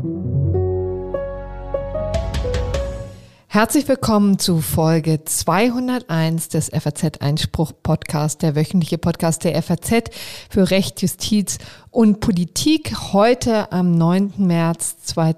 Herzlich willkommen zu Folge 201 des FAZ-Einspruch-Podcast, der wöchentliche Podcast der FAZ für Recht, Justiz und Politik. Heute am 9. März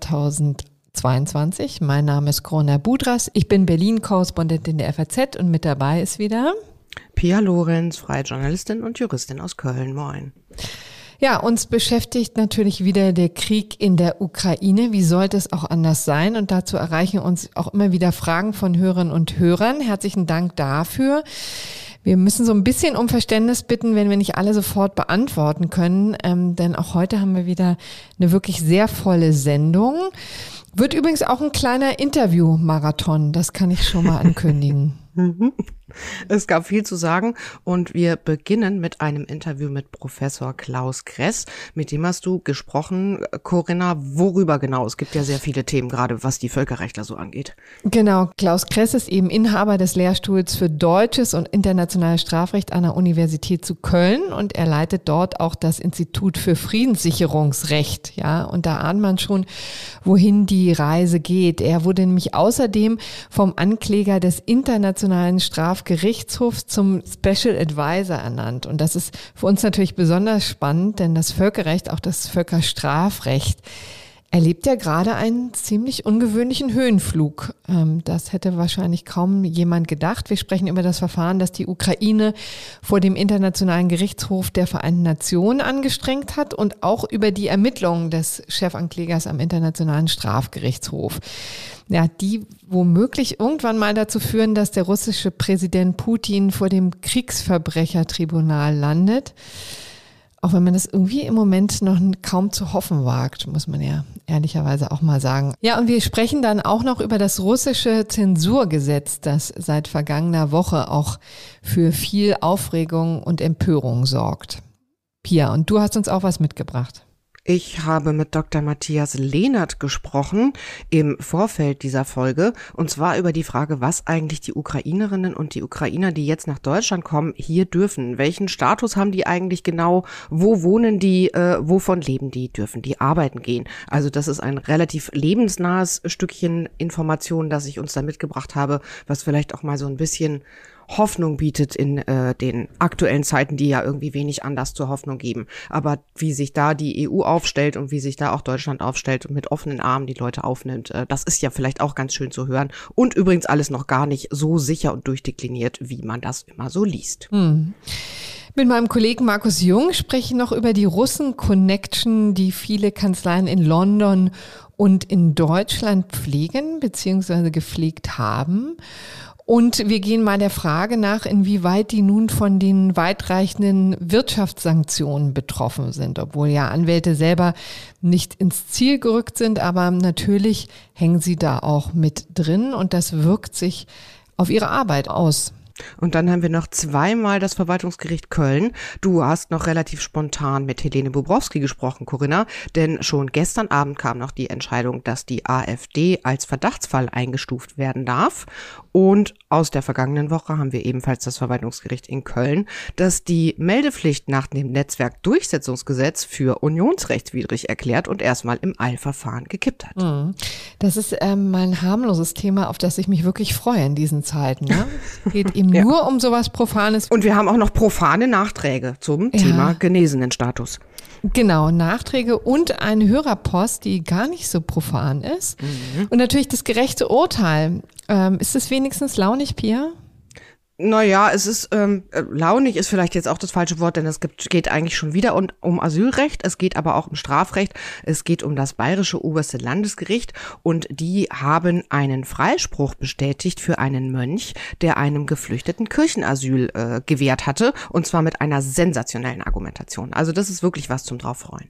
2022. Mein Name ist Corona Budras. Ich bin Berlin-Korrespondentin der FAZ und mit dabei ist wieder Pia Lorenz, freie Journalistin und Juristin aus Köln. Moin. Ja, uns beschäftigt natürlich wieder der Krieg in der Ukraine. Wie sollte es auch anders sein? Und dazu erreichen uns auch immer wieder Fragen von Hörerinnen und Hörern. Herzlichen Dank dafür. Wir müssen so ein bisschen um Verständnis bitten, wenn wir nicht alle sofort beantworten können, denn auch heute haben wir wieder eine wirklich sehr volle Sendung. Wird übrigens auch ein kleiner Interview-Marathon, das kann ich schon mal ankündigen. Es gab viel zu sagen und wir beginnen mit einem Interview mit Professor Klaus Kress. Mit dem hast du gesprochen, Corinna. Worüber genau? Es gibt ja sehr viele Themen, gerade was die Völkerrechtler so angeht. Genau, Klaus Kress ist eben Inhaber des Lehrstuhls für Deutsches und Internationales Strafrecht an der Universität zu Köln und er leitet dort auch das Institut für Friedenssicherungsrecht. Ja, und da ahnt man schon, wohin die Reise geht. Er wurde nämlich außerdem vom Ankläger des Internationalen Strafgerichtshofs zum Special Advisor ernannt. Und das ist für uns natürlich besonders spannend, denn das Völkerrecht, auch das Völkerstrafrecht, erlebt ja gerade einen ziemlich ungewöhnlichen Höhenflug. Das hätte wahrscheinlich kaum jemand gedacht. Wir sprechen über das Verfahren, das die Ukraine vor dem Internationalen Gerichtshof der Vereinten Nationen angestrengt hat und auch über die Ermittlungen des Chefanklägers am Internationalen Strafgerichtshof. Ja, die womöglich irgendwann mal dazu führen, dass der russische Präsident Putin vor dem Kriegsverbrechertribunal landet. Auch wenn man das irgendwie im Moment noch kaum zu hoffen wagt, muss man ja ehrlicherweise auch mal sagen. Ja, und wir sprechen dann auch noch über das russische Zensurgesetz, das seit vergangener Woche auch für viel Aufregung und Empörung sorgt. Pia, und du hast uns auch was mitgebracht. Ich habe mit Dr. Matthias Lehnert gesprochen im Vorfeld dieser Folge und zwar über die Frage, was eigentlich die Ukrainerinnen und die Ukrainer, die jetzt nach Deutschland kommen, hier dürfen. Welchen Status haben die eigentlich genau? Wo wohnen die? Wovon leben die? Dürfen die arbeiten gehen? Also das ist ein relativ lebensnahes Stückchen Information, das ich uns da mitgebracht habe, was vielleicht auch mal so ein bisschen Hoffnung bietet in den aktuellen Zeiten, die ja irgendwie wenig Anlass zur Hoffnung geben. Aber wie sich da die EU aufstellt und wie sich da auch Deutschland aufstellt und mit offenen Armen die Leute aufnimmt, das ist ja vielleicht auch ganz schön zu hören. Und übrigens alles noch gar nicht so sicher und durchdekliniert, wie man das immer so liest. Mit meinem Kollegen Markus Jung spreche ich noch über die Russen-Connection, die viele Kanzleien in London und in Deutschland pflegen bzw. gepflegt haben. Und wir gehen mal der Frage nach, inwieweit die nun von den weitreichenden Wirtschaftssanktionen betroffen sind, obwohl ja Anwälte selber nicht ins Ziel gerückt sind, aber natürlich hängen sie da auch mit drin und das wirkt sich auf ihre Arbeit aus. Und dann haben wir noch zweimal das Verwaltungsgericht Köln. Du hast noch relativ spontan mit Helene Bobrowski gesprochen, Corinna, denn schon gestern Abend kam noch die Entscheidung, dass die AfD als Verdachtsfall eingestuft werden darf. Und aus der vergangenen Woche haben wir ebenfalls das Verwaltungsgericht in Köln, das die Meldepflicht nach dem Netzwerkdurchsetzungsgesetz für unionsrechtswidrig erklärt und erstmal im Eilverfahren gekippt hat. Das ist mal ein harmloses Thema, auf das ich mich wirklich freue in diesen Zeiten. Ne? Geht eben nur um sowas Profanes. Und wir haben auch noch profane Nachträge zum Thema Genesenenstatus. Genau, Nachträge und eine Hörerpost, die gar nicht so profan ist. Und natürlich das gerechte Urteil. Ist es wenigstens launig, Pia? Naja, es ist launig ist vielleicht jetzt auch das falsche Wort, denn es geht eigentlich schon wieder um Asylrecht, es geht aber auch um Strafrecht, es geht um das Bayerische Oberste Landesgericht und die haben einen Freispruch bestätigt für einen Mönch, der einem Geflüchteten Kirchenasyl gewährt hatte und zwar mit einer sensationellen Argumentation. Also das ist wirklich was zum Drauffreuen.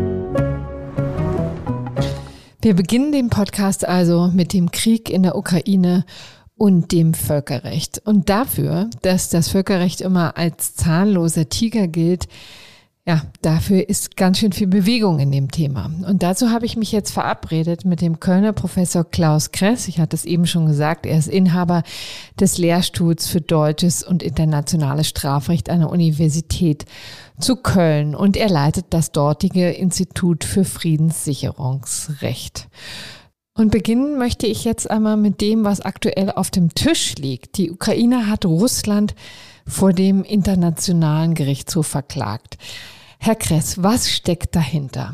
Wir beginnen den Podcast also mit dem Krieg in der Ukraine und dem Völkerrecht. Und dafür, dass das Völkerrecht immer als zahnloser Tiger gilt, Ja, dafür ist ganz schön viel Bewegung in dem Thema. Und dazu habe ich mich jetzt verabredet mit dem Kölner Professor Klaus Kress. Ich hatte es eben schon gesagt, er ist Inhaber des Lehrstuhls für Deutsches und Internationales Strafrecht an der Universität zu Köln. Und er leitet das dortige Institut für Friedenssicherungsrecht. Und beginnen möchte ich jetzt einmal mit dem, was aktuell auf dem Tisch liegt. Die Ukraine hat Russland vor dem Internationalen Gerichtshof verklagt. Herr Kress, was steckt dahinter?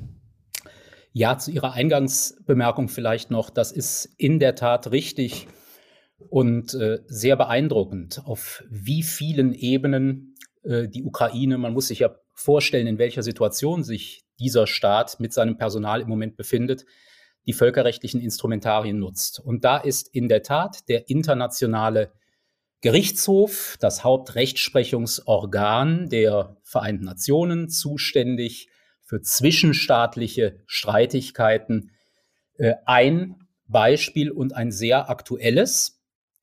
Ja, zu Ihrer Eingangsbemerkung vielleicht noch, das ist in der Tat richtig und sehr beeindruckend, auf wie vielen Ebenen die Ukraine, man muss sich ja vorstellen, in welcher Situation sich dieser Staat mit seinem Personal im Moment befindet, die völkerrechtlichen Instrumentarien nutzt. Und da ist in der Tat der internationale Gerichtshof, das Hauptrechtsprechungsorgan der Vereinten Nationen, zuständig für zwischenstaatliche Streitigkeiten, ein Beispiel und ein sehr aktuelles.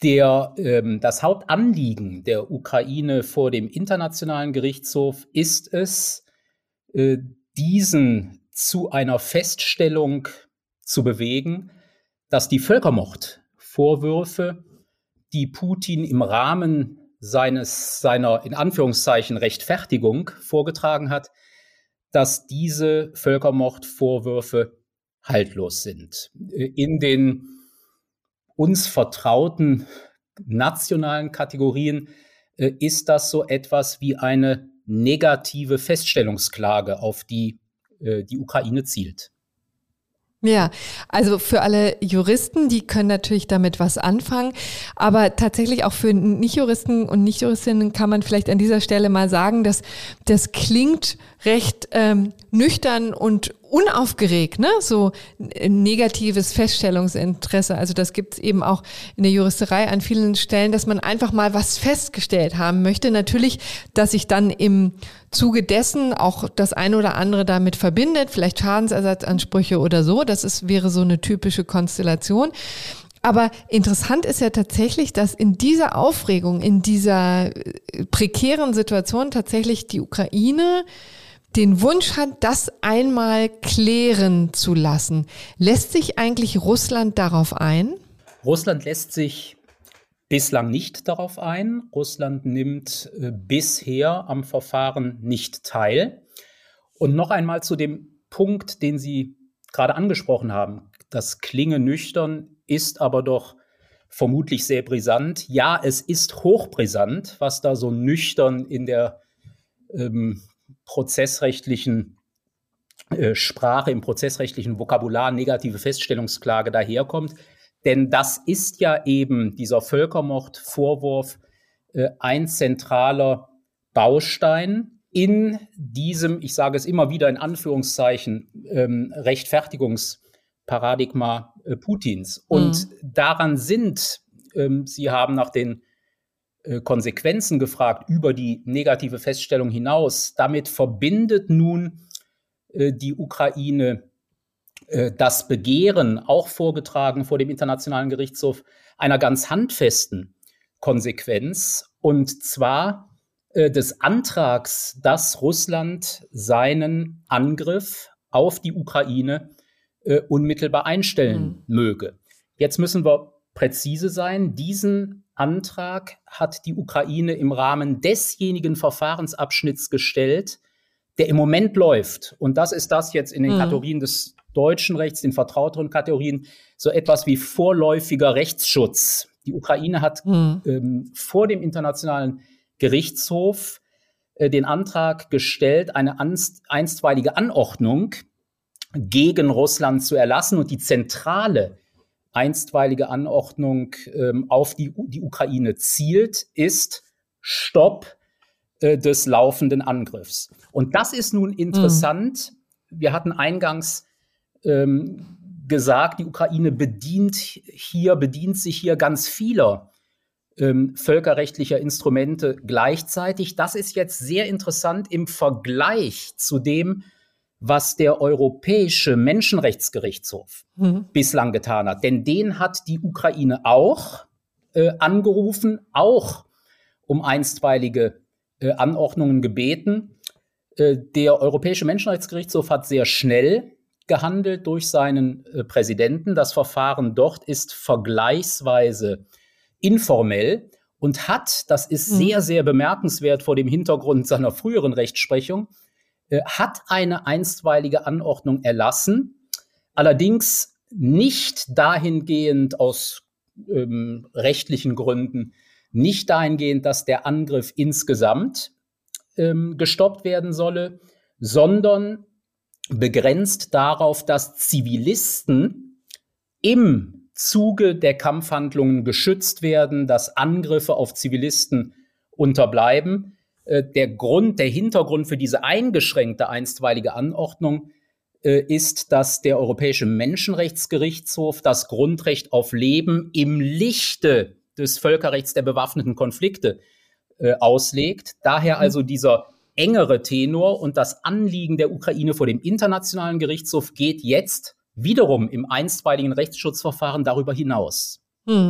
Das Hauptanliegen der Ukraine vor dem Internationalen Gerichtshof ist es, diesen zu einer Feststellung zu bewegen, dass die Völkermordvorwürfe, die Putin im Rahmen seiner in Anführungszeichen Rechtfertigung vorgetragen hat, dass diese Völkermordvorwürfe haltlos sind. In den uns vertrauten nationalen Kategorien ist das so etwas wie eine negative Feststellungsklage, auf die die Ukraine zielt. Ja, also für alle Juristen, die können natürlich damit was anfangen, aber tatsächlich auch für Nichtjuristen und Nichtjuristinnen kann man vielleicht an dieser Stelle mal sagen, dass das klingt recht nüchtern und unaufgeregt, ne? So negatives Feststellungsinteresse. Also das gibt es eben auch in der Juristerei an vielen Stellen, dass man einfach mal was festgestellt haben möchte. Natürlich, dass sich dann im Zuge dessen auch das eine oder andere damit verbindet, vielleicht Schadensersatzansprüche oder so. Wäre so eine typische Konstellation. Aber interessant ist ja tatsächlich, dass in dieser Aufregung, in dieser prekären Situation tatsächlich die Ukraine den Wunsch hat, das einmal klären zu lassen. Lässt sich eigentlich Russland darauf ein? Russland lässt sich bislang nicht darauf ein. Russland nimmt bisher am Verfahren nicht teil. Und noch einmal zu dem Punkt, den Sie gerade angesprochen haben. Das klinge nüchtern, ist aber doch vermutlich sehr brisant. Ja, es ist hochbrisant, was da so nüchtern in der prozessrechtlichen Sprache, im prozessrechtlichen Vokabular negative Feststellungsklage daherkommt. Denn das ist ja eben dieser Völkermordvorwurf ein zentraler Baustein in diesem, ich sage es immer wieder in Anführungszeichen, Rechtfertigungsparadigma Putins. Und daran sind, Sie haben nach den Konsequenzen gefragt über die negative Feststellung hinaus. Damit verbindet nun die Ukraine das Begehren, auch vorgetragen vor dem Internationalen Gerichtshof, einer ganz handfesten Konsequenz, und zwar des Antrags, dass Russland seinen Angriff auf die Ukraine unmittelbar einstellen möge. Jetzt müssen wir präzise sein. Diesen Antrag hat die Ukraine im Rahmen desjenigen Verfahrensabschnitts gestellt, der im Moment läuft. Und das ist das jetzt in den Kategorien des deutschen Rechts, den vertrauteren Kategorien, so etwas wie vorläufiger Rechtsschutz. Die Ukraine hat vor dem Internationalen Gerichtshof den Antrag gestellt, eine einstweilige Anordnung gegen Russland zu erlassen. Und die zentrale einstweilige Anordnung auf die Ukraine zielt, ist Stopp des laufenden Angriffs. Und das ist nun interessant. Wir hatten eingangs gesagt, die Ukraine bedient sich hier ganz vieler völkerrechtlicher Instrumente gleichzeitig. Das ist jetzt sehr interessant im Vergleich zu dem, was der Europäische Menschenrechtsgerichtshof bislang getan hat. Denn den hat die Ukraine auch angerufen, auch um einstweilige Anordnungen gebeten. Der Europäische Menschenrechtsgerichtshof hat sehr schnell gehandelt durch seinen Präsidenten. Das Verfahren dort ist vergleichsweise informell und hat, das ist sehr, sehr bemerkenswert vor dem Hintergrund seiner früheren Rechtsprechung, hat eine einstweilige Anordnung erlassen, allerdings nicht dahingehend aus rechtlichen Gründen, nicht dahingehend, dass der Angriff insgesamt gestoppt werden solle, sondern begrenzt darauf, dass Zivilisten im Zuge der Kampfhandlungen geschützt werden, dass Angriffe auf Zivilisten unterbleiben. Der Hintergrund für diese eingeschränkte einstweilige Anordnung ist, dass der Europäische Menschenrechtsgerichtshof das Grundrecht auf Leben im Lichte des Völkerrechts der bewaffneten Konflikte auslegt. Daher also dieser engere Tenor und das Anliegen der Ukraine vor dem Internationalen Gerichtshof geht jetzt wiederum im einstweiligen Rechtsschutzverfahren darüber hinaus.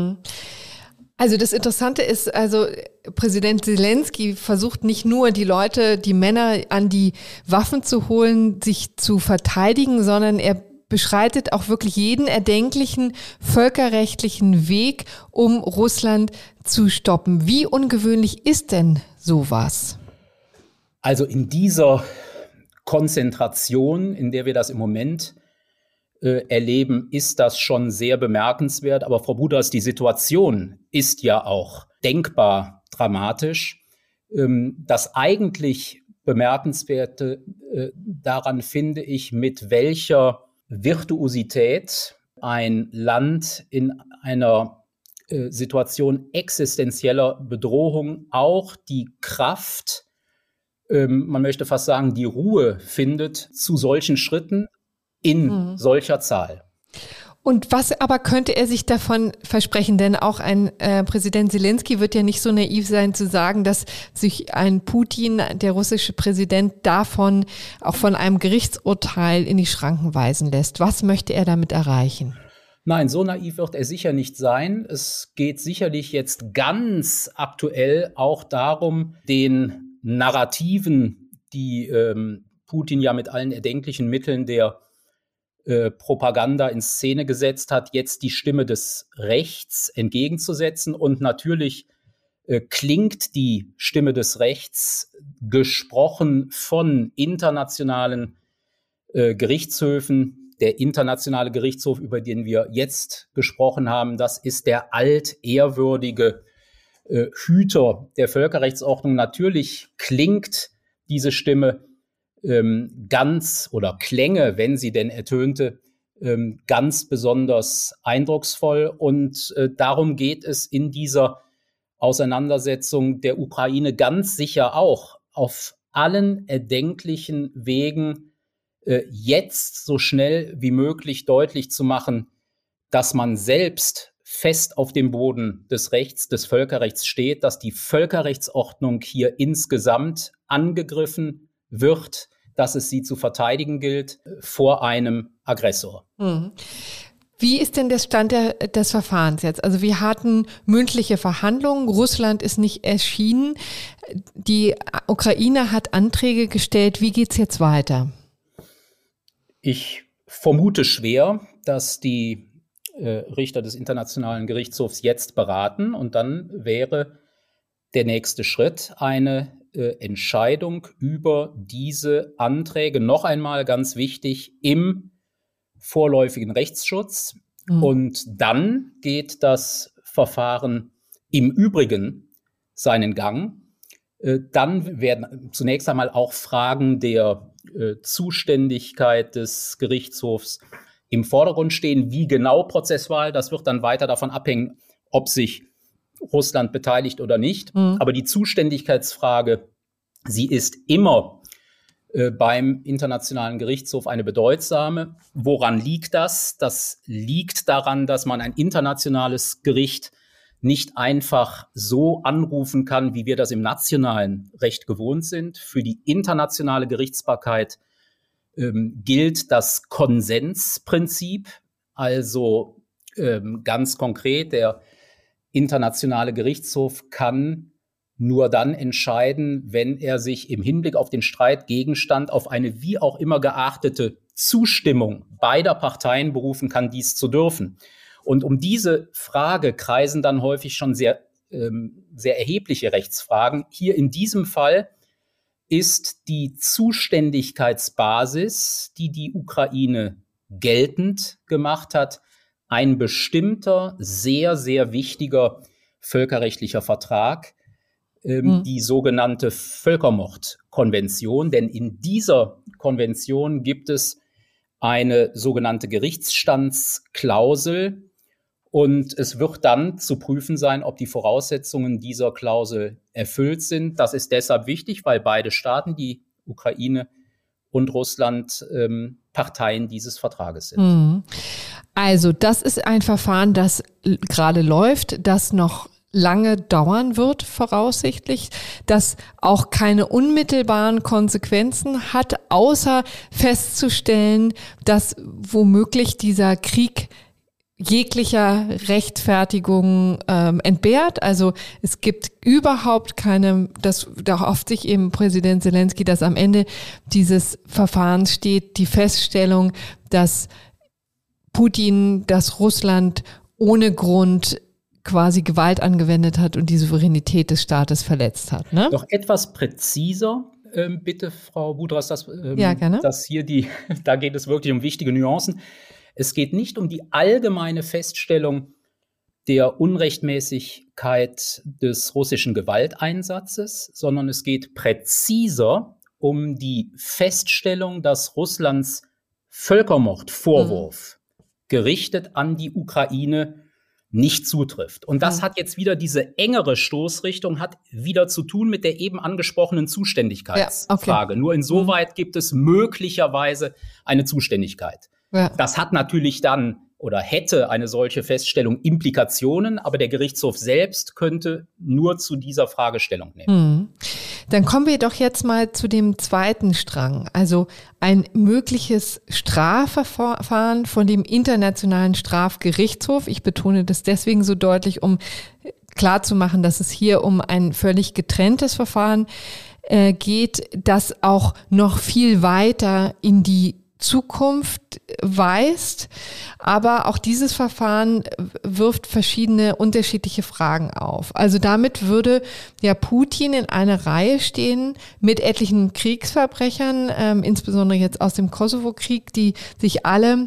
Also das Interessante ist, also Präsident Zelensky versucht nicht nur die Leute, die Männer an die Waffen zu holen, sich zu verteidigen, sondern er beschreitet auch wirklich jeden erdenklichen völkerrechtlichen Weg, um Russland zu stoppen. Wie ungewöhnlich ist denn sowas? Also in dieser Konzentration, in der wir das im Moment erleben, ist das schon sehr bemerkenswert. Aber Frau Budras, die Situation ist ja auch denkbar dramatisch. Das eigentlich Bemerkenswerte daran finde ich, mit welcher Virtuosität ein Land in einer Situation existenzieller Bedrohung auch die Kraft, man möchte fast sagen, die Ruhe findet zu solchen Schritten in solcher Zahl. Und was aber könnte er sich davon versprechen? Denn auch ein Präsident Zelensky wird ja nicht so naiv sein zu sagen, dass sich ein Putin, der russische Präsident, davon auch von einem Gerichtsurteil in die Schranken weisen lässt. Was möchte er damit erreichen? Nein, so naiv wird er sicher nicht sein. Es geht sicherlich jetzt ganz aktuell auch darum, den Narrativen, die Putin ja mit allen erdenklichen Mitteln der Propaganda in Szene gesetzt hat, jetzt die Stimme des Rechts entgegenzusetzen. Und natürlich klingt die Stimme des Rechts, gesprochen von internationalen Gerichtshöfen. Der internationale Gerichtshof, über den wir jetzt gesprochen haben, das ist der altehrwürdige Hüter der Völkerrechtsordnung. Natürlich klingt diese Stimme klänge, wenn sie denn ertönte, ganz besonders eindrucksvoll. Und darum geht es in dieser Auseinandersetzung der Ukraine ganz sicher auch auf allen erdenklichen Wegen jetzt so schnell wie möglich deutlich zu machen, dass man selbst fest auf dem Boden des Rechts, des Völkerrechts steht, dass die Völkerrechtsordnung hier insgesamt angegriffen wird, dass es sie zu verteidigen gilt vor einem Aggressor. Wie ist denn der Stand des Verfahrens jetzt? Also wir hatten mündliche Verhandlungen, Russland ist nicht erschienen, die Ukraine hat Anträge gestellt. Wie geht's jetzt weiter? Ich vermute schwer, dass die Richter des Internationalen Gerichtshofs jetzt beraten und dann wäre der nächste Schritt eine Entscheidung über diese Anträge, noch einmal ganz wichtig, im vorläufigen Rechtsschutz. Und dann geht das Verfahren im Übrigen seinen Gang. Dann werden zunächst einmal auch Fragen der Zuständigkeit des Gerichtshofs im Vordergrund stehen. Wie genau prozessual, das wird dann weiter davon abhängen, ob sich Russland beteiligt oder nicht. Aber die Zuständigkeitsfrage, sie ist immer beim Internationalen Gerichtshof eine bedeutsame. Woran liegt das? Das liegt daran, dass man ein internationales Gericht nicht einfach so anrufen kann, wie wir das im nationalen Recht gewohnt sind. Für die internationale Gerichtsbarkeit gilt das Konsensprinzip, also ganz konkret, der Internationale Gerichtshof kann nur dann entscheiden, wenn er sich im Hinblick auf den Streitgegenstand auf eine wie auch immer geachtete Zustimmung beider Parteien berufen kann, dies zu dürfen. Und um diese Frage kreisen dann häufig schon sehr erhebliche Rechtsfragen. Hier in diesem Fall ist die Zuständigkeitsbasis, die die Ukraine geltend gemacht hat, ein bestimmter, sehr, sehr wichtiger völkerrechtlicher Vertrag, die sogenannte Völkermordkonvention. Denn in dieser Konvention gibt es eine sogenannte Gerichtsstandsklausel, und es wird dann zu prüfen sein, ob die Voraussetzungen dieser Klausel erfüllt sind. Das ist deshalb wichtig, weil beide Staaten, die Ukraine und Russland, Parteien dieses Vertrages sind. Also das ist ein Verfahren, das gerade läuft, das noch lange dauern wird, voraussichtlich, das auch keine unmittelbaren Konsequenzen hat, außer festzustellen, dass womöglich dieser Krieg jeglicher Rechtfertigung entbehrt. Also es gibt überhaupt keine, da hofft sich eben Präsident Zelensky, dass am Ende dieses Verfahrens steht die Feststellung, dass Putin, dass Russland ohne Grund quasi Gewalt angewendet hat und die Souveränität des Staates verletzt hat. Ne? Doch etwas präziser, bitte, Frau Budras, ja, gerne. Dass hier da geht es wirklich um wichtige Nuancen. Es geht nicht um die allgemeine Feststellung der Unrechtmäßigkeit des russischen Gewalteinsatzes, sondern es geht präziser um die Feststellung, dass Russlands Völkermordvorwurf gerichtet an die Ukraine nicht zutrifft. Und das hat jetzt wieder diese engere Stoßrichtung, hat wieder zu tun mit der eben angesprochenen Zuständigkeitsfrage. Nur insoweit gibt es möglicherweise eine Zuständigkeit. Ja. Das hat natürlich dann oder hätte eine solche Feststellung Implikationen, aber der Gerichtshof selbst könnte nur zu dieser Frage Stellung nehmen. Dann kommen wir doch jetzt mal zu dem zweiten Strang, also ein mögliches Strafverfahren von dem Internationalen Strafgerichtshof. Ich betone das deswegen so deutlich, um klarzumachen, dass es hier um ein völlig getrenntes Verfahren geht, das auch noch viel weiter in die Zukunft weist, aber auch dieses Verfahren wirft verschiedene unterschiedliche Fragen auf. Also damit würde ja Putin in einer Reihe stehen mit etlichen Kriegsverbrechern, insbesondere jetzt aus dem Kosovo-Krieg, die sich alle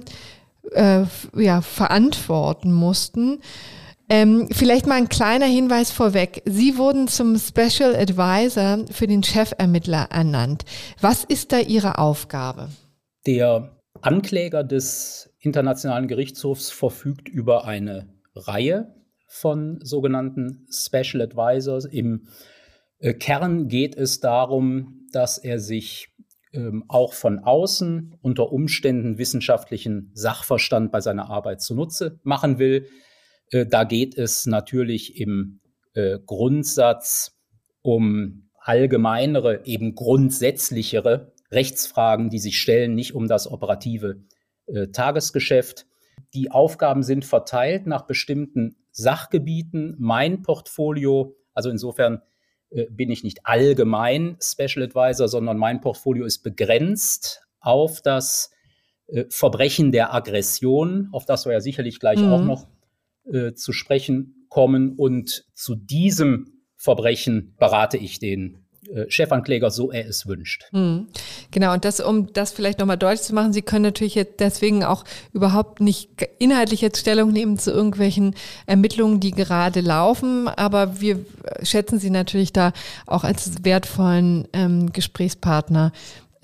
verantworten mussten. Vielleicht mal ein kleiner Hinweis vorweg. Sie wurden zum Special Advisor für den Chefermittler ernannt. Was ist da Ihre Aufgabe? Der Ankläger des Internationalen Gerichtshofs verfügt über eine Reihe von sogenannten Special Advisors. Im Kern geht es darum, dass er sich auch von außen unter Umständen wissenschaftlichen Sachverstand bei seiner Arbeit zunutze machen will. Da geht es natürlich im Grundsatz um allgemeinere, eben grundsätzlichere Rechtsfragen, die sich stellen, nicht um das operative Tagesgeschäft. Die Aufgaben sind verteilt nach bestimmten Sachgebieten. Mein Portfolio, also insofern bin ich nicht allgemein Special Advisor, sondern mein Portfolio ist begrenzt auf das Verbrechen der Aggression, auf das wir ja sicherlich gleich auch noch zu sprechen kommen. Und zu diesem Verbrechen berate ich den Chefankläger, so er es wünscht. Genau, und um das vielleicht nochmal deutlich zu machen, Sie können natürlich jetzt deswegen auch überhaupt nicht inhaltlich jetzt Stellung nehmen zu irgendwelchen Ermittlungen, die gerade laufen, aber wir schätzen Sie natürlich da auch als wertvollen Gesprächspartner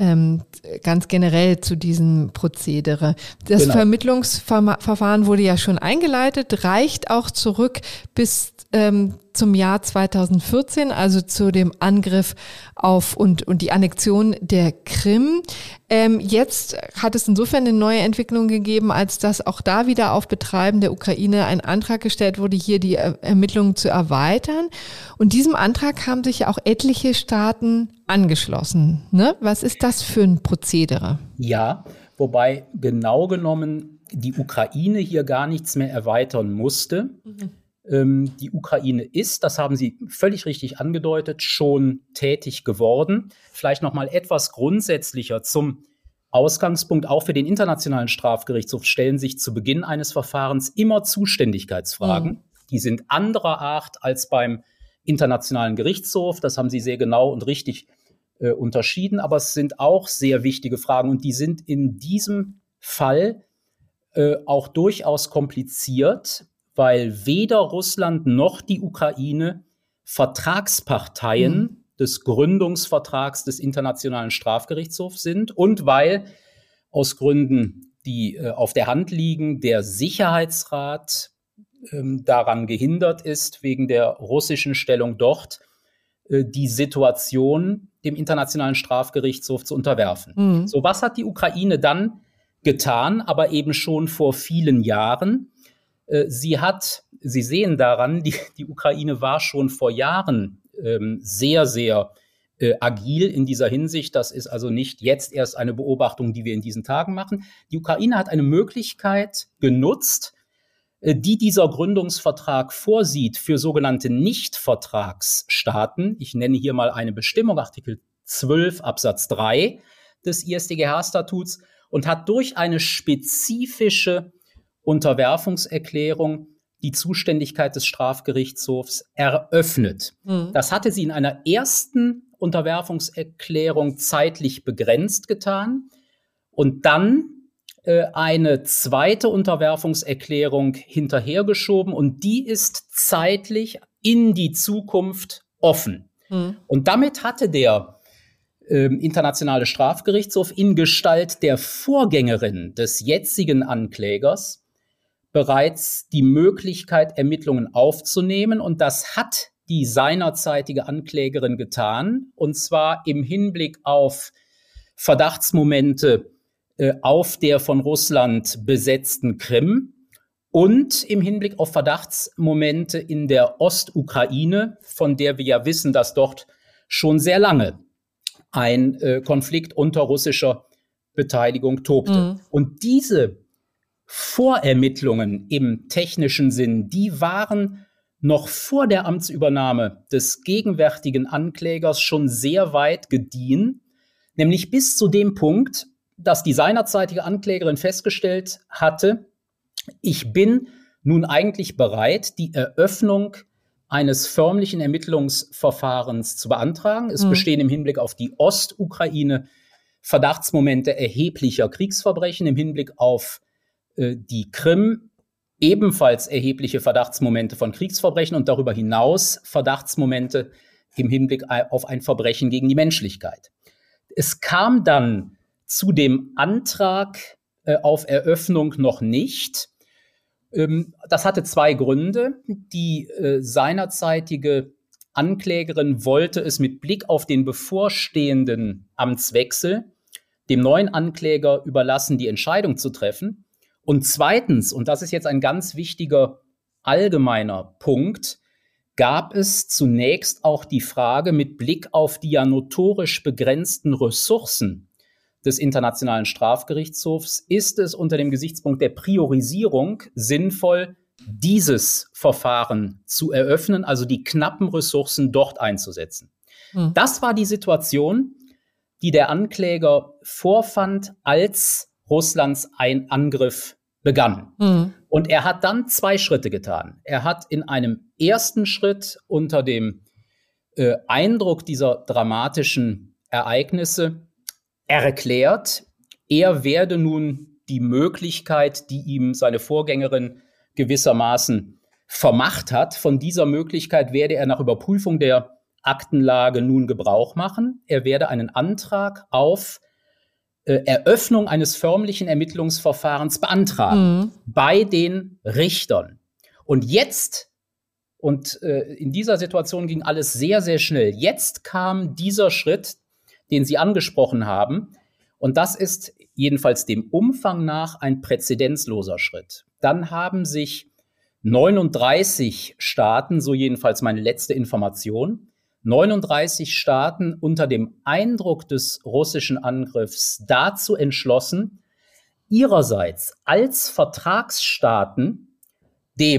ganz generell zu diesem Prozedere. Das Vermittlungsverfahren wurde ja schon eingeleitet, reicht auch zurück bis zum Jahr 2014, also zu dem Angriff auf und die Annexion der Krim. Jetzt hat es insofern eine neue Entwicklung gegeben, als dass auch da wieder auf Betreiben der Ukraine ein Antrag gestellt wurde, hier die Ermittlungen zu erweitern. Und diesem Antrag haben sich ja auch etliche Staaten angeschlossen. Ne? Was ist das für ein Prozedere? Ja, wobei genau genommen die Ukraine hier gar nichts mehr erweitern musste. Die Ukraine ist, das haben Sie völlig richtig angedeutet, schon tätig geworden. Vielleicht noch mal etwas grundsätzlicher zum Ausgangspunkt. Auch für den Internationalen Strafgerichtshof stellen sich zu Beginn eines Verfahrens immer Zuständigkeitsfragen. Die sind anderer Art als beim Internationalen Gerichtshof. Das haben Sie sehr genau und richtig unterschieden. Aber es sind auch sehr wichtige Fragen. Und die sind in diesem Fall auch durchaus kompliziert, weil weder Russland noch die Ukraine Vertragsparteien des Gründungsvertrags des Internationalen Strafgerichtshofs sind und weil aus Gründen, die auf der Hand liegen, der Sicherheitsrat daran gehindert ist, wegen der russischen Stellung dort, die Situation dem Internationalen Strafgerichtshof zu unterwerfen. So, was hat die Ukraine dann getan, aber eben schon vor vielen Jahren? Sie sehen daran, die Ukraine war schon vor Jahren sehr, sehr agil in dieser Hinsicht. Das ist also nicht jetzt erst eine Beobachtung, die wir in diesen Tagen machen. Die Ukraine hat eine Möglichkeit genutzt, die dieser Gründungsvertrag vorsieht für sogenannte Nichtvertragsstaaten. Ich nenne hier mal eine Bestimmung, Artikel 12 Absatz 3 des IStGH-Statuts, und hat durch eine spezifische Unterwerfungserklärung die Zuständigkeit des Strafgerichtshofs eröffnet. Das hatte sie in einer ersten Unterwerfungserklärung zeitlich begrenzt getan und dann eine zweite Unterwerfungserklärung hinterhergeschoben und die ist zeitlich in die Zukunft offen. Und damit hatte der Internationale Strafgerichtshof in Gestalt der Vorgängerin des jetzigen Anklägers bereits die Möglichkeit, Ermittlungen aufzunehmen. Und das hat die seinerzeitige Anklägerin getan. Und zwar im Hinblick auf Verdachtsmomente auf der von Russland besetzten Krim und im Hinblick auf Verdachtsmomente in der Ostukraine, von der wir ja wissen, dass dort schon sehr lange ein Konflikt unter russischer Beteiligung tobte. Und diese Vorermittlungen im technischen Sinn, die waren noch vor der Amtsübernahme des gegenwärtigen Anklägers schon sehr weit gediehen, nämlich bis zu dem Punkt, dass die seinerzeitige Anklägerin festgestellt hatte, ich bin nun eigentlich bereit, die Eröffnung eines förmlichen Ermittlungsverfahrens zu beantragen. Es bestehen im Hinblick auf die Ostukraine Verdachtsmomente erheblicher Kriegsverbrechen, im Hinblick auf die Krim ebenfalls erhebliche Verdachtsmomente von Kriegsverbrechen und darüber hinaus Verdachtsmomente im Hinblick auf ein Verbrechen gegen die Menschlichkeit. Es kam dann zu dem Antrag auf Eröffnung noch nicht. Das hatte zwei Gründe. Die seinerzeitige Anklägerin wollte es mit Blick auf den bevorstehenden Amtswechsel dem neuen Ankläger überlassen, die Entscheidung zu treffen. Und zweitens, und das ist jetzt ein ganz wichtiger allgemeiner Punkt, gab es zunächst auch die Frage mit Blick auf die ja notorisch begrenzten Ressourcen des Internationalen Strafgerichtshofs, ist es unter dem Gesichtspunkt der Priorisierung sinnvoll, dieses Verfahren zu eröffnen, also die knappen Ressourcen dort einzusetzen. Das war die Situation, die der Ankläger vorfand, als Russlands Angriff begann. Und er hat dann zwei Schritte getan. Er hat in einem ersten Schritt unter dem Eindruck dieser dramatischen Ereignisse erklärt, er werde nun die Möglichkeit, die ihm seine Vorgängerin gewissermaßen vermacht hat, von dieser Möglichkeit werde er nach Überprüfung der Aktenlage nun Gebrauch machen. Er werde einen Antrag auf Eröffnung eines förmlichen Ermittlungsverfahrens beantragen bei den Richtern. Und jetzt, in dieser Situation ging alles sehr, sehr schnell. Jetzt kam dieser Schritt, den Sie angesprochen haben. Und das ist jedenfalls dem Umfang nach ein präzedenzloser Schritt. Dann haben sich 39 Staaten, so jedenfalls meine letzte Information, 39 Staaten unter dem Eindruck des russischen Angriffs dazu entschlossen, ihrerseits als Vertragsstaaten dem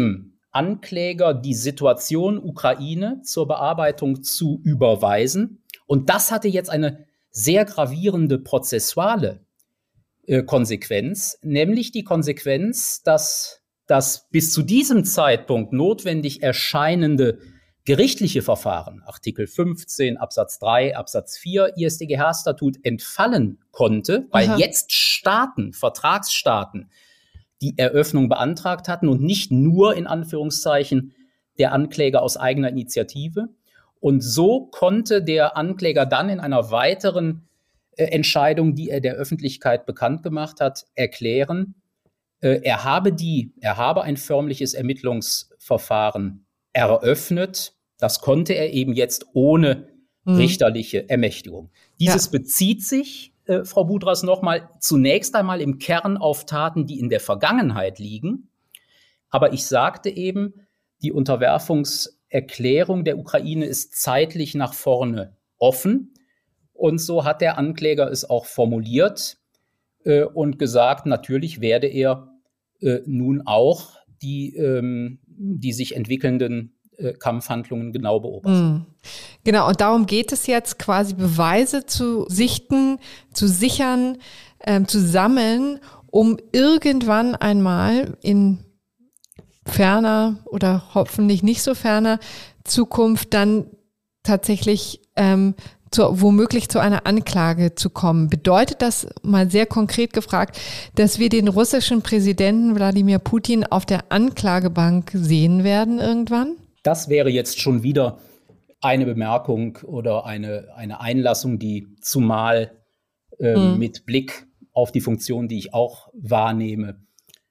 Ankläger die Situation Ukraine zur Bearbeitung zu überweisen. Und das hatte jetzt eine sehr gravierende prozessuale Konsequenz, nämlich die Konsequenz, dass das bis zu diesem Zeitpunkt notwendig erscheinende gerichtliche Verfahren, Artikel 15 Absatz 3 Absatz 4 IStGH-Statut entfallen konnte, weil jetzt Staaten, Vertragsstaaten, die Eröffnung beantragt hatten und nicht nur in Anführungszeichen der Ankläger aus eigener Initiative. Und so konnte der Ankläger dann in einer weiteren Entscheidung, die er der Öffentlichkeit bekannt gemacht hat, erklären, er habe ein förmliches Ermittlungsverfahren eröffnet. Das konnte er eben jetzt ohne richterliche Ermächtigung. Dieses bezieht sich, Frau Budras, nochmal zunächst einmal im Kern auf Taten, die in der Vergangenheit liegen. Aber ich sagte eben, die Unterwerfungserklärung der Ukraine ist zeitlich nach vorne offen. Und so hat der Ankläger es auch formuliert und gesagt, natürlich werde er nun auch die sich entwickelnden Kampfhandlungen genau beobachten. Genau, und darum geht es jetzt, quasi Beweise zu sichten, zu sichern, zu sammeln, um irgendwann einmal in ferner oder hoffentlich nicht so ferner Zukunft dann tatsächlich womöglich zu einer Anklage zu kommen. Bedeutet das, mal sehr konkret gefragt, dass wir den russischen Präsidenten Wladimir Putin auf der Anklagebank sehen werden irgendwann? Das wäre jetzt schon wieder eine Bemerkung oder eine Einlassung, die zumal mit Blick auf die Funktion, die ich auch wahrnehme,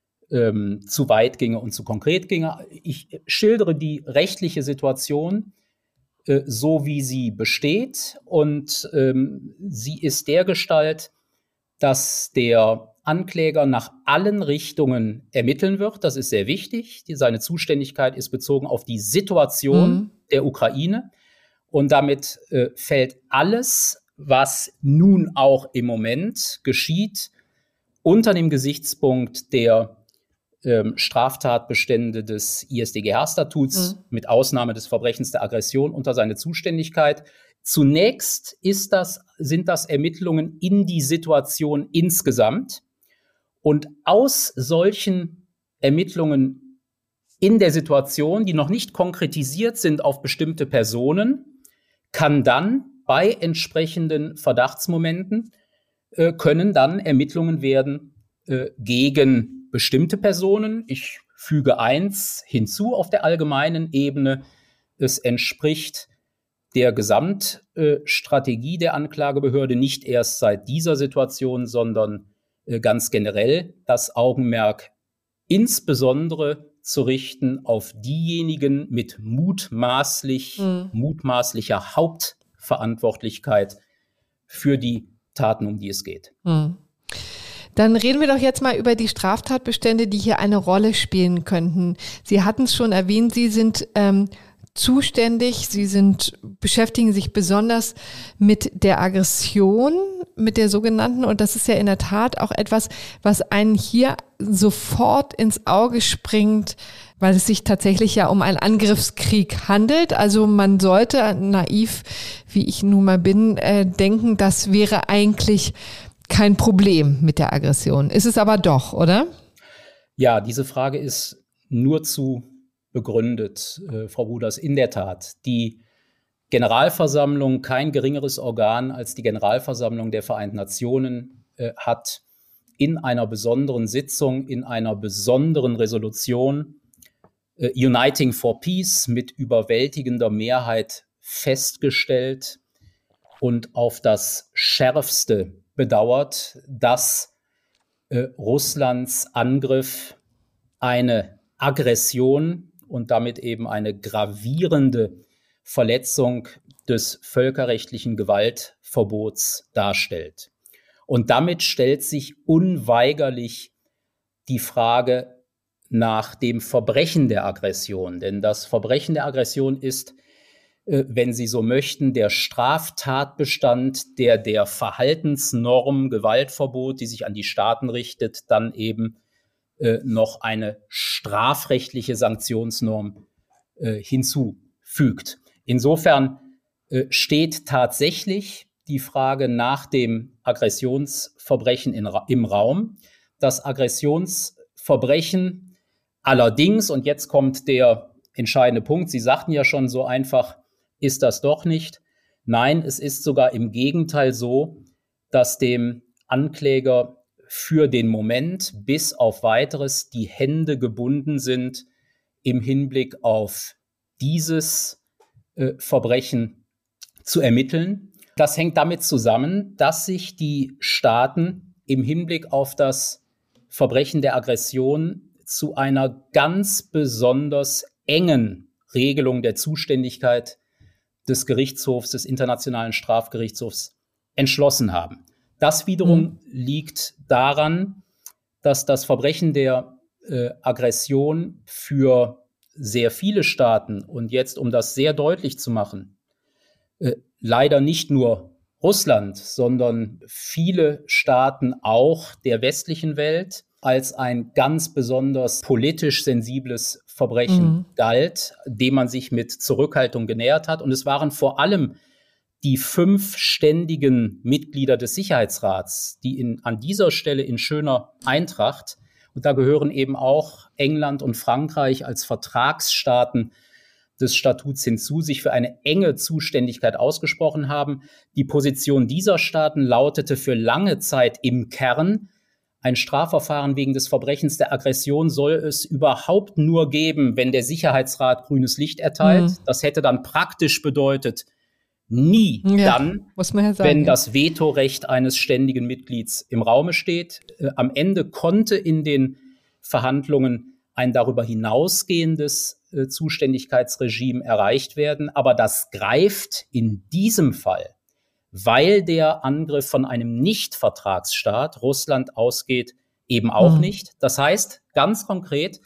zu weit ginge und zu konkret ginge. Ich schildere die rechtliche Situation so, wie sie besteht. Und sie ist dergestalt, dass der Ankläger nach allen Richtungen ermitteln wird. Das ist sehr wichtig. Seine Zuständigkeit ist bezogen auf die Situation der Ukraine. Und damit fällt alles, was nun auch im Moment geschieht, unter dem Gesichtspunkt der Straftatbestände des IStGH-Statuts mit Ausnahme des Verbrechens der Aggression unter seine Zuständigkeit. Zunächst sind das Ermittlungen in die Situation insgesamt. Und aus solchen Ermittlungen in der Situation, die noch nicht konkretisiert sind auf bestimmte Personen, kann dann bei entsprechenden Verdachtsmomenten können dann Ermittlungen werden gegen bestimmte Personen. Ich füge eins hinzu auf der allgemeinen Ebene. Es entspricht der Gesamtstrategie der Anklagebehörde nicht erst seit dieser Situation, sondern ganz generell das Augenmerk insbesondere zu richten auf diejenigen mit mutmaßlicher Hauptverantwortlichkeit für die Taten, um die es geht. Dann reden wir doch jetzt mal über die Straftatbestände, die hier eine Rolle spielen könnten. Sie hatten es schon erwähnt, Sie sind zuständig, beschäftigen sich besonders mit der Aggression, mit der sogenannten, und das ist ja in der Tat auch etwas, was einen hier sofort ins Auge springt, weil es sich tatsächlich ja um einen Angriffskrieg handelt. Also man sollte, naiv wie ich nun mal bin, denken, das wäre eigentlich kein Problem mit der Aggression. Ist es aber doch, oder? Ja, diese Frage ist nur zu begründet, Frau Budras. In der Tat, die Generalversammlung, kein geringeres Organ als die Generalversammlung der Vereinten Nationen, hat in einer besonderen Sitzung, in einer besonderen Resolution Uniting for Peace mit überwältigender Mehrheit festgestellt und auf das Schärfste bedauert, dass Russlands Angriff eine Aggression und damit eben eine gravierende Verletzung des völkerrechtlichen Gewaltverbots darstellt. Und damit stellt sich unweigerlich die Frage nach dem Verbrechen der Aggression. Denn das Verbrechen der Aggression ist, wenn Sie so möchten, der Straftatbestand, der Verhaltensnorm Gewaltverbot, die sich an die Staaten richtet, dann eben noch eine strafrechtliche Sanktionsnorm hinzufügt. Insofern steht tatsächlich die Frage nach dem Aggressionsverbrechen im Raum. Das Aggressionsverbrechen allerdings, und jetzt kommt der entscheidende Punkt, Sie sagten ja schon, so einfach ist das doch nicht. Nein, es ist sogar im Gegenteil so, dass dem Ankläger für den Moment bis auf Weiteres die Hände gebunden sind im Hinblick auf dieses Verbrechen zu ermitteln. Das hängt damit zusammen, dass sich die Staaten im Hinblick auf das Verbrechen der Aggression zu einer ganz besonders engen Regelung der Zuständigkeit des Gerichtshofs, des Internationalen Strafgerichtshofs entschlossen haben. Das wiederum liegt daran, dass das Verbrechen der Aggression für sehr viele Staaten, und jetzt, um das sehr deutlich zu machen, leider nicht nur Russland, sondern viele Staaten auch der westlichen Welt als ein ganz besonders politisch sensibles Verbrechen galt, dem man sich mit Zurückhaltung genähert hat. Und es waren vor allem die 5 ständigen Mitglieder des Sicherheitsrats, die an dieser Stelle in schöner Eintracht, und da gehören eben auch England und Frankreich als Vertragsstaaten des Statuts hinzu, sich für eine enge Zuständigkeit ausgesprochen haben. Die Position dieser Staaten lautete für lange Zeit im Kern: Ein Strafverfahren wegen des Verbrechens der Aggression soll es überhaupt nur geben, wenn der Sicherheitsrat grünes Licht erteilt. Das hätte dann praktisch bedeutet, nie dann, wenn das Vetorecht eines ständigen Mitglieds im Raume steht. Am Ende konnte in den Verhandlungen ein darüber hinausgehendes Zuständigkeitsregime erreicht werden. Aber das greift in diesem Fall, weil der Angriff von einem Nicht-Vertragsstaat, Russland, ausgeht, eben auch nicht. Das heißt, ganz konkret,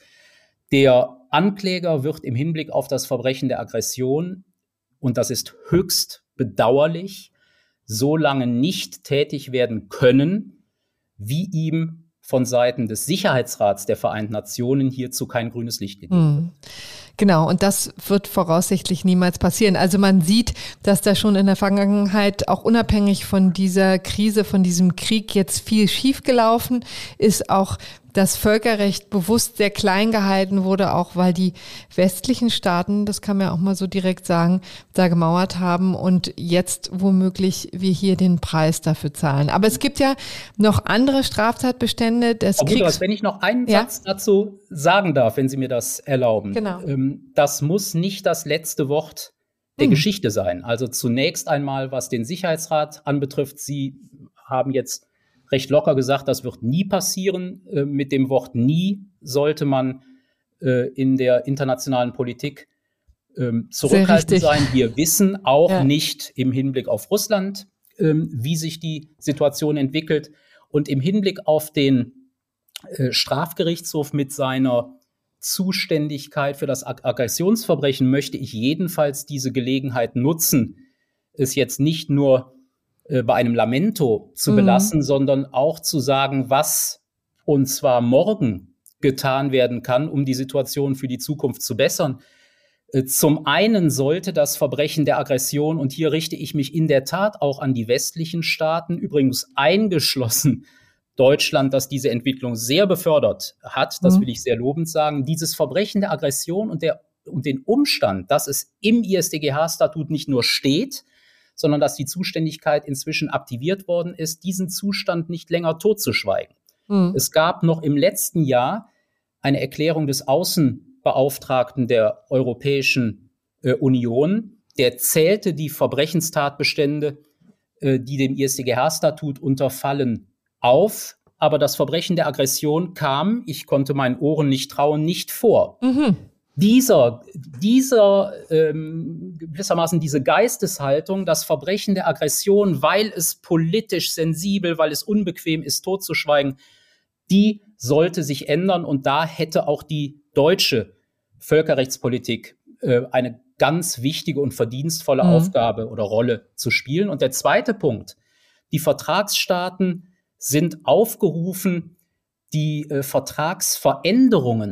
der Ankläger wird im Hinblick auf das Verbrechen der Aggression, und das ist höchst bedauerlich, so lange nicht tätig werden können, wie ihm von Seiten des Sicherheitsrats der Vereinten Nationen hierzu kein grünes Licht gegeben wird. Genau, und das wird voraussichtlich niemals passieren. Also man sieht, dass da schon in der Vergangenheit, auch unabhängig von dieser Krise, von diesem Krieg, jetzt viel schiefgelaufen ist. Auch das Völkerrecht bewusst sehr klein gehalten wurde, auch weil die westlichen Staaten, das kann man ja auch mal so direkt sagen, da gemauert haben und jetzt womöglich wir hier den Preis dafür zahlen. Aber es gibt ja noch andere Straftatbestände des Kriegs. Wenn ich noch einen Satz dazu sagen darf, wenn Sie mir das erlauben. Genau. Das muss nicht das letzte Wort der Geschichte sein. Also zunächst einmal, was den Sicherheitsrat anbetrifft, Sie haben jetzt recht locker gesagt, das wird nie passieren. Mit dem Wort nie sollte man in der internationalen Politik zurückhaltend sein. Wir wissen auch nicht im Hinblick auf Russland, wie sich die Situation entwickelt. Und im Hinblick auf den Strafgerichtshof mit seiner Zuständigkeit für das Aggressionsverbrechen möchte ich jedenfalls diese Gelegenheit nutzen, es jetzt nicht nur bei einem Lamento zu belassen, sondern auch zu sagen, was und zwar morgen getan werden kann, um die Situation für die Zukunft zu bessern. Zum einen sollte das Verbrechen der Aggression, und hier richte ich mich in der Tat auch an die westlichen Staaten, übrigens eingeschlossen Deutschland, das diese Entwicklung sehr befördert hat, das will ich sehr lobend sagen, dieses Verbrechen der Aggression und den Umstand, dass es im IStGH-Statut nicht nur steht, sondern dass die Zuständigkeit inzwischen aktiviert worden ist, diesen Zustand nicht länger totzuschweigen. Es gab noch im letzten Jahr eine Erklärung des Außenbeauftragten der Europäischen Union, der zählte die Verbrechenstatbestände, die dem IStGH-Statut unterfallen, auf, aber das Verbrechen der Aggression kam, ich konnte meinen Ohren nicht trauen, nicht vor. Gewissermaßen diese Geisteshaltung, das Verbrechen der Aggression, weil es politisch sensibel, weil es unbequem ist, totzuschweigen, die sollte sich ändern, und da hätte auch die deutsche Völkerrechtspolitik eine ganz wichtige und verdienstvolle Aufgabe oder Rolle zu spielen. Und der zweite Punkt: Die Vertragsstaaten sind aufgerufen, die Vertragsveränderungen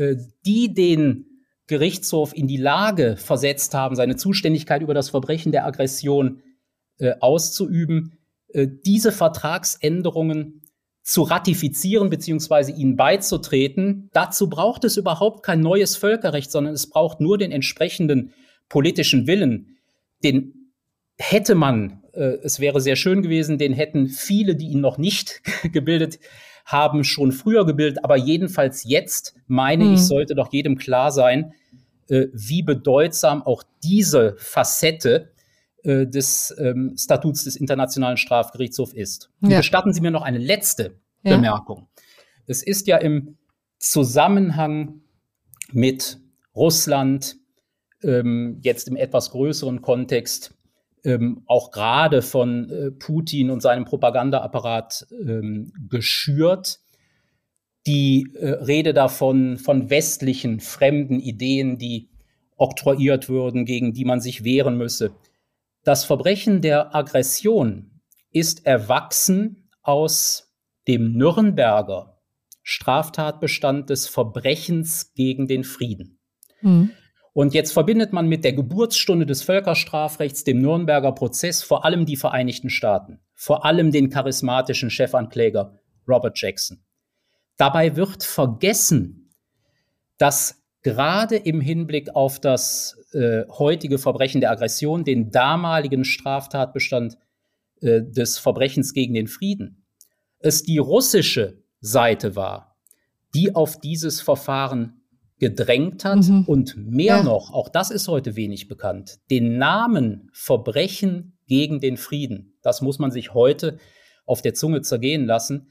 die den Gerichtshof in die Lage versetzt haben, seine Zuständigkeit über das Verbrechen der Aggression auszuüben, diese Vertragsänderungen zu ratifizieren bzw. ihnen beizutreten. Dazu braucht es überhaupt kein neues Völkerrecht, sondern es braucht nur den entsprechenden politischen Willen. Den hätte man, es wäre sehr schön gewesen, den hätten viele, die ihn noch nicht gebildet haben, schon früher gebildet. Aber jedenfalls jetzt, meine ich, sollte doch jedem klar sein, wie bedeutsam auch diese Facette des Statuts des Internationalen Strafgerichtshofs ist. Und gestatten Sie mir noch eine letzte Bemerkung. Es ist ja im Zusammenhang mit Russland, jetzt im etwas größeren Kontext, auch gerade von Putin und seinem Propagandaapparat geschürt. Die Rede davon von westlichen, fremden Ideen, die oktroyiert würden, gegen die man sich wehren müsse. Das Verbrechen der Aggression ist erwachsen aus dem Nürnberger Straftatbestand des Verbrechens gegen den Frieden. Und jetzt verbindet man mit der Geburtsstunde des Völkerstrafrechts, dem Nürnberger Prozess, vor allem die Vereinigten Staaten, vor allem den charismatischen Chefankläger Robert Jackson. Dabei wird vergessen, dass gerade im Hinblick auf das heutige Verbrechen der Aggression, den damaligen Straftatbestand des Verbrechens gegen den Frieden, es die russische Seite war, die auf dieses Verfahren gedrängt hat und mehr noch, auch das ist heute wenig bekannt, den Namen Verbrechen gegen den Frieden, das muss man sich heute auf der Zunge zergehen lassen,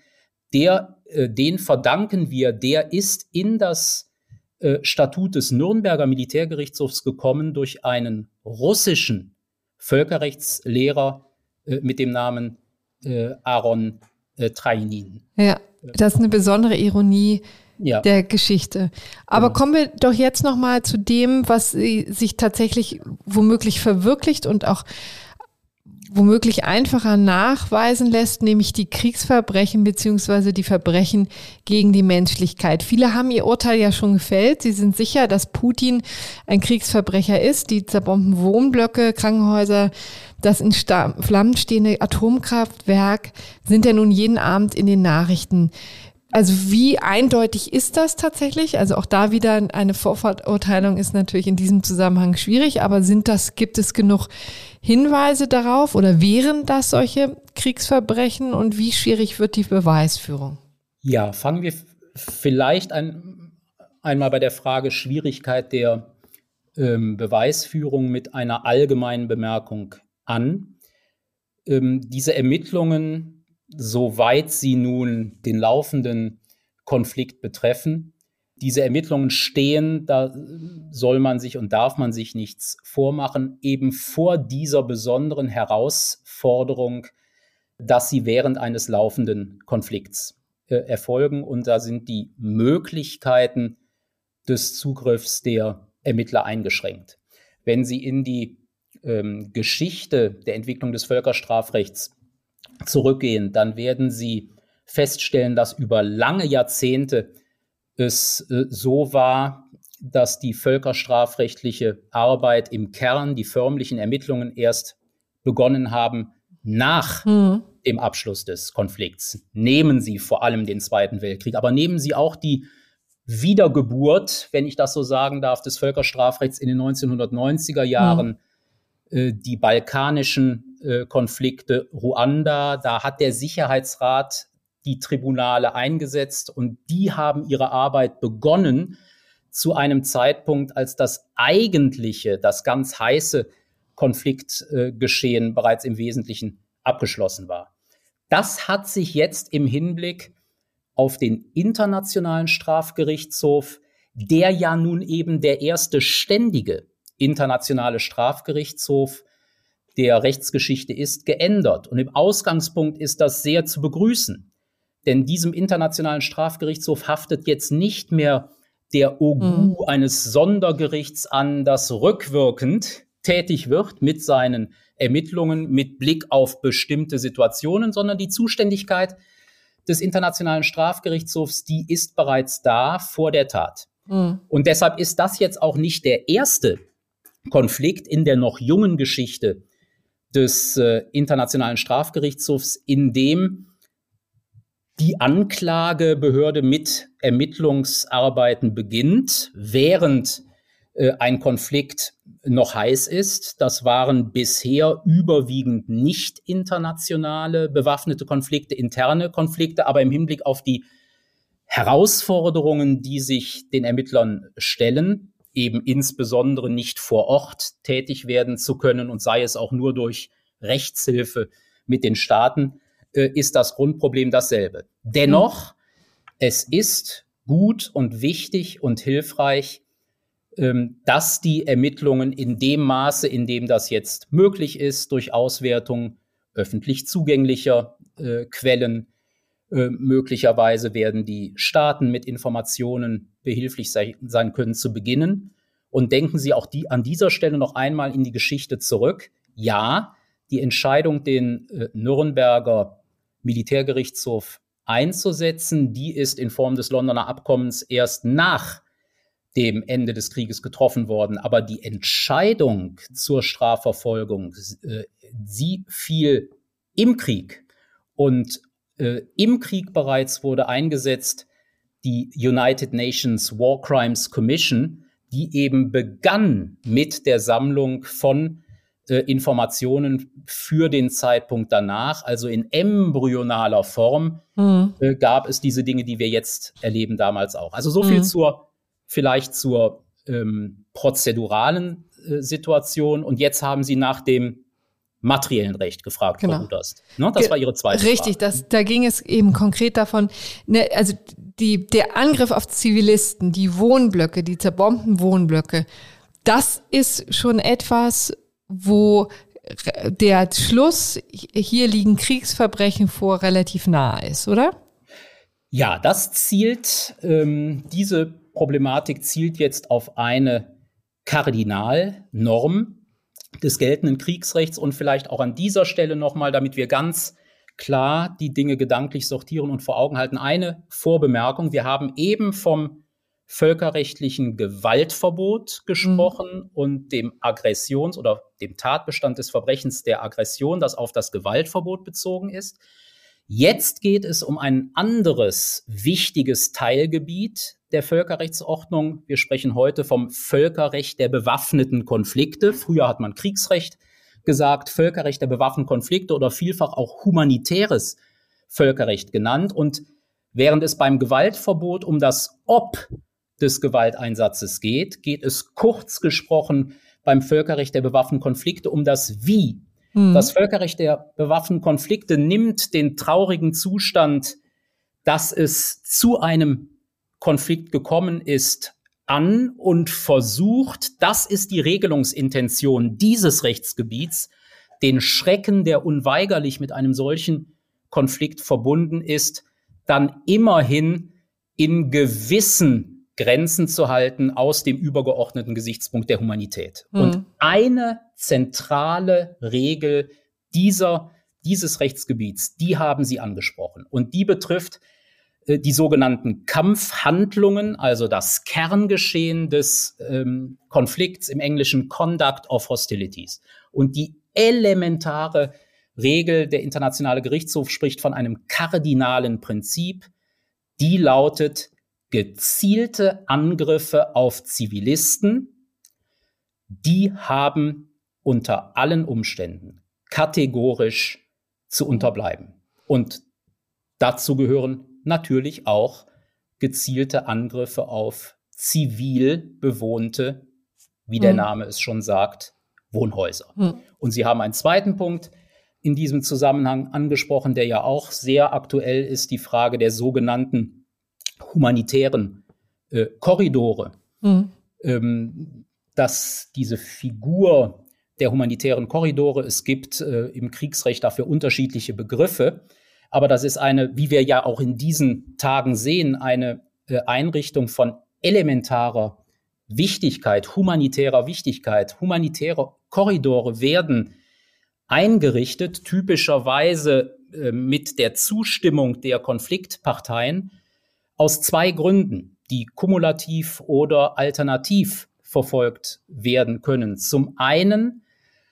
den verdanken wir, der ist in das Statut des Nürnberger Militärgerichtshofs gekommen durch einen russischen Völkerrechtslehrer mit dem Namen Aaron Trainin. Ja, das ist eine besondere Ironie der Geschichte. Aber kommen wir doch jetzt noch mal zu dem, was sich tatsächlich womöglich verwirklicht und auch womöglich einfacher nachweisen lässt, nämlich die Kriegsverbrechen beziehungsweise die Verbrechen gegen die Menschlichkeit. Viele haben ihr Urteil ja schon gefällt. Sie sind sicher, dass Putin ein Kriegsverbrecher ist. Die zerbombten Wohnblöcke, Krankenhäuser, das in Flammen stehende Atomkraftwerk sind ja nun jeden Abend in den Nachrichten. Also wie eindeutig ist das tatsächlich? Also auch da wieder eine Vorverurteilung ist natürlich in diesem Zusammenhang schwierig, aber gibt es genug Hinweise darauf oder wären das solche Kriegsverbrechen und wie schwierig wird die Beweisführung? Ja, fangen wir vielleicht einmal bei der Frage Schwierigkeit der Beweisführung mit einer allgemeinen Bemerkung an. Diese Ermittlungen, soweit sie nun den laufenden Konflikt betreffen. Diese Ermittlungen stehen, da soll man sich und darf man sich nichts vormachen, eben vor dieser besonderen Herausforderung, dass sie während eines laufenden Konflikts erfolgen. Und da sind die Möglichkeiten des Zugriffs der Ermittler eingeschränkt. Wenn Sie in die Geschichte der Entwicklung des Völkerstrafrechts zurückgehen, dann werden Sie feststellen, dass über lange Jahrzehnte es so war, dass die völkerstrafrechtliche Arbeit im Kern, die förmlichen Ermittlungen erst begonnen haben nach dem Abschluss des Konflikts. Nehmen Sie vor allem den Zweiten Weltkrieg, aber nehmen Sie auch die Wiedergeburt, wenn ich das so sagen darf, des Völkerstrafrechts in den 1990er Jahren, die balkanischen Konflikte, Ruanda, da hat der Sicherheitsrat die Tribunale eingesetzt und die haben ihre Arbeit begonnen zu einem Zeitpunkt, als das eigentliche, das ganz heiße Konfliktgeschehen bereits im Wesentlichen abgeschlossen war. Das hat sich jetzt im Hinblick auf den Internationalen Strafgerichtshof, der ja nun eben der erste ständige internationale Strafgerichtshof der Rechtsgeschichte ist, geändert. Und im Ausgangspunkt ist das sehr zu begrüßen. Denn diesem Internationalen Strafgerichtshof haftet jetzt nicht mehr der Ogu eines Sondergerichts an, das rückwirkend tätig wird mit seinen Ermittlungen mit Blick auf bestimmte Situationen, sondern die Zuständigkeit des Internationalen Strafgerichtshofs, die ist bereits da vor der Tat. Und deshalb ist das jetzt auch nicht der erste Konflikt in der noch jungen Geschichte des Internationalen Strafgerichtshofs, in dem die Anklagebehörde mit Ermittlungsarbeiten beginnt, während ein Konflikt noch heiß ist. Das waren bisher überwiegend nicht internationale bewaffnete Konflikte, interne Konflikte, aber im Hinblick auf die Herausforderungen, die sich den Ermittlern stellen, eben insbesondere nicht vor Ort tätig werden zu können und sei es auch nur durch Rechtshilfe mit den Staaten, ist das Grundproblem dasselbe. Dennoch, es ist gut und wichtig und hilfreich, dass die Ermittlungen in dem Maße, in dem das jetzt möglich ist, durch Auswertung öffentlich zugänglicher Quellen, möglicherweise werden die Staaten mit Informationen behilflich sein können, zu beginnen. Und denken Sie auch an dieser Stelle noch einmal in die Geschichte zurück. Ja, die Entscheidung, den Nürnberger Militärgerichtshof einzusetzen, die ist in Form des Londoner Abkommens erst nach dem Ende des Krieges getroffen worden. Aber die Entscheidung zur Strafverfolgung, sie fiel im Krieg. Und im Krieg bereits wurde eingesetzt die United Nations War Crimes Commission, die eben begann mit der Sammlung von Informationen für den Zeitpunkt danach, also in embryonaler Form, gab es diese Dinge, die wir jetzt erleben, damals auch. Also so viel vielleicht zur prozeduralen Situation. Und jetzt haben Sie nach dem materiellen Recht gefragt, Frau Uderst. Ne, das war Ihre zweite Frage. Richtig, da ging es eben konkret davon, also der Angriff auf Zivilisten, die Wohnblöcke, die zerbombten Wohnblöcke, das ist schon etwas, wo der Schluss, hier liegen Kriegsverbrechen vor, relativ nahe ist, oder? Ja, das zielt, diese Problematik zielt jetzt auf eine Kardinalnorm des geltenden Kriegsrechts und vielleicht auch an dieser Stelle nochmal, damit wir ganz klar die Dinge gedanklich sortieren und vor Augen halten, eine Vorbemerkung. Wir haben eben vom völkerrechtlichen Gewaltverbot gesprochen und dem Aggressions- oder dem Tatbestand des Verbrechens der Aggression, das auf das Gewaltverbot bezogen ist. Jetzt geht es um ein anderes wichtiges Teilgebiet der Völkerrechtsordnung. Wir sprechen heute vom Völkerrecht der bewaffneten Konflikte. Früher hat man Kriegsrecht gesagt, Völkerrecht der bewaffneten Konflikte oder vielfach auch humanitäres Völkerrecht genannt. Und während es beim Gewaltverbot um das Ob des Gewalteinsatzes geht, geht es kurz gesprochen beim Völkerrecht der bewaffneten Konflikte um das Wie. Das Völkerrecht der bewaffneten Konflikte nimmt den traurigen Zustand, dass es zu einem Konflikt gekommen ist, an und versucht, das ist die Regelungsintention dieses Rechtsgebiets, den Schrecken, der unweigerlich mit einem solchen Konflikt verbunden ist, dann immerhin in gewissen Grenzen zu halten aus dem übergeordneten Gesichtspunkt der Humanität. Und eine zentrale Regel dieses Rechtsgebiets, die haben Sie angesprochen. Und die betrifft die sogenannten Kampfhandlungen, also das Kerngeschehen des Konflikts, im Englischen Conduct of Hostilities. Und die elementare Regel, der Internationale Gerichtshof spricht von einem kardinalen Prinzip, die lautet: gezielte Angriffe auf Zivilisten, die haben unter allen Umständen kategorisch zu unterbleiben. Und dazu gehören natürlich auch gezielte Angriffe auf zivil bewohnte, wie der Name es schon sagt, Wohnhäuser. Und Sie haben einen zweiten Punkt in diesem Zusammenhang angesprochen, der ja auch sehr aktuell ist, die Frage der sogenannten humanitären Korridore. Dass diese Figur der humanitären Korridore, es gibt im Kriegsrecht dafür unterschiedliche Begriffe, aber das ist eine, wie wir ja auch in diesen Tagen sehen, eine Einrichtung von elementarer Wichtigkeit, humanitärer Wichtigkeit. Humanitäre Korridore werden eingerichtet, typischerweise mit der Zustimmung der Konfliktparteien, aus zwei Gründen. die kumulativ oder alternativ verfolgt werden können. Zum einen,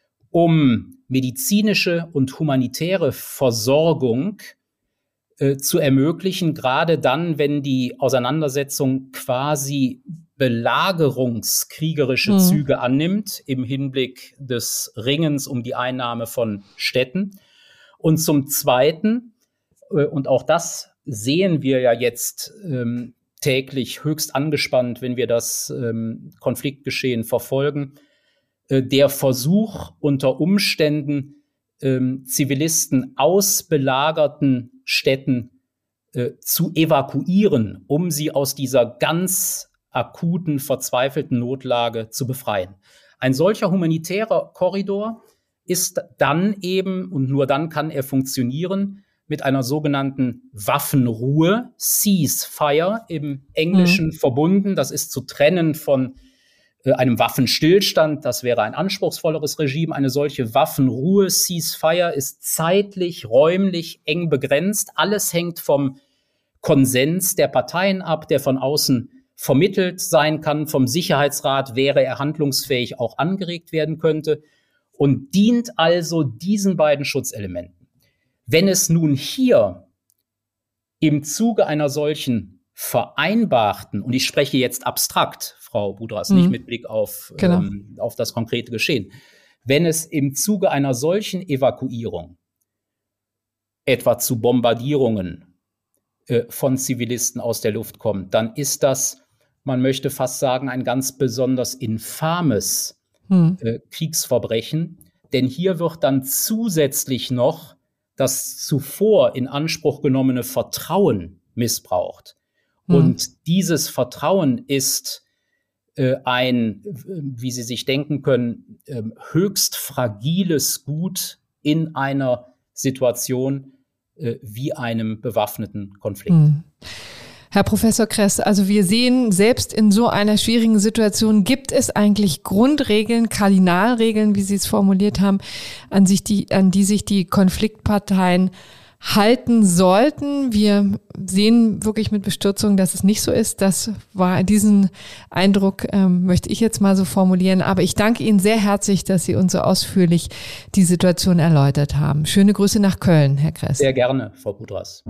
um medizinische und humanitäre Versorgung zu ermöglichen, gerade dann, wenn die Auseinandersetzung quasi belagerungskriegerische Züge annimmt, im Hinblick des Ringens um die Einnahme von Städten. Und zum Zweiten, und auch das sehen wir ja jetzt täglich höchst angespannt, wenn wir das Konfliktgeschehen verfolgen, der Versuch unter Umständen, Zivilisten aus belagerten Städten zu evakuieren, um sie aus dieser ganz akuten, verzweifelten Notlage zu befreien. Ein solcher humanitärer Korridor ist dann eben, und nur dann kann er funktionieren, mit einer sogenannten Waffenruhe, Ceasefire im Englischen verbunden. Das ist zu trennen von einem Waffenstillstand, das wäre ein anspruchsvolleres Regime. Eine solche Waffenruhe, Ceasefire, ist zeitlich, räumlich eng begrenzt. Alles hängt vom Konsens der Parteien ab, der von außen vermittelt sein kann. Vom Sicherheitsrat, wäre er handlungsfähig, auch angeregt werden könnte und dient also diesen beiden Schutzelementen. Wenn es nun hier im Zuge einer solchen vereinbarten, und ich spreche jetzt abstrakt, Frau Budras, nicht mit Blick auf das konkrete Geschehen, wenn es im Zuge einer solchen Evakuierung etwa zu Bombardierungen von Zivilisten aus der Luft kommt, dann ist das, man möchte fast sagen, ein ganz besonders infames Kriegsverbrechen, denn hier wird dann zusätzlich noch das zuvor in Anspruch genommene Vertrauen missbraucht. Und dieses Vertrauen ist ein, wie Sie sich denken können, höchst fragiles Gut in einer Situation wie einem bewaffneten Konflikt. Herr Professor Kress, also wir sehen, selbst in so einer schwierigen Situation gibt es eigentlich Grundregeln, Kardinalregeln, wie Sie es formuliert haben, an die sich die Konfliktparteien halten sollten. Wir sehen wirklich mit Bestürzung, dass es nicht so ist. Diesen Eindruck möchte ich jetzt mal so formulieren. Aber ich danke Ihnen sehr herzlich, dass Sie uns so ausführlich die Situation erläutert haben. Schöne Grüße nach Köln, Herr Kress. Sehr gerne, Frau Budras.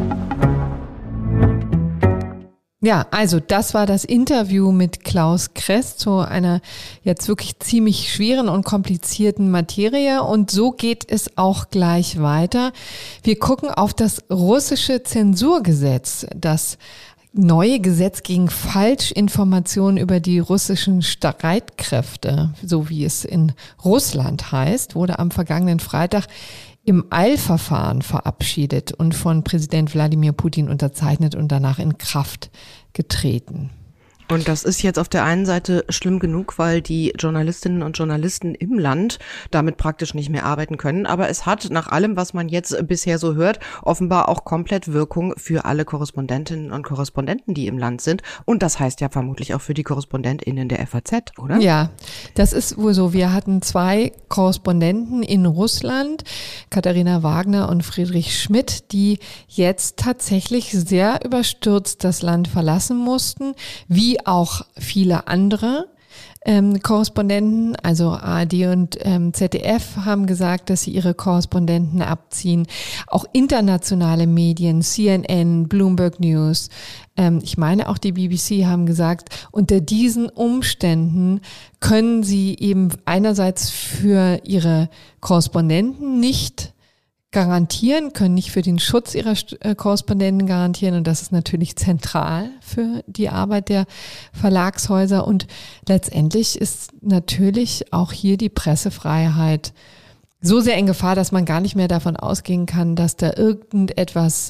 Ja, also das war das Interview mit Klaus Kress zu einer jetzt wirklich ziemlich schweren und komplizierten Materie. Und so geht es auch gleich weiter. Wir gucken auf das russische Zensurgesetz, das neue Gesetz gegen Falschinformationen über die russischen Streitkräfte, so wie es in Russland heißt, wurde am vergangenen Freitag im Eilverfahren verabschiedet und von Präsident Wladimir Putin unterzeichnet und danach in Kraft getreten. Und das ist jetzt auf der einen Seite schlimm genug, weil die Journalistinnen und Journalisten im Land damit praktisch nicht mehr arbeiten können. Aber es hat nach allem, was man jetzt bisher so hört, offenbar auch komplett Wirkung für alle Korrespondentinnen und Korrespondenten, die im Land sind. Und das heißt ja vermutlich auch für die KorrespondentInnen der FAZ, oder? Ja, das ist wohl so. Wir hatten 2 Korrespondenten in Russland, Katharina Wagner und Friedrich Schmidt, die jetzt tatsächlich sehr überstürzt das Land verlassen mussten, wie auch viele andere Korrespondenten, also ARD und ZDF haben gesagt, dass sie ihre Korrespondenten abziehen. Auch internationale Medien, CNN, Bloomberg News, ich meine auch die BBC haben gesagt, unter diesen Umständen können sie eben einerseits für ihre Korrespondenten nicht garantieren, können nicht für den Schutz ihrer Korrespondenten garantieren, und das ist natürlich zentral für die Arbeit der Verlagshäuser, und letztendlich ist natürlich auch hier die Pressefreiheit so sehr in Gefahr, dass man gar nicht mehr davon ausgehen kann, dass da irgendetwas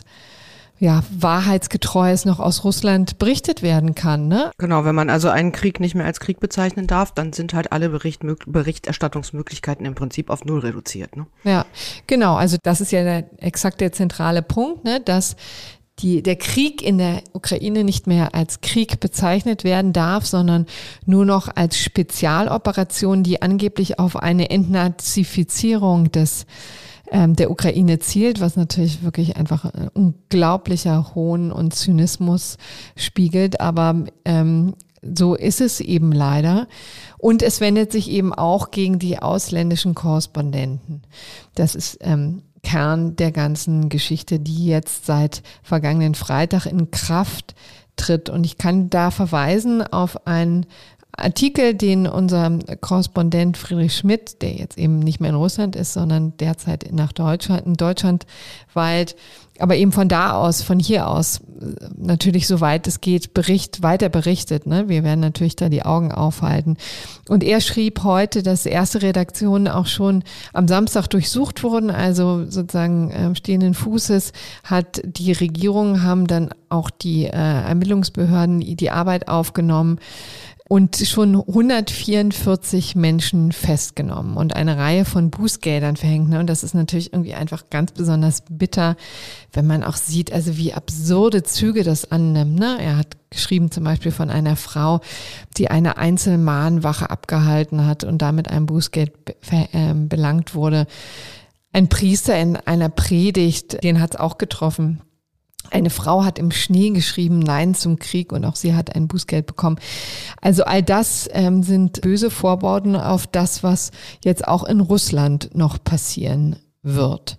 Wahrheitsgetreues noch aus Russland berichtet werden kann, ne? Genau, wenn man also einen Krieg nicht mehr als Krieg bezeichnen darf, dann sind halt alle Berichterstattungsmöglichkeiten im Prinzip auf 0 reduziert, ne? Ja, genau. Also das ist ja exakt der zentrale Punkt, ne? Dass der Krieg in der Ukraine nicht mehr als Krieg bezeichnet werden darf, sondern nur noch als Spezialoperation, die angeblich auf eine Entnazifizierung des der Ukraine zielt, was natürlich wirklich einfach ein unglaublicher Hohn und Zynismus spiegelt. Aber so ist es eben leider. Und es wendet sich eben auch gegen die ausländischen Korrespondenten. Das ist Kern der ganzen Geschichte, die jetzt seit vergangenen Freitag in Kraft tritt. Und ich kann da verweisen auf einen Artikel, den unser Korrespondent Friedrich Schmidt, der jetzt eben nicht mehr in Russland ist, sondern derzeit in Deutschland weilt, aber eben von hier aus, natürlich soweit es geht, weiter berichtet. Ne? Wir werden natürlich da die Augen aufhalten. Und er schrieb heute, dass erste Redaktionen auch schon am Samstag durchsucht wurden, also sozusagen stehenden Fußes die Regierung haben dann auch die Ermittlungsbehörden die Arbeit aufgenommen und schon 144 Menschen festgenommen und eine Reihe von Bußgeldern verhängt. Und das ist natürlich irgendwie einfach ganz besonders bitter, wenn man auch sieht, also wie absurde Züge das annimmt. Ne? Er hat geschrieben zum Beispiel von einer Frau, die eine Einzelmahnwache abgehalten hat und damit ein Bußgeld belangt wurde. Ein Priester in einer Predigt, den hat es auch getroffen. Eine Frau hat im Schnee geschrieben, Nein zum Krieg, und auch sie hat ein Bußgeld bekommen. Also all das sind böse Vorboten auf das, was jetzt auch in Russland noch passieren wird.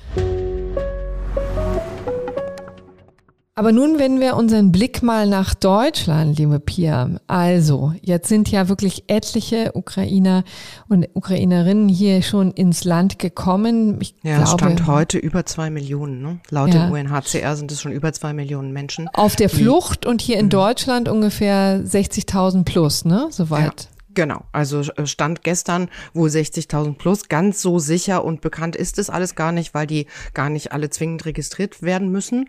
Aber nun wenden wir unseren Blick mal nach Deutschland, liebe Pia. Also, jetzt sind ja wirklich etliche Ukrainer und Ukrainerinnen hier schon ins Land gekommen. Es stand heute über 2 Millionen. Ne? Laut dem UNHCR sind es schon über 2 Millionen Menschen. Auf der Flucht und hier in Deutschland ungefähr 60.000 plus, ne? Soweit. Ja. Genau, also Stand gestern wohl 60.000 plus. Ganz so sicher und bekannt ist es alles gar nicht, weil die gar nicht alle zwingend registriert werden müssen.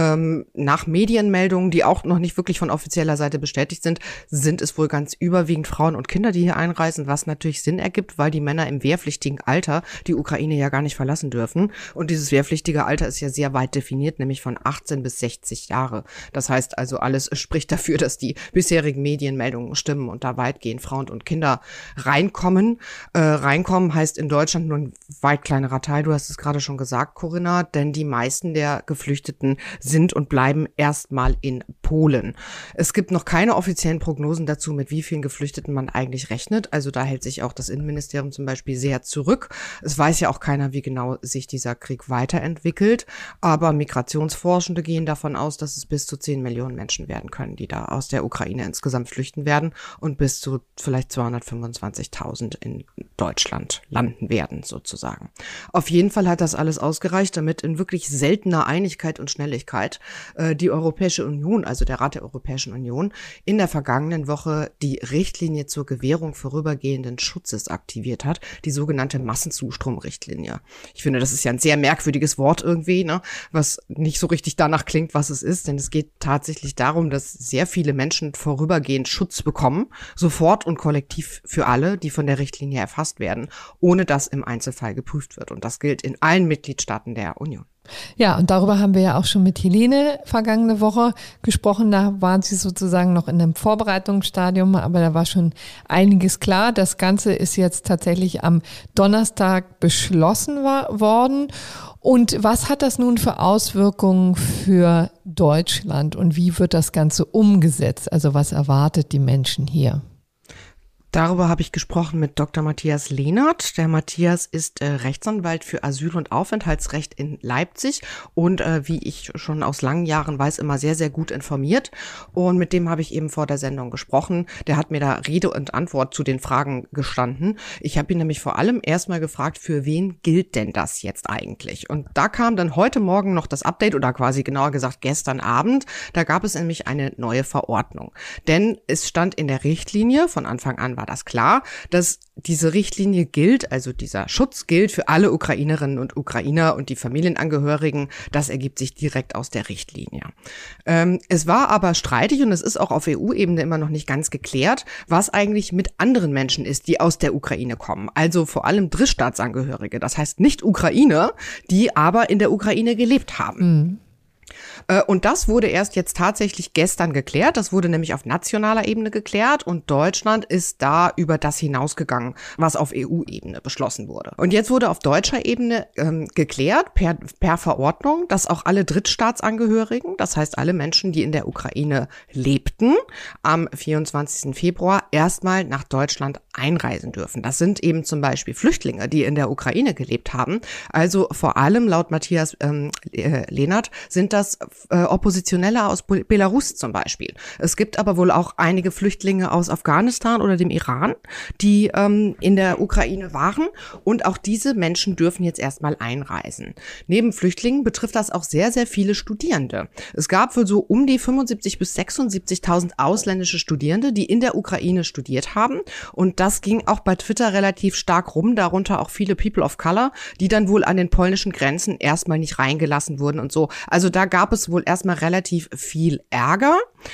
Nach Medienmeldungen, die auch noch nicht wirklich von offizieller Seite bestätigt sind es wohl ganz überwiegend Frauen und Kinder, die hier einreisen, was natürlich Sinn ergibt, weil die Männer im wehrpflichtigen Alter die Ukraine ja gar nicht verlassen dürfen. Und dieses wehrpflichtige Alter ist ja sehr weit definiert, nämlich von 18 bis 60 Jahre. Das heißt also, alles spricht dafür, dass die bisherigen Medienmeldungen stimmen und da weitgehend Frauen und Kinder reinkommen. Reinkommen heißt in Deutschland nur ein weit kleinerer Teil. Du hast es gerade schon gesagt, Corinna, denn die meisten der Geflüchteten sind und bleiben erstmal in Polen. Es gibt noch keine offiziellen Prognosen dazu, mit wie vielen Geflüchteten man eigentlich rechnet. Also da hält sich auch das Innenministerium zum Beispiel sehr zurück. Es weiß ja auch keiner, wie genau sich dieser Krieg weiterentwickelt. Aber Migrationsforschende gehen davon aus, dass es bis zu 10 Millionen Menschen werden können, die da aus der Ukraine insgesamt flüchten werden und bis zu vielleicht 225.000 in Deutschland landen werden, sozusagen. Auf jeden Fall hat das alles ausgereicht, damit in wirklich seltener Einigkeit und Schnelligkeit die Europäische Union, also der Rat der Europäischen Union, in der vergangenen Woche die Richtlinie zur Gewährung vorübergehenden Schutzes aktiviert hat, die sogenannte Massenzustromrichtlinie. Ich finde, das ist ja ein sehr merkwürdiges Wort irgendwie, ne, was nicht so richtig danach klingt, was es ist, denn es geht tatsächlich darum, dass sehr viele Menschen vorübergehend Schutz bekommen, sofort und kollektiv für alle, die von der Richtlinie erfasst werden, ohne dass im Einzelfall geprüft wird. Und das gilt in allen Mitgliedstaaten der Union. Ja, und darüber haben wir ja auch schon mit Helene vergangene Woche gesprochen. Da waren sie sozusagen noch in einem Vorbereitungsstadium, aber da war schon einiges klar. Das Ganze ist jetzt tatsächlich am Donnerstag beschlossen worden. Und was hat das nun für Auswirkungen für Deutschland und wie wird das Ganze umgesetzt? Also was erwartet die Menschen hier? Darüber habe ich gesprochen mit Dr. Matthias Lehnert. Der Matthias ist Rechtsanwalt für Asyl- und Aufenthaltsrecht in Leipzig und wie ich schon aus langen Jahren weiß, immer sehr, sehr gut informiert. Und mit dem habe ich eben vor der Sendung gesprochen. Der hat mir da Rede und Antwort zu den Fragen gestanden. Ich habe ihn nämlich vor allem erstmal gefragt, für wen gilt denn das jetzt eigentlich? Und da kam dann heute Morgen noch das Update oder quasi genauer gesagt gestern Abend. Da gab es nämlich eine neue Verordnung. Denn es stand in der Richtlinie, von Anfang an war das klar, dass diese Richtlinie gilt, also dieser Schutz gilt für alle Ukrainerinnen und Ukrainer und die Familienangehörigen. Das ergibt sich direkt aus der Richtlinie. Es war aber streitig und es ist auch auf EU-Ebene immer noch nicht ganz geklärt, was eigentlich mit anderen Menschen ist, die aus der Ukraine kommen. Also vor allem Drittstaatsangehörige, das heißt nicht Ukrainer, die aber in der Ukraine gelebt haben. Mhm. Und das wurde erst jetzt tatsächlich gestern geklärt. Das wurde nämlich auf nationaler Ebene geklärt und Deutschland ist da über das hinausgegangen, was auf EU-Ebene beschlossen wurde. Und jetzt wurde auf deutscher Ebene geklärt per Verordnung, dass auch alle Drittstaatsangehörigen, das heißt alle Menschen, die in der Ukraine lebten, am 24. Februar erstmal nach Deutschland einreisen dürfen. Das sind eben zum Beispiel Flüchtlinge, die in der Ukraine gelebt haben. Also vor allem laut Matthias Lehnert sind das Oppositionelle aus Belarus zum Beispiel. Es gibt aber wohl auch einige Flüchtlinge aus Afghanistan oder dem Iran, die in der Ukraine waren. Und auch diese Menschen dürfen jetzt erstmal einreisen. Neben Flüchtlingen betrifft das auch sehr, sehr viele Studierende. Es gab wohl so um die 75.000 bis 76.000 ausländische Studierende, die in der Ukraine studiert haben. Und das ging auch bei Twitter relativ stark rum, darunter auch viele People of Color, die dann wohl an den polnischen Grenzen erstmal nicht reingelassen wurden und so. Also da gab es wohl erstmal relativ viel Ärger.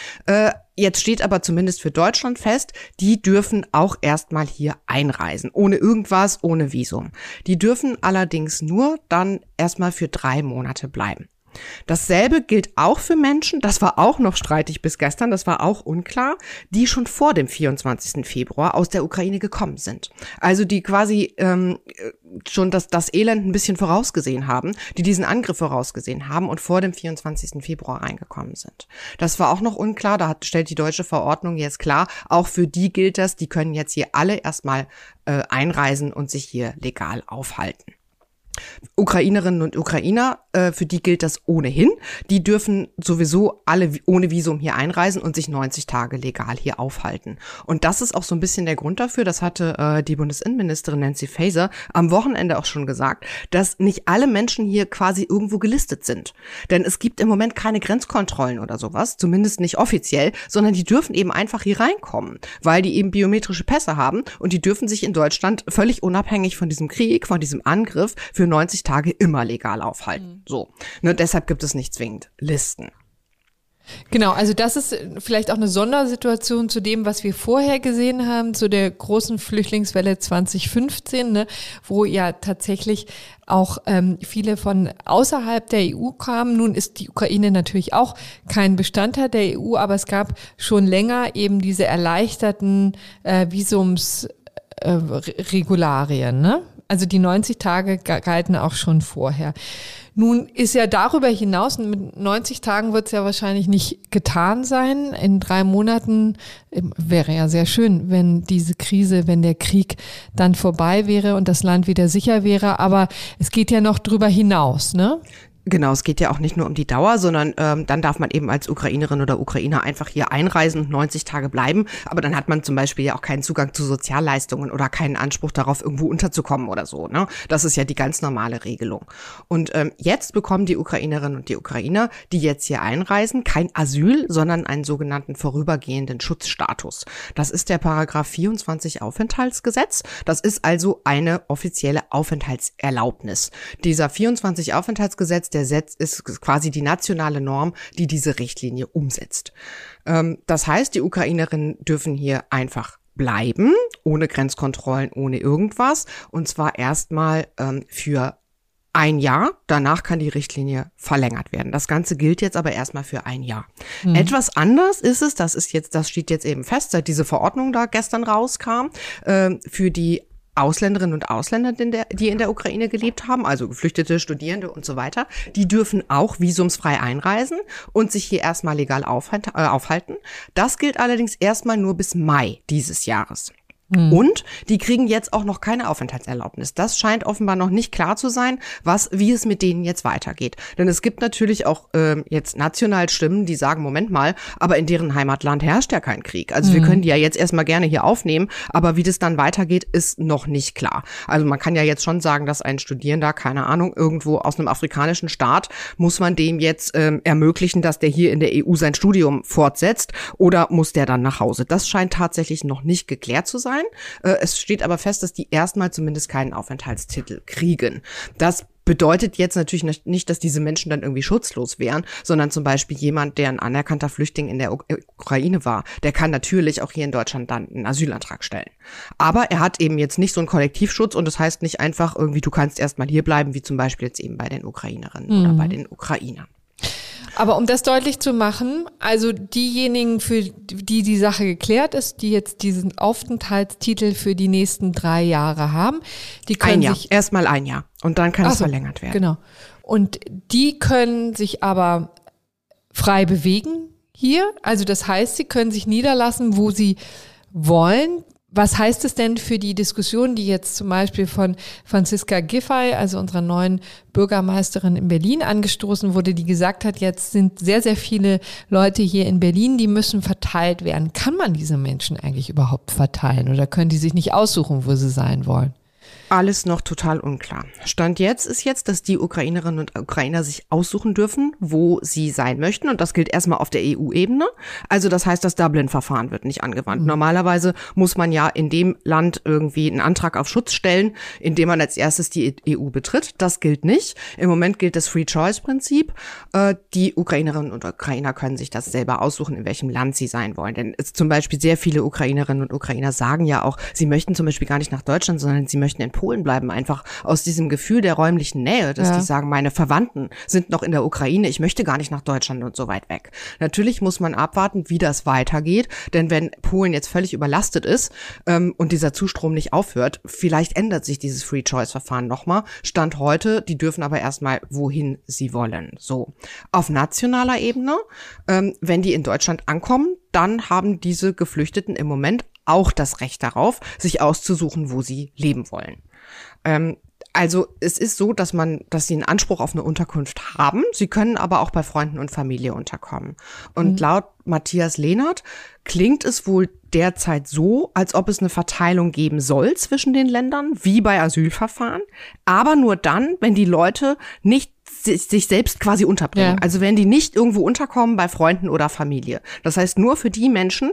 Jetzt steht aber zumindest für Deutschland fest, die dürfen auch erstmal hier einreisen, ohne irgendwas, ohne Visum. Die dürfen allerdings nur dann erstmal für 3 Monate bleiben. Dasselbe gilt auch für Menschen, das war auch noch streitig bis gestern, das war auch unklar, die schon vor dem 24. Februar aus der Ukraine gekommen sind. Also die quasi schon das Elend ein bisschen vorausgesehen haben, die diesen Angriff vorausgesehen haben und vor dem 24. Februar reingekommen sind. Das war auch noch unklar, da stellt die deutsche Verordnung jetzt klar, auch für die gilt das, die können jetzt hier alle erstmal einreisen und sich hier legal aufhalten. Ukrainerinnen und Ukrainer, für die gilt das ohnehin. Die dürfen sowieso alle ohne Visum hier einreisen und sich 90 Tage legal hier aufhalten. Und das ist auch so ein bisschen der Grund dafür, das hatte die Bundesinnenministerin Nancy Faeser am Wochenende auch schon gesagt, dass nicht alle Menschen hier quasi irgendwo gelistet sind. Denn es gibt im Moment keine Grenzkontrollen oder sowas, zumindest nicht offiziell, sondern die dürfen eben einfach hier reinkommen, weil die eben biometrische Pässe haben und die dürfen sich in Deutschland völlig unabhängig von diesem Krieg, von diesem Angriff für 90 Tage immer legal aufhalten. So. Ne, deshalb gibt es nicht zwingend Listen. Genau, also das ist vielleicht auch eine Sondersituation zu dem, was wir vorher gesehen haben, zu der großen Flüchtlingswelle 2015, ne, wo ja tatsächlich auch viele von außerhalb der EU kamen. Nun ist die Ukraine natürlich auch kein Bestandteil der EU, aber es gab schon länger eben diese erleichterten Visumsregularien, ne? Also die 90 Tage galten auch schon vorher. Nun ist ja darüber hinaus, mit 90 Tagen wird es ja wahrscheinlich nicht getan sein. In 3 Monaten wäre ja sehr schön, wenn diese Krise, wenn der Krieg dann vorbei wäre und das Land wieder sicher wäre. Aber es geht ja noch drüber hinaus, ne? Genau, es geht ja auch nicht nur um die Dauer, sondern dann darf man eben als Ukrainerin oder Ukrainer einfach hier einreisen und 90 Tage bleiben. Aber dann hat man zum Beispiel ja auch keinen Zugang zu Sozialleistungen oder keinen Anspruch darauf, irgendwo unterzukommen oder so, ne? Das ist ja die ganz normale Regelung. Und jetzt bekommen die Ukrainerinnen und die Ukrainer, die jetzt hier einreisen, kein Asyl, sondern einen sogenannten vorübergehenden Schutzstatus. Das ist der Paragraph 24 Aufenthaltsgesetz. Das ist also eine offizielle Aufenthaltserlaubnis. Dieser 24 Aufenthaltsgesetz, der ist quasi die nationale Norm, die diese Richtlinie umsetzt. Das heißt, die Ukrainerinnen dürfen hier einfach bleiben, ohne Grenzkontrollen, ohne irgendwas, und zwar erstmal für 1 Jahr. Danach kann die Richtlinie verlängert werden. Das Ganze gilt jetzt aber erstmal für 1 Jahr. Etwas anders ist es, das steht jetzt eben fest, seit diese Verordnung da gestern rauskam, für die Ausländerinnen und Ausländer, die in der Ukraine gelebt haben, also Geflüchtete, Studierende und so weiter, die dürfen auch visumsfrei einreisen und sich hier erstmal legal aufhalten. Das gilt allerdings erstmal nur bis Mai dieses Jahres. Und die kriegen jetzt auch noch keine Aufenthaltserlaubnis. Das scheint offenbar noch nicht klar zu sein, wie es mit denen jetzt weitergeht. Denn es gibt natürlich auch jetzt national Stimmen, die sagen, Moment mal, aber in deren Heimatland herrscht ja kein Krieg. Also wir können die ja jetzt erstmal gerne hier aufnehmen, aber wie das dann weitergeht, ist noch nicht klar. Also man kann ja jetzt schon sagen, dass ein Studierender, keine Ahnung, irgendwo aus einem afrikanischen Staat, muss man dem jetzt ermöglichen, dass der hier in der EU sein Studium fortsetzt, oder muss der dann nach Hause? Das scheint tatsächlich noch nicht geklärt zu sein. Es steht aber fest, dass die erstmal zumindest keinen Aufenthaltstitel kriegen. Das bedeutet jetzt natürlich nicht, dass diese Menschen dann irgendwie schutzlos wären, sondern zum Beispiel jemand, der ein anerkannter Flüchtling in der Ukraine war, der kann natürlich auch hier in Deutschland dann einen Asylantrag stellen. Aber er hat eben jetzt nicht so einen Kollektivschutz und das heißt nicht einfach irgendwie, du kannst erstmal hier bleiben, wie zum Beispiel jetzt eben bei den Ukrainerinnen oder bei den Ukrainern. Aber um das deutlich zu machen, also diejenigen, für die die Sache geklärt ist, die jetzt diesen Aufenthaltstitel für die nächsten 3 Jahre haben, die können sich... Erstmal 1 Jahr und dann kann es verlängert werden. Genau. Und die können sich aber frei bewegen hier. Also das heißt, sie können sich niederlassen, wo sie wollen. Was heißt es denn für die Diskussion, die jetzt zum Beispiel von Franziska Giffey, also unserer neuen Bürgermeisterin in Berlin, angestoßen wurde, die gesagt hat, jetzt sind sehr, sehr viele Leute hier in Berlin, die müssen verteilt werden. Kann man diese Menschen eigentlich überhaupt verteilen oder können die sich nicht aussuchen, wo sie sein wollen? Alles noch total unklar. Stand jetzt ist jetzt, dass die Ukrainerinnen und Ukrainer sich aussuchen dürfen, wo sie sein möchten. Und das gilt erstmal auf der EU-Ebene. Also das heißt, das Dublin-Verfahren wird nicht angewandt. Normalerweise muss man ja in dem Land irgendwie einen Antrag auf Schutz stellen, indem man als erstes die EU betritt. Das gilt nicht. Im Moment gilt das Free-Choice-Prinzip. Die Ukrainerinnen und Ukrainer können sich das selber aussuchen, in welchem Land sie sein wollen. Denn es zum Beispiel sehr viele Ukrainerinnen und Ukrainer sagen ja auch, sie möchten zum Beispiel gar nicht nach Deutschland, sondern sie möchten in Polen bleiben, einfach aus diesem Gefühl der räumlichen Nähe, dass die sagen, meine Verwandten sind noch in der Ukraine, ich möchte gar nicht nach Deutschland und so weit weg. Natürlich muss man abwarten, wie das weitergeht, denn wenn Polen jetzt völlig überlastet ist und dieser Zustrom nicht aufhört, vielleicht ändert sich dieses Free-Choice-Verfahren nochmal. Stand heute, die dürfen aber erstmal, wohin sie wollen. So. Auf nationaler Ebene, wenn die in Deutschland ankommen, dann haben diese Geflüchteten im Moment auch das Recht darauf, sich auszusuchen, wo sie leben wollen. Also es ist so, dass sie einen Anspruch auf eine Unterkunft haben. Sie können aber auch bei Freunden und Familie unterkommen. Und laut Matthias Lehnert klingt es wohl derzeit so, als ob es eine Verteilung geben soll zwischen den Ländern, wie bei Asylverfahren, aber nur dann, wenn die Leute nicht sich selbst quasi unterbringen. Ja. Also wenn die nicht irgendwo unterkommen bei Freunden oder Familie. Das heißt, nur für die Menschen,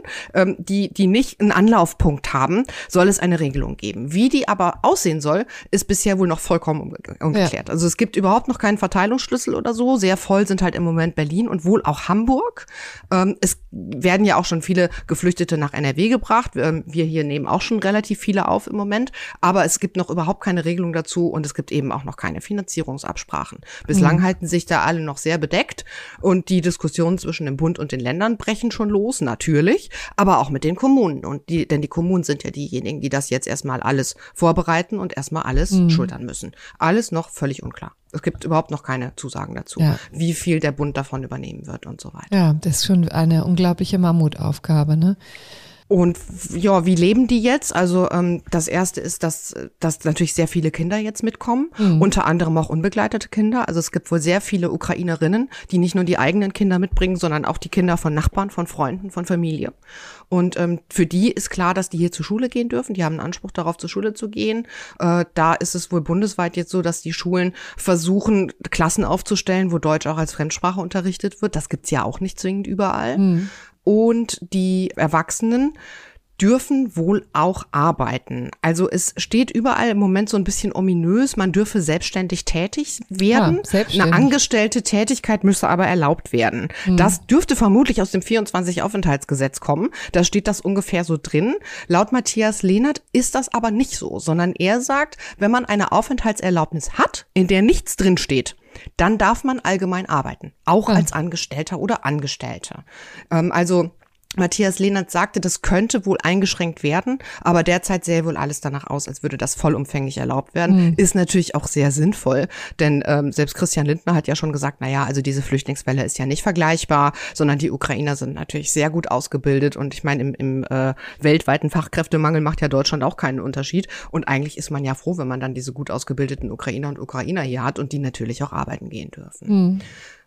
die nicht einen Anlaufpunkt haben, soll es eine Regelung geben. Wie die aber aussehen soll, ist bisher wohl noch vollkommen ungeklärt. Ja. Also es gibt überhaupt noch keinen Verteilungsschlüssel oder so. Sehr voll sind halt im Moment Berlin und wohl auch Hamburg. Es werden ja auch schon viele Geflüchtete nach NRW gebracht. Wir hier nehmen auch schon relativ viele auf im Moment. Aber es gibt noch überhaupt keine Regelung dazu und es gibt eben auch noch keine Finanzierungsabsprachen. Bislang halten sich da alle noch sehr bedeckt und die Diskussionen zwischen dem Bund und den Ländern brechen schon los, natürlich, aber auch mit den Kommunen. Denn die Kommunen sind ja diejenigen, die das jetzt erstmal alles vorbereiten und erstmal alles schultern müssen. Alles noch völlig unklar. Es gibt überhaupt noch keine Zusagen dazu, wie viel der Bund davon übernehmen wird und so weiter. Ja, das ist schon eine unglaubliche Mammutaufgabe, ne? Und ja, wie leben die jetzt? Also das Erste ist, dass natürlich sehr viele Kinder jetzt mitkommen, unter anderem auch unbegleitete Kinder. Also es gibt wohl sehr viele Ukrainerinnen, die nicht nur die eigenen Kinder mitbringen, sondern auch die Kinder von Nachbarn, von Freunden, von Familie. Und für die ist klar, dass die hier zur Schule gehen dürfen. Die haben einen Anspruch darauf, zur Schule zu gehen. Da ist es wohl bundesweit jetzt so, dass die Schulen versuchen, Klassen aufzustellen, wo Deutsch auch als Fremdsprache unterrichtet wird. Das gibt's ja auch nicht zwingend überall. Und die Erwachsenen dürfen wohl auch arbeiten. Also es steht überall im Moment so ein bisschen ominös, man dürfe selbstständig tätig werden. Ja, selbstständig. Eine angestellte Tätigkeit müsse aber erlaubt werden. Das dürfte vermutlich aus dem 24-Aufenthaltsgesetz kommen. Da steht das ungefähr so drin. Laut Matthias Lehnert ist das aber nicht so, sondern er sagt, wenn man eine Aufenthaltserlaubnis hat, in der nichts drin steht, dann darf man allgemein arbeiten, auch als Angestellter oder Angestellte. Also Matthias Lehnert sagte, das könnte wohl eingeschränkt werden, aber derzeit sähe wohl alles danach aus, als würde das vollumfänglich erlaubt werden. Ist natürlich auch sehr sinnvoll, denn selbst Christian Lindner hat ja schon gesagt, also diese Flüchtlingswelle ist ja nicht vergleichbar, sondern die Ukrainer sind natürlich sehr gut ausgebildet und ich meine, im weltweiten Fachkräftemangel macht ja Deutschland auch keinen Unterschied und eigentlich ist man ja froh, wenn man dann diese gut ausgebildeten Ukrainer und Ukrainer hier hat und die natürlich auch arbeiten gehen dürfen.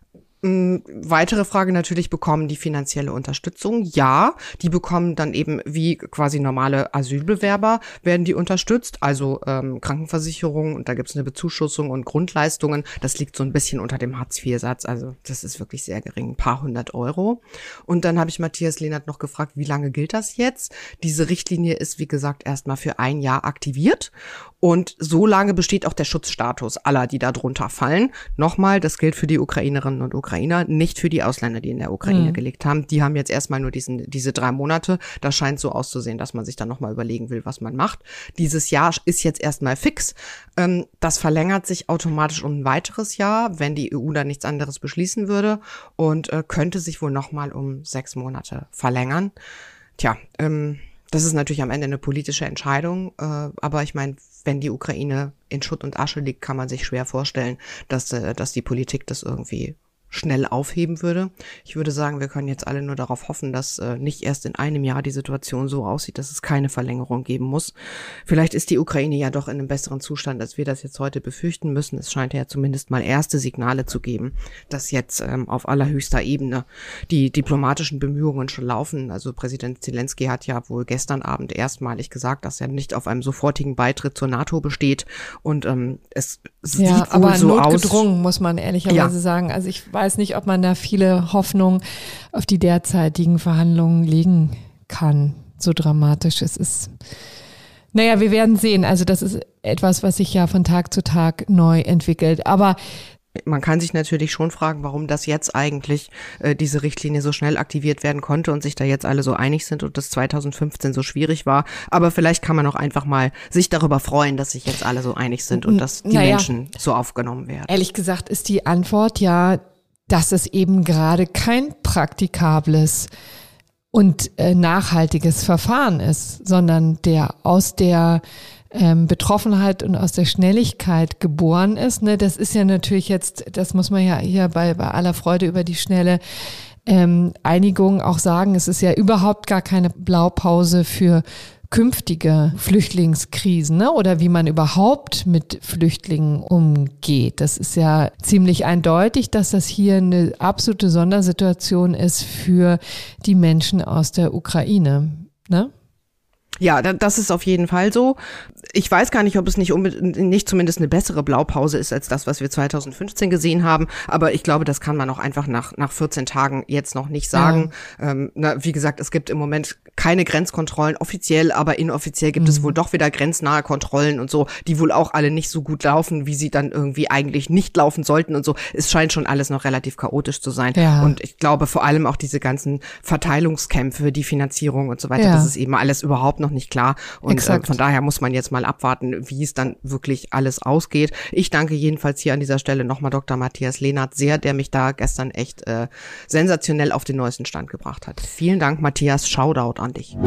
Weitere Frage natürlich, bekommen die finanzielle Unterstützung? Ja, die bekommen dann eben wie quasi normale Asylbewerber, werden die unterstützt, also Krankenversicherung und da gibt's eine Bezuschussung und Grundleistungen. Das liegt so ein bisschen unter dem Hartz-IV-Satz, also das ist wirklich sehr gering, ein paar 100 €. Und dann habe ich Matthias Lehnert noch gefragt, wie lange gilt das jetzt? Diese Richtlinie ist, wie gesagt, erstmal für 1 Jahr aktiviert und so lange besteht auch der Schutzstatus aller, die da drunter fallen. Nochmal, das gilt für die Ukrainerinnen und Ukrainer Ukrainer, nicht für die Ausländer, die in der Ukraine gelebt haben. Die haben jetzt erstmal nur diese 3 Monate. Das scheint so auszusehen, dass man sich dann nochmal überlegen will, was man macht. Dieses Jahr ist jetzt erstmal fix. Das verlängert sich automatisch um ein weiteres Jahr, wenn die EU da nichts anderes beschließen würde, und könnte sich wohl nochmal um 6 Monate verlängern. Tja, das ist natürlich am Ende eine politische Entscheidung, aber ich meine, wenn die Ukraine in Schutt und Asche liegt, kann man sich schwer vorstellen, dass die Politik das irgendwie schnell aufheben würde. Ich würde sagen, wir können jetzt alle nur darauf hoffen, dass nicht erst in einem Jahr die Situation so aussieht, dass es keine Verlängerung geben muss. Vielleicht ist die Ukraine ja doch in einem besseren Zustand, als wir das jetzt heute befürchten müssen. Es scheint ja zumindest mal erste Signale zu geben, dass jetzt auf allerhöchster Ebene die diplomatischen Bemühungen schon laufen. Also Präsident Zelensky hat ja wohl gestern Abend erstmalig gesagt, dass er nicht auf einem sofortigen Beitritt zur NATO besteht. Und es sieht wohl aber so aus. notgedrungen, muss man ehrlicherweise sagen. Also ich weiß nicht, ob man da viele Hoffnung auf die derzeitigen Verhandlungen legen kann. So dramatisch es ist. Naja, wir werden sehen. Also das ist etwas, was sich ja von Tag zu Tag neu entwickelt. Aber man kann sich natürlich schon fragen, warum das jetzt eigentlich diese Richtlinie so schnell aktiviert werden konnte und sich da jetzt alle so einig sind und das 2015 so schwierig war. Aber vielleicht kann man auch einfach mal sich darüber freuen, dass sich jetzt alle so einig sind und dass die Menschen so aufgenommen werden. Ehrlich gesagt ist die Antwort ja, dass es eben gerade kein praktikables und nachhaltiges Verfahren ist, sondern der aus der Betroffenheit und aus der Schnelligkeit geboren ist. Ne? Das ist ja natürlich jetzt, das muss man ja hier bei aller Freude über die schnelle Einigung auch sagen, es ist ja überhaupt gar keine Blaupause für künftige Flüchtlingskrisen, ne? Oder wie man überhaupt mit Flüchtlingen umgeht. Das ist ja ziemlich eindeutig, dass das hier eine absolute Sondersituation ist für die Menschen aus der Ukraine, ne? Ja, das ist auf jeden Fall so. Ich weiß gar nicht, ob es nicht zumindest eine bessere Blaupause ist als das, was wir 2015 gesehen haben. Aber ich glaube, das kann man auch einfach nach 14 Tagen jetzt noch nicht sagen. Ja. Wie gesagt, es gibt im Moment keine Grenzkontrollen offiziell, aber inoffiziell gibt es wohl doch wieder grenznahe Kontrollen und so, die wohl auch alle nicht so gut laufen, wie sie dann irgendwie eigentlich nicht laufen sollten und so. Es scheint schon alles noch relativ chaotisch zu sein. Ja. Und ich glaube vor allem auch diese ganzen Verteilungskämpfe, die Finanzierung und so weiter, das ist eben alles überhaupt noch nicht klar. Und von daher muss man jetzt mal abwarten, wie es dann wirklich alles ausgeht. Ich danke jedenfalls hier an dieser Stelle nochmal Dr. Matthias Lehnert sehr, der mich da gestern echt sensationell auf den neuesten Stand gebracht hat. Vielen Dank, Matthias. Shoutout an dich.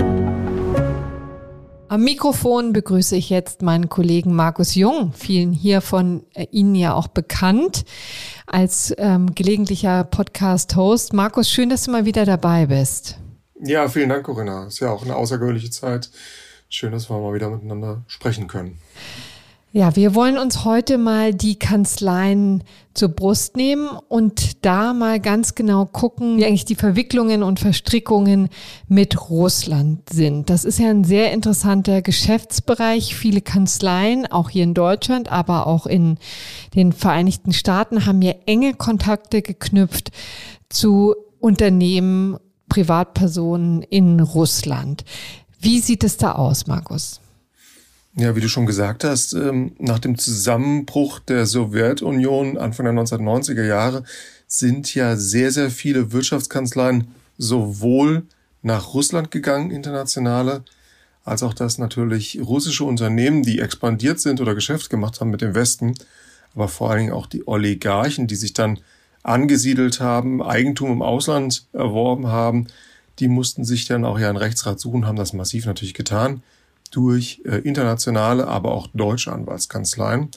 Am Mikrofon begrüße ich jetzt meinen Kollegen Markus Jung, vielen hier von Ihnen ja auch bekannt, als gelegentlicher Podcast-Host. Markus, schön, dass du mal wieder dabei bist. Ja, vielen Dank, Corinna. Ist ja auch eine außergewöhnliche Zeit. Schön, dass wir mal wieder miteinander sprechen können. Ja, wir wollen uns heute mal die Kanzleien zur Brust nehmen und da mal ganz genau gucken, wie eigentlich die Verwicklungen und Verstrickungen mit Russland sind. Das ist ja ein sehr interessanter Geschäftsbereich. Viele Kanzleien, auch hier in Deutschland, aber auch in den Vereinigten Staaten, haben hier enge Kontakte geknüpft zu Unternehmen, Privatpersonen in Russland. Wie sieht es da aus, Markus? Ja, wie du schon gesagt hast, nach dem Zusammenbruch der Sowjetunion Anfang der 1990er Jahre sind ja sehr, sehr viele Wirtschaftskanzleien sowohl nach Russland gegangen, internationale, als auch dass natürlich russische Unternehmen, die expandiert sind oder Geschäft gemacht haben mit dem Westen, aber vor allen Dingen auch die Oligarchen, die sich dann angesiedelt haben, Eigentum im Ausland erworben haben, die mussten sich dann auch ja einen Rechtsrat suchen, haben das massiv natürlich getan durch internationale, aber auch deutsche Anwaltskanzleien.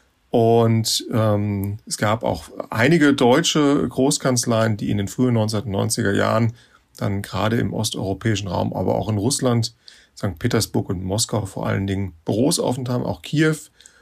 Und es gab auch einige deutsche Großkanzleien, die in den frühen 1990er Jahren dann gerade im osteuropäischen Raum, aber auch in Russland, St. Petersburg und Moskau vor allen Dingen Büros aufgenommen haben, auch Kiew.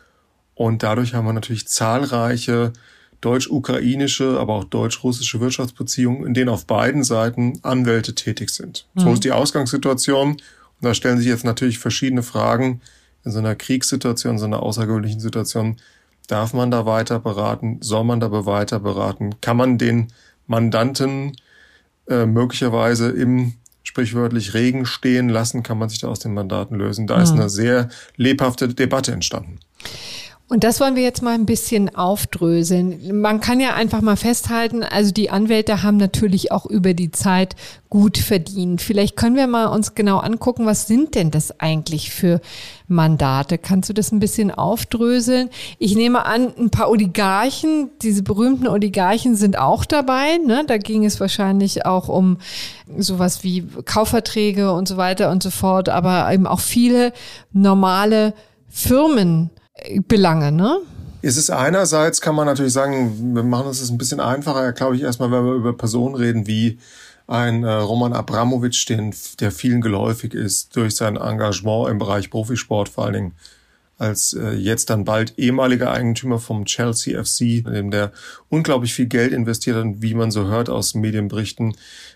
Und dadurch haben wir natürlich zahlreiche deutsch-ukrainische, aber auch deutsch-russische Wirtschaftsbeziehungen, in denen auf beiden Seiten Anwälte tätig sind. So ist die Ausgangssituation. Und da stellen sich jetzt natürlich verschiedene Fragen in so einer Kriegssituation, in so einer außergewöhnlichen Situation. Darf man da weiter beraten? Soll man da weiter beraten? Kann man den Mandanten möglicherweise im sprichwörtlich Regen stehen lassen? Kann man sich da aus den Mandaten lösen? Da ist eine sehr lebhafte Debatte entstanden. Und das wollen wir jetzt mal ein bisschen aufdröseln. Man kann ja einfach mal festhalten, also die Anwälte haben natürlich auch über die Zeit gut verdient. Vielleicht können wir mal uns genau angucken, was sind denn das eigentlich für Mandate? Kannst du das ein bisschen aufdröseln? Ich nehme an, ein paar Oligarchen, diese berühmten Oligarchen sind auch dabei, ne? Da ging es wahrscheinlich auch um sowas wie Kaufverträge und so weiter und so fort, aber eben auch viele normale Firmenbelange, ne? Es ist einerseits, kann man natürlich sagen, wir machen es ein bisschen einfacher, glaube ich, erstmal, wenn wir über Personen reden wie ein Roman Abramowitsch, der vielen geläufig ist durch sein Engagement im Bereich Profisport, vor allen Dingen als jetzt dann bald ehemaliger Eigentümer vom Chelsea FC, in dem der unglaublich viel Geld investiert hat, und wie man so hört aus Medienberichten,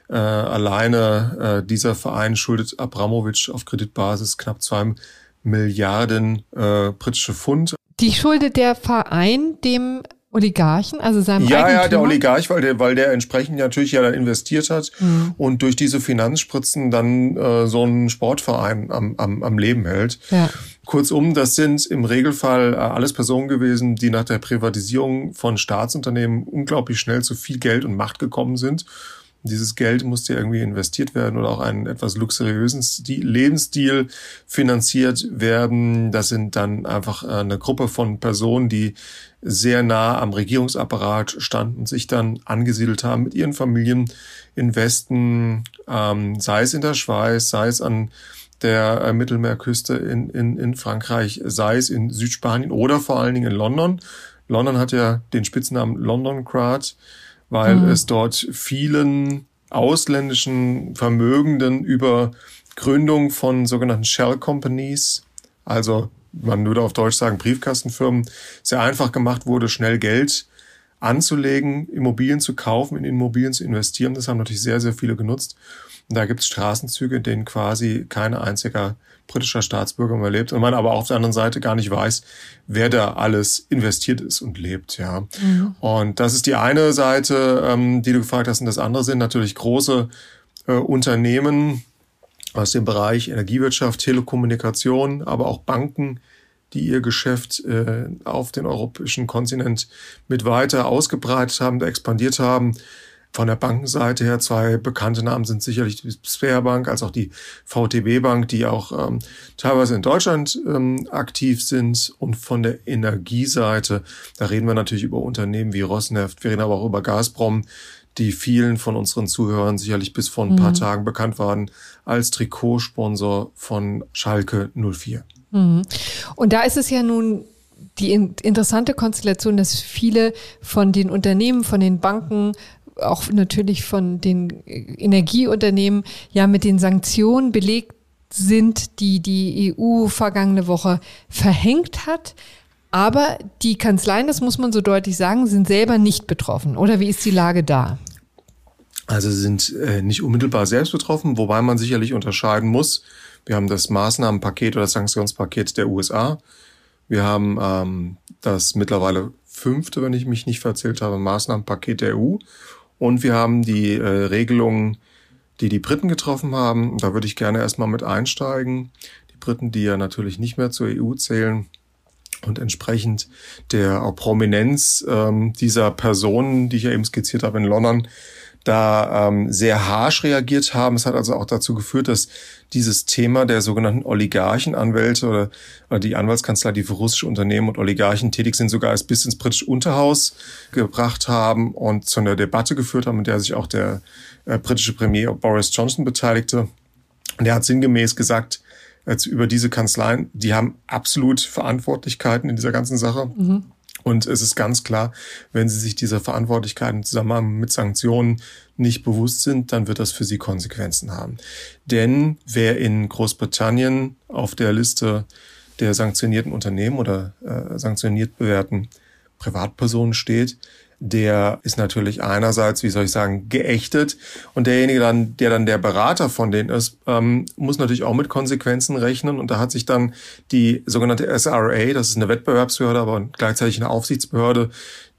alleine dieser Verein schuldet Abramowitsch auf Kreditbasis knapp 2 Milliarden britische Pfund. Die schuldet der Verein dem Oligarchen, also seinem Eigentümer? Ja, der Oligarch, weil der entsprechend natürlich ja dann investiert hat und durch diese Finanzspritzen dann so einen Sportverein am Leben hält. Ja. Kurzum, das sind im Regelfall alles Personen gewesen, die nach der Privatisierung von Staatsunternehmen unglaublich schnell zu viel Geld und Macht gekommen sind. Dieses Geld musste irgendwie investiert werden oder auch einen etwas luxuriösen Lebensstil finanziert werden. Das sind dann einfach eine Gruppe von Personen, die sehr nah am Regierungsapparat standen und sich dann angesiedelt haben mit ihren Familien in Westen, sei es in der Schweiz, sei es an der Mittelmeerküste in Frankreich, sei es in Südspanien oder vor allen Dingen in London. London hat ja den Spitznamen Londongrad, weil es dort vielen ausländischen Vermögenden über Gründung von sogenannten Shell Companies, also man würde auf Deutsch sagen Briefkastenfirmen, sehr einfach gemacht wurde, schnell Geld anzulegen, Immobilien zu kaufen, in Immobilien zu investieren. Das haben natürlich sehr, sehr viele genutzt. Und da gibt es Straßenzüge, in denen quasi kein einziger britischer Staatsbürger mehr lebt und man aber auf der anderen Seite gar nicht weiß, wer da alles investiert ist und lebt, ja. Und das ist die eine Seite, die du gefragt hast, und das andere sind natürlich große Unternehmen aus dem Bereich Energiewirtschaft, Telekommunikation, aber auch Banken, die ihr Geschäft auf den europäischen Kontinent mit weiter ausgebreitet haben, expandiert haben. Von der Bankenseite her 2 bekannte Namen sind sicherlich die Sberbank als auch die VTB Bank, die auch teilweise in Deutschland aktiv sind. Und von der Energieseite, da reden wir natürlich über Unternehmen wie Rosneft, wir reden aber auch über Gazprom, die vielen von unseren Zuhörern sicherlich bis vor ein paar Tagen bekannt waren als Trikotsponsor von Schalke 04. Und da ist es ja nun die interessante Konstellation, dass viele von den Unternehmen, von den Banken, auch natürlich von den Energieunternehmen ja mit den Sanktionen belegt sind, die die EU vergangene Woche verhängt hat. Aber die Kanzleien, das muss man so deutlich sagen, sind selber nicht betroffen. Oder wie ist die Lage da? Also sie sind nicht unmittelbar selbst betroffen, wobei man sicherlich unterscheiden muss. Wir haben das Maßnahmenpaket oder das Sanktionspaket der USA. Wir haben das mittlerweile 5., wenn ich mich nicht verzählt habe, Maßnahmenpaket der EU. Und wir haben die Regelungen, die die Briten getroffen haben. Da würde ich gerne erstmal mit einsteigen. Die Briten, die ja natürlich nicht mehr zur EU zählen und entsprechend der Prominenz dieser Personen, die ich ja eben skizziert habe in London, da sehr harsch reagiert haben. Es hat also auch dazu geführt, dass dieses Thema der sogenannten Oligarchenanwälte oder die Anwaltskanzlei, die für russische Unternehmen und Oligarchen tätig sind, sogar erst bis ins britische Unterhaus gebracht haben und zu einer Debatte geführt haben, in der sich auch der britische Premier Boris Johnson beteiligte. Und er hat sinngemäß gesagt, über diese Kanzleien, die haben absolut Verantwortlichkeiten in dieser ganzen Sache. Und es ist ganz klar, wenn sie sich dieser Verantwortlichkeiten im Zusammenhang mit Sanktionen nicht bewusst sind, dann wird das für sie Konsequenzen haben. Denn wer in Großbritannien auf der Liste der sanktionierten Unternehmen oder sanktioniert bewährten Privatpersonen steht, der ist natürlich einerseits, wie soll ich sagen, geächtet. Und derjenige dann, der dann der Berater von denen ist, muss natürlich auch mit Konsequenzen rechnen. Und da hat sich dann die sogenannte SRA, das ist eine Wettbewerbsbehörde, aber gleichzeitig eine Aufsichtsbehörde,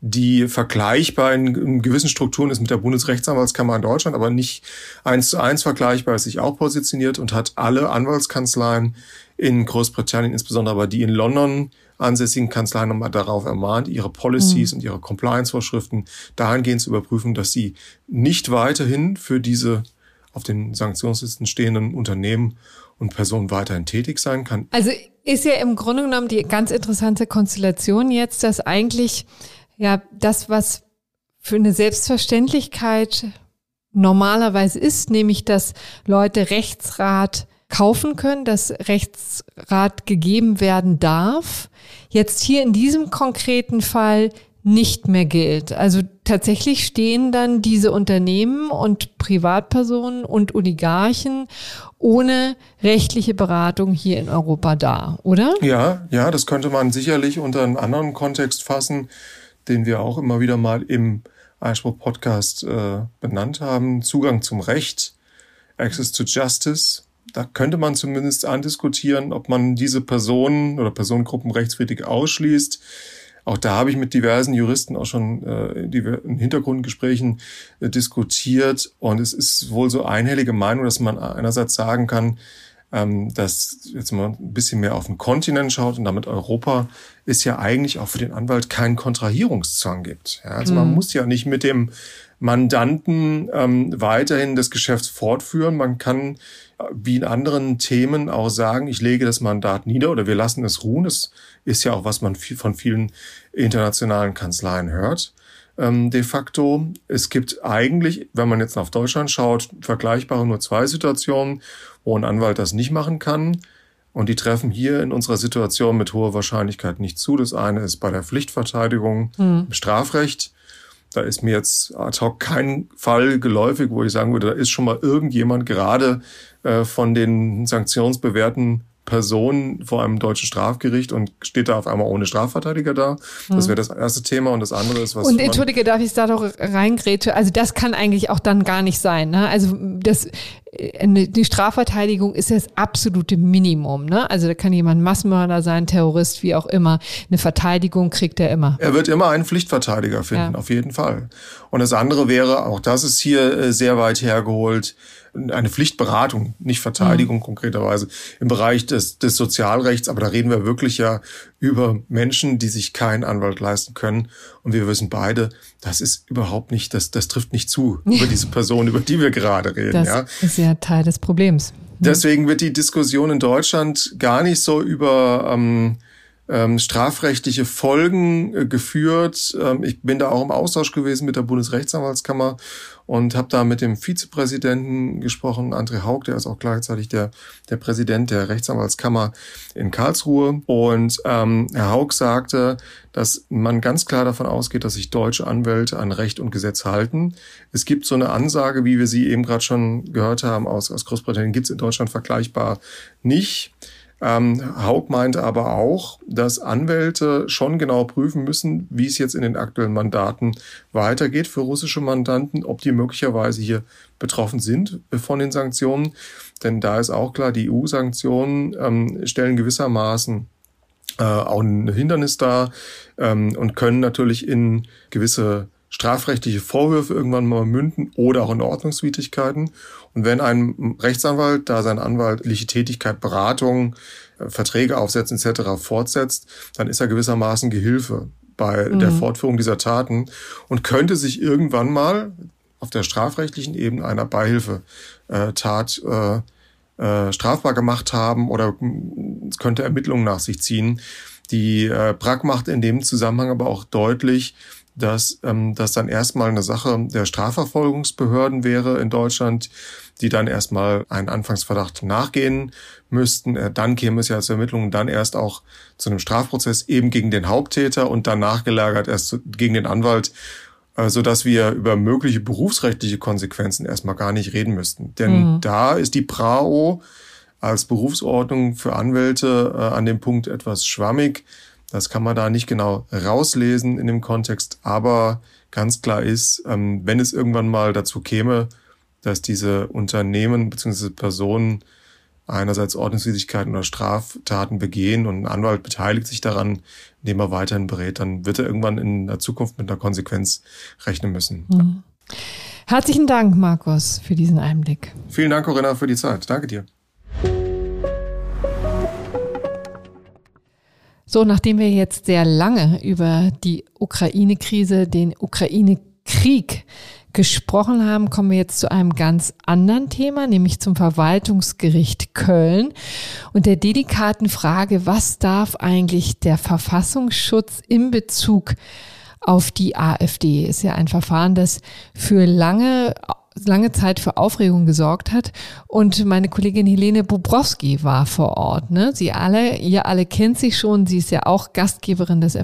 die vergleichbar in gewissen Strukturen ist mit der Bundesrechtsanwaltskammer in Deutschland, aber nicht 1:1 vergleichbar, ist sich auch positioniert und hat alle Anwaltskanzleien in Großbritannien, insbesondere aber die in London ansässigen Kanzleien, nochmal darauf ermahnt, ihre Policies und ihre Compliance-Vorschriften dahingehend zu überprüfen, dass sie nicht weiterhin für diese auf den Sanktionslisten stehenden Unternehmen und Personen weiterhin tätig sein kann. Also ist ja im Grunde genommen die ganz interessante Konstellation jetzt, dass eigentlich ja das, was für eine Selbstverständlichkeit normalerweise ist, nämlich dass Leute Rechtsrat kaufen können, dass Rechtsrat gegeben werden darf, jetzt hier in diesem konkreten Fall nicht mehr gilt. Also tatsächlich stehen dann diese Unternehmen und Privatpersonen und Oligarchen ohne rechtliche Beratung hier in Europa da, oder? Ja, das könnte man sicherlich unter einen anderen Kontext fassen, den wir auch immer wieder mal im Einspruch-Podcast benannt haben. Zugang zum Recht, Access to Justice. Da könnte man zumindest andiskutieren, ob man diese Personen oder Personengruppen rechtswidrig ausschließt. Auch da habe ich mit diversen Juristen auch schon in Hintergrundgesprächen diskutiert. Und es ist wohl so einhellige Meinung, dass man einerseits sagen kann, dass jetzt mal ein bisschen mehr auf den Kontinent schaut und damit Europa, ist ja eigentlich auch für den Anwalt keinen Kontrahierungszwang gibt. Ja, also man muss ja nicht mit dem Mandanten weiterhin das Geschäft fortführen. Man kann wie in anderen Themen auch sagen, ich lege das Mandat nieder oder wir lassen es ruhen. Das ist ja auch, was man von vielen internationalen Kanzleien hört. De facto, es gibt eigentlich, wenn man jetzt auf Deutschland schaut, vergleichbare nur 2 Situationen, wo ein Anwalt das nicht machen kann. Und die treffen hier in unserer Situation mit hoher Wahrscheinlichkeit nicht zu. Das eine ist bei der Pflichtverteidigung im Strafrecht. Da ist mir jetzt ad hoc kein Fall geläufig, wo ich sagen würde, da ist schon mal irgendjemand gerade von den sanktionsbewährten Personen vor einem deutschen Strafgericht und steht da auf einmal ohne Strafverteidiger da. Das wäre das erste Thema. Und das andere ist, was... Und entschuldige, darf ich da doch reingrätsche? Also das kann eigentlich auch dann gar nicht sein, ne? Also die Strafverteidigung ist das absolute Minimum, ne? Also da kann jemand Massenmörder sein, Terrorist, wie auch immer. Eine Verteidigung kriegt er immer. Er wird immer einen Pflichtverteidiger finden, auf jeden Fall. Und das andere wäre, auch das ist hier sehr weit hergeholt, eine Pflichtberatung, nicht Verteidigung konkreterweise, im Bereich des Sozialrechts. Aber da reden wir wirklich ja über Menschen, die sich keinen Anwalt leisten können. Und wir wissen beide, das ist überhaupt nicht, das trifft nicht zu über diese Person, über die wir gerade reden. Das ist ja Teil des Problems. Deswegen wird die Diskussion in Deutschland gar nicht so über strafrechtliche Folgen geführt. Ich bin da auch im Austausch gewesen mit der Bundesrechtsanwaltskammer und habe da mit dem Vizepräsidenten gesprochen, André Haug, der ist auch gleichzeitig der Präsident der Rechtsanwaltskammer in Karlsruhe. Und Herr Haug sagte, dass man ganz klar davon ausgeht, dass sich deutsche Anwälte an Recht und Gesetz halten. Es gibt so eine Ansage, wie wir sie eben gerade schon gehört haben, aus Großbritannien, gibt es in Deutschland vergleichbar nicht. Haug meinte aber auch, dass Anwälte schon genau prüfen müssen, wie es jetzt in den aktuellen Mandaten weitergeht für russische Mandanten, ob die möglicherweise hier betroffen sind von den Sanktionen. Denn da ist auch klar, die EU-Sanktionen stellen gewissermaßen auch ein Hindernis dar und können natürlich in gewisse strafrechtliche Vorwürfe irgendwann mal münden oder auch in Ordnungswidrigkeiten. Und wenn ein Rechtsanwalt da seine anwaltliche Tätigkeit, Beratung, Verträge aufsetzen etc. fortsetzt, dann ist er gewissermaßen Gehilfe bei der Fortführung dieser Taten und könnte sich irgendwann mal auf der strafrechtlichen Ebene einer Beihilfetat strafbar gemacht haben oder es könnte Ermittlungen nach sich ziehen. Die Bragg macht in dem Zusammenhang aber auch deutlich, dass das dann erstmal eine Sache der Strafverfolgungsbehörden wäre in Deutschland, die dann erstmal einen Anfangsverdacht nachgehen müssten. Dann käme es ja zur Ermittlung und dann erst auch zu einem Strafprozess eben gegen den Haupttäter und dann nachgelagert erst gegen den Anwalt, sodass wir über mögliche berufsrechtliche Konsequenzen erstmal gar nicht reden müssten. Denn da ist die BRAO als Berufsordnung für Anwälte an dem Punkt etwas schwammig. Das kann man da nicht genau rauslesen in dem Kontext, aber ganz klar ist, wenn es irgendwann mal dazu käme, dass diese Unternehmen bzw. Personen einerseits Ordnungswidrigkeiten oder Straftaten begehen und ein Anwalt beteiligt sich daran, indem er weiterhin berät, dann wird er irgendwann in der Zukunft mit einer Konsequenz rechnen müssen. Mhm. Herzlichen Dank, Markus, für diesen Einblick. Vielen Dank, Corinna, für die Zeit. Danke dir. So, nachdem wir jetzt sehr lange über die Ukraine-Krise, den Ukraine-Krieg gesprochen haben, kommen wir jetzt zu einem ganz anderen Thema, nämlich zum Verwaltungsgericht Köln und der delikaten Frage, was darf eigentlich der Verfassungsschutz in Bezug auf die AfD? Ist ja ein Verfahren, das für lange Zeit für Aufregung gesorgt hat. Und meine Kollegin Helene Bobrowski war vor Ort. Ne? Ihr alle kennt sie schon. Sie ist ja auch Gastgeberin des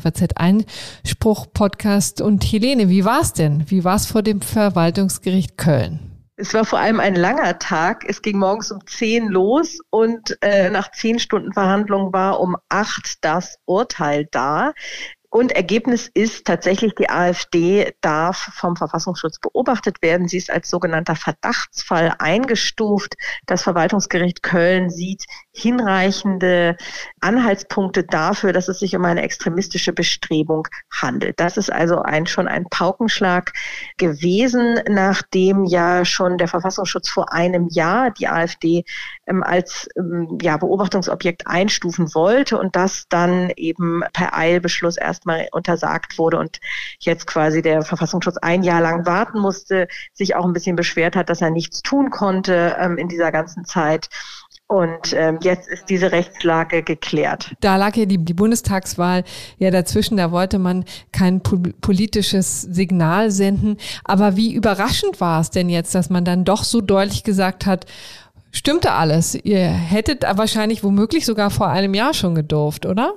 FAZ-Einspruch-Podcast. Und Helene, wie war es denn? Wie war es vor dem Verwaltungsgericht Köln? Es war vor allem ein langer Tag. Es ging morgens um 10 los und nach 10 Stunden Verhandlung war um 8 das Urteil da. Und Ergebnis ist tatsächlich, die AfD darf vom Verfassungsschutz beobachtet werden. Sie ist als sogenannter Verdachtsfall eingestuft. Das Verwaltungsgericht Köln sieht hinreichende Anhaltspunkte dafür, dass es sich um eine extremistische Bestrebung handelt. Das ist also schon ein Paukenschlag gewesen, nachdem ja schon der Verfassungsschutz vor einem Jahr die AfD als Beobachtungsobjekt einstufen wollte und das dann eben per Eilbeschluss erstmal untersagt wurde und jetzt quasi der Verfassungsschutz ein Jahr lang warten musste, sich auch ein bisschen beschwert hat, dass er nichts tun konnte in dieser ganzen Zeit. Und jetzt ist diese Rechtslage geklärt. Da lag ja die Bundestagswahl ja dazwischen, da wollte man kein politisches Signal senden. Aber wie überraschend war es denn jetzt, dass man dann doch so deutlich gesagt hat, stimmte alles? Ihr hättet wahrscheinlich womöglich sogar vor einem Jahr schon gedurft, oder?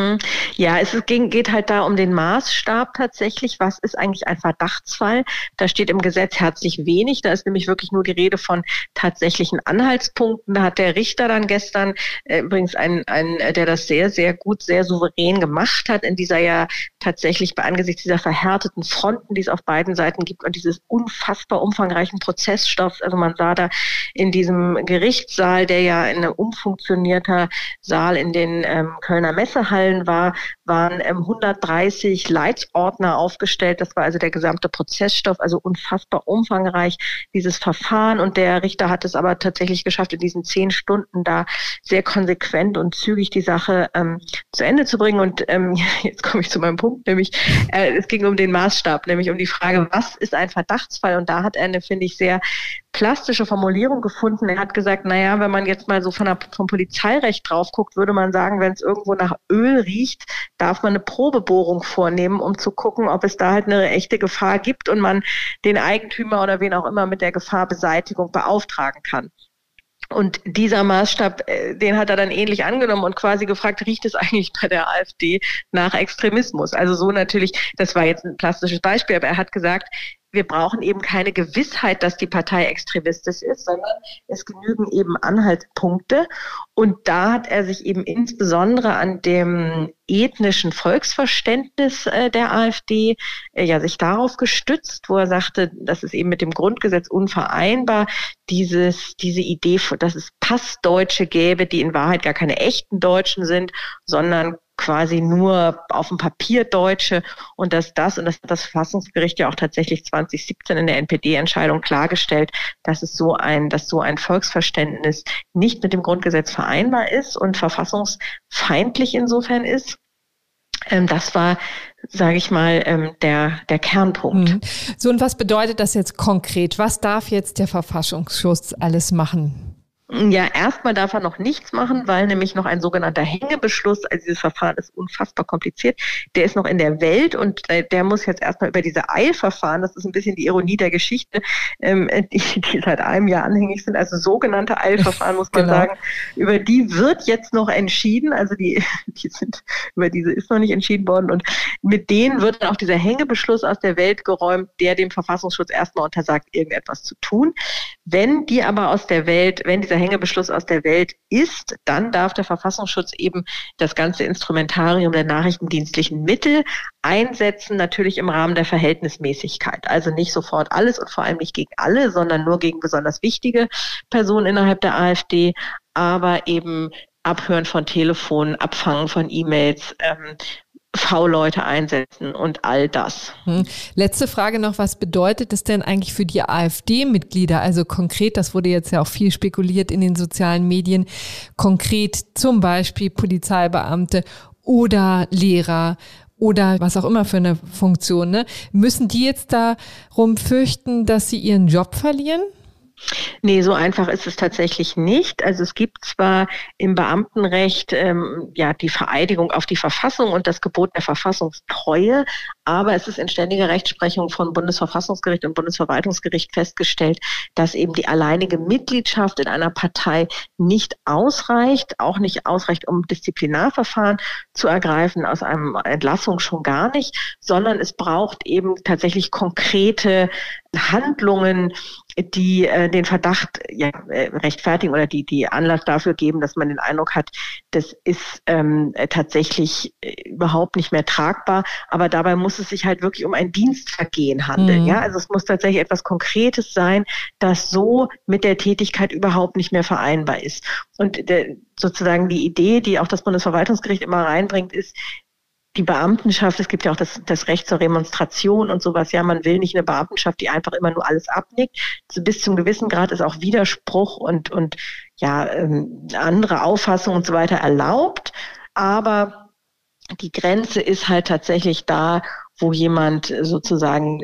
Ja, geht halt da um den Maßstab tatsächlich. Was ist eigentlich ein Verdachtsfall? Da steht im Gesetz herzlich wenig. Da ist nämlich wirklich nur die Rede von tatsächlichen Anhaltspunkten. Da hat der Richter dann gestern übrigens der das sehr, sehr gut, sehr souverän gemacht hat in dieser ja tatsächlich angesichts dieser verhärteten Fronten, die es auf beiden Seiten gibt und dieses unfassbar umfangreichen Prozessstoffs. Also man sah da in diesem Gerichtssaal, der ja ein umfunktionierter Saal in den Kölner Messehallen waren 130 Leitsordner aufgestellt. Das war also der gesamte Prozessstoff, also unfassbar umfangreich, dieses Verfahren. Und der Richter hat es aber tatsächlich geschafft, in diesen 10 Stunden da sehr konsequent und zügig die Sache zu Ende zu bringen. Und jetzt komme ich zu meinem Punkt, nämlich es ging um den Maßstab, nämlich um die Frage, was ist ein Verdachtsfall? Und da hat er eine, finde ich, sehr plastische Formulierung gefunden. Er hat gesagt, naja, wenn man jetzt mal so vom Polizeirecht drauf guckt, würde man sagen, wenn es irgendwo nach Öl riecht, darf man eine Probebohrung vornehmen, um zu gucken, ob es da halt eine echte Gefahr gibt und man den Eigentümer oder wen auch immer mit der Gefahrbeseitigung beauftragen kann. Und dieser Maßstab, den hat er dann ähnlich angenommen und quasi gefragt, riecht es eigentlich bei der AfD nach Extremismus? Also so natürlich, das war jetzt ein plastisches Beispiel, aber er hat gesagt, wir brauchen eben keine Gewissheit, dass die Partei extremistisch ist, sondern es genügen eben Anhaltspunkte. Und da hat er sich eben insbesondere an dem ethnischen Volksverständnis der AfD sich darauf gestützt, wo er sagte, das ist eben mit dem Grundgesetz unvereinbar, diese Idee, dass es Passdeutsche gäbe, die in Wahrheit gar keine echten Deutschen sind, sondern quasi nur auf dem Papier Deutsche und das hat das Verfassungsgericht ja auch tatsächlich 2017 in der NPD-Entscheidung klargestellt, dass so ein Volksverständnis nicht mit dem Grundgesetz vereinbar ist und verfassungsfeindlich insofern ist. Das war, sage ich mal, der Kernpunkt. So, und was bedeutet das jetzt konkret? Was darf jetzt der Verfassungsschutz alles machen? Ja, erstmal darf er noch nichts machen, weil nämlich noch ein sogenannter Hängebeschluss, also dieses Verfahren ist unfassbar kompliziert, der ist noch in der Welt und der muss jetzt erstmal über diese Eilverfahren, das ist ein bisschen die Ironie der Geschichte, die seit einem Jahr anhängig sind, also sogenannte Eilverfahren, muss man sagen, über die wird jetzt noch entschieden, also über diese ist noch nicht entschieden worden und mit denen wird dann auch dieser Hängebeschluss aus der Welt geräumt, der dem Verfassungsschutz erstmal untersagt, irgendetwas zu tun. Wenn dieser Hängebeschluss aus der Welt ist, dann darf der Verfassungsschutz eben das ganze Instrumentarium der nachrichtendienstlichen Mittel einsetzen, natürlich im Rahmen der Verhältnismäßigkeit. Also nicht sofort alles und vor allem nicht gegen alle, sondern nur gegen besonders wichtige Personen innerhalb der AfD. aber eben Abhören von Telefonen, Abfangen von E-Mails, V-Leute einsetzen und all das. Letzte Frage noch, was bedeutet es denn eigentlich für die AfD-Mitglieder? Also konkret, das wurde jetzt ja auch viel spekuliert in den sozialen Medien, konkret zum Beispiel Polizeibeamte oder Lehrer oder was auch immer für eine Funktion, ne? Müssen die jetzt darum fürchten, dass sie ihren Job verlieren? Nee, so einfach ist es tatsächlich nicht. Also es gibt zwar im Beamtenrecht die Vereidigung auf die Verfassung und das Gebot der Verfassungstreue, aber es ist in ständiger Rechtsprechung von Bundesverfassungsgericht und Bundesverwaltungsgericht festgestellt, dass eben die alleinige Mitgliedschaft in einer Partei nicht ausreicht, auch nicht ausreicht, um Disziplinarverfahren zu ergreifen, aus einer Entlassung schon gar nicht, sondern es braucht eben tatsächlich konkrete Handlungen, die den Verdacht rechtfertigen oder die Anlass dafür geben, dass man den Eindruck hat, das ist tatsächlich überhaupt nicht mehr tragbar. Aber dabei muss es sich halt wirklich um ein Dienstvergehen handeln. Ja, also es muss tatsächlich etwas Konkretes sein, das so mit der Tätigkeit überhaupt nicht mehr vereinbar ist. Und sozusagen die Idee, die auch das Bundesverwaltungsgericht immer reinbringt, ist, die Beamtenschaft, es gibt ja auch das Recht zur Remonstration und sowas, ja, man will nicht eine Beamtenschaft, die einfach immer nur alles abnickt. Bis zum gewissen Grad ist auch Widerspruch und andere Auffassungen und so weiter erlaubt, aber die Grenze ist halt tatsächlich da, wo jemand sozusagen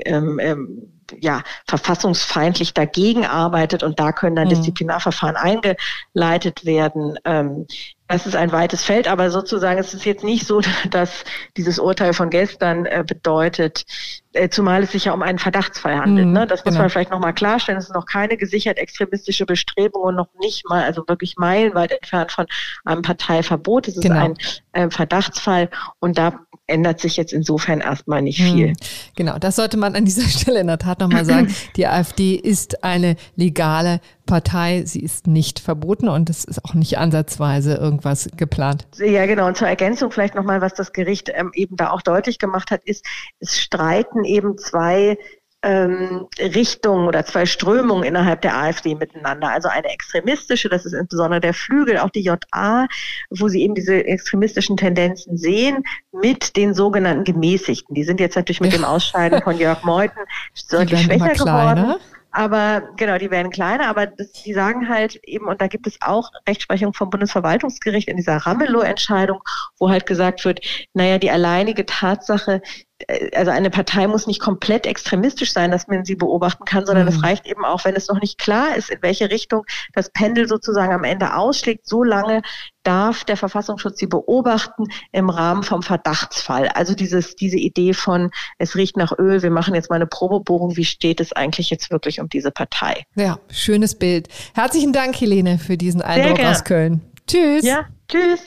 verfassungsfeindlich dagegen arbeitet und da können dann Disziplinarverfahren eingeleitet werden. Das ist ein weites Feld, aber sozusagen es ist jetzt nicht so, dass dieses Urteil von gestern bedeutet, zumal es sich ja um einen Verdachtsfall handelt. Ne? Das muss man vielleicht nochmal klarstellen. Es ist noch keine gesichert extremistische Bestrebung und noch nicht mal, also wirklich meilenweit entfernt von einem Parteiverbot. Es ist ein Verdachtsfall und da ändert sich jetzt insofern erstmal nicht viel. Genau, das sollte man an dieser Stelle in der Tat nochmal sagen. Die AfD ist eine legale Partei, sie ist nicht verboten und es ist auch nicht ansatzweise irgendwas geplant. Ja, genau. Und zur Ergänzung vielleicht nochmal, was das Gericht eben da auch deutlich gemacht hat, ist, es streiten eben zwei Richtungen oder zwei Strömungen innerhalb der AfD miteinander. Also eine extremistische, das ist insbesondere der Flügel, auch die JA, wo sie eben diese extremistischen Tendenzen sehen, mit den sogenannten Gemäßigten. Die sind jetzt natürlich mit dem Ausscheiden von Jörg Meuthen deutlich schwächer geworden. Aber genau, die werden kleiner, aber die sagen halt eben, und da gibt es auch Rechtsprechung vom Bundesverwaltungsgericht in dieser Ramelow-Entscheidung, wo halt gesagt wird, naja, die alleinige Tatsache, also eine Partei muss nicht komplett extremistisch sein, dass man sie beobachten kann, sondern es reicht eben auch, wenn es noch nicht klar ist, in welche Richtung das Pendel sozusagen am Ende ausschlägt, so lange darf der Verfassungsschutz sie beobachten im Rahmen vom Verdachtsfall. Also diese Idee von, es riecht nach Öl, wir machen jetzt mal eine Probebohrung, wie steht es eigentlich jetzt wirklich um diese Partei? Ja, schönes Bild. Herzlichen Dank, Helene, für diesen Eindruck aus Köln. Tschüss. Ja, tschüss.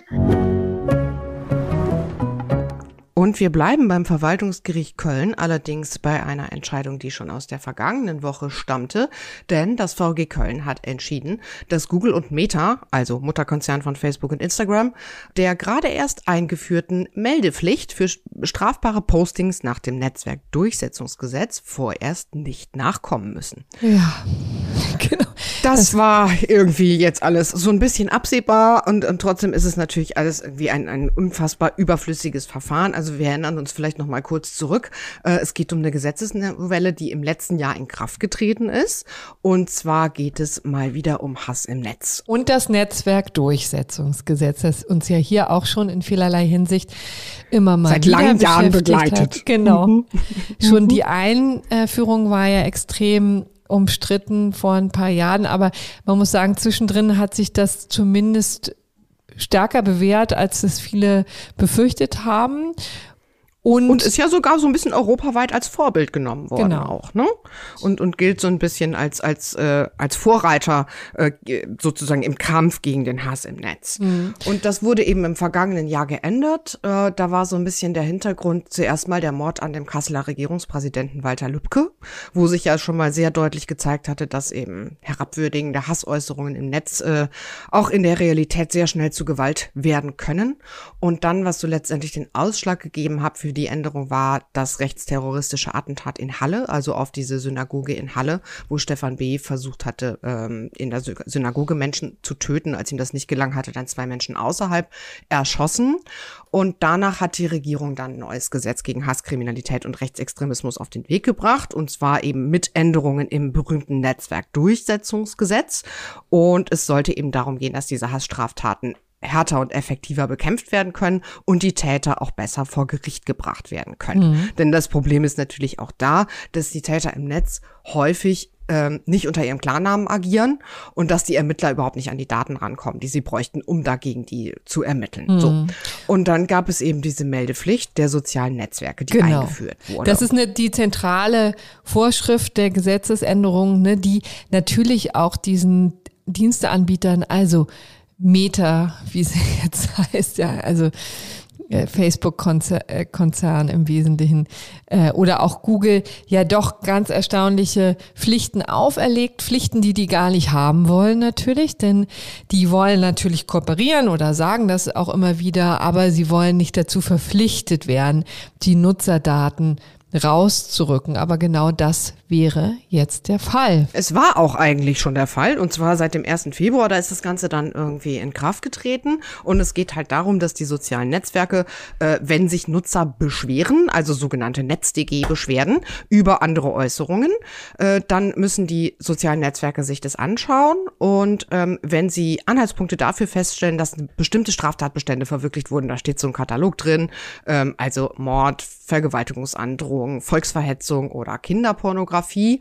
Und wir bleiben beim Verwaltungsgericht Köln, allerdings bei einer Entscheidung, die schon aus der vergangenen Woche stammte, denn das VG Köln hat entschieden, dass Google und Meta, also Mutterkonzern von Facebook und Instagram, der gerade erst eingeführten Meldepflicht für strafbare Postings nach dem Netzwerkdurchsetzungsgesetz vorerst nicht nachkommen müssen. Ja, genau. Das war irgendwie jetzt alles so ein bisschen absehbar und trotzdem ist es natürlich alles irgendwie ein unfassbar überflüssiges Verfahren. Also wir erinnern uns vielleicht noch mal kurz zurück. Es geht um eine Gesetzesnovelle, die im letzten Jahr in Kraft getreten ist. Und zwar geht es mal wieder um Hass im Netz. Und das Netzwerkdurchsetzungsgesetz, das uns ja hier auch schon in vielerlei Hinsicht immer mal seit langen Jahren begleitet hat. Genau. Schon die Einführung war ja extrem umstritten vor ein paar Jahren, aber man muss sagen, zwischendrin hat sich das zumindest stärker bewährt, als es viele befürchtet haben. Und ist ja sogar so ein bisschen europaweit als Vorbild genommen worden auch, ne? Und gilt so ein bisschen als Vorreiter sozusagen im Kampf gegen den Hass im Netz. Und das wurde eben im vergangenen Jahr geändert. Da war so ein bisschen der Hintergrund zuerst mal der Mord an dem Kasseler Regierungspräsidenten Walter Lübcke, wo sich ja schon mal sehr deutlich gezeigt hatte, dass eben herabwürdigende Hassäußerungen im Netz auch in der Realität sehr schnell zu Gewalt werden können. Und dann, was so letztendlich den Ausschlag gegeben hat für die Änderung war das rechtsterroristische Attentat in Halle, also auf diese Synagoge in Halle, wo Stefan B. versucht hatte, in der Synagoge Menschen zu töten. Als ihm das nicht gelang, hatte dann 2 Menschen außerhalb erschossen. Und danach hat die Regierung dann ein neues Gesetz gegen Hasskriminalität und Rechtsextremismus auf den Weg gebracht. Und zwar eben mit Änderungen im berühmten Netzwerkdurchsetzungsgesetz. Und es sollte eben darum gehen, dass diese Hassstraftaten härter und effektiver bekämpft werden können und die Täter auch besser vor Gericht gebracht werden können. Denn das Problem ist natürlich auch da, dass die Täter im Netz häufig nicht unter ihrem Klarnamen agieren und dass die Ermittler überhaupt nicht an die Daten rankommen, die sie bräuchten, um dagegen die zu ermitteln. So. Und dann gab es eben diese Meldepflicht der sozialen Netzwerke, die eingeführt wurde. Das ist die zentrale Vorschrift der Gesetzesänderung, ne, die natürlich auch diesen Diensteanbietern, also Meta, wie es jetzt heißt, ja, also Facebook-Konzern im Wesentlichen oder auch Google, ja doch ganz erstaunliche Pflichten auferlegt, Pflichten, die gar nicht haben wollen natürlich, denn die wollen natürlich kooperieren oder sagen das auch immer wieder, aber sie wollen nicht dazu verpflichtet werden, die Nutzerdaten rauszurücken. Aber genau das wäre jetzt der Fall. Es war auch eigentlich schon der Fall, und zwar seit dem 1. Februar, da ist das Ganze dann irgendwie in Kraft getreten, und es geht halt darum, dass die sozialen Netzwerke, wenn sich Nutzer beschweren, also sogenannte NetzDG-Beschwerden über andere Äußerungen, dann müssen die sozialen Netzwerke sich das anschauen, und wenn sie Anhaltspunkte dafür feststellen, dass bestimmte Straftatbestände verwirklicht wurden, da steht so ein Katalog drin, also Mord, Vergewaltigungsandrohung, Volksverhetzung oder Kinderpornografie,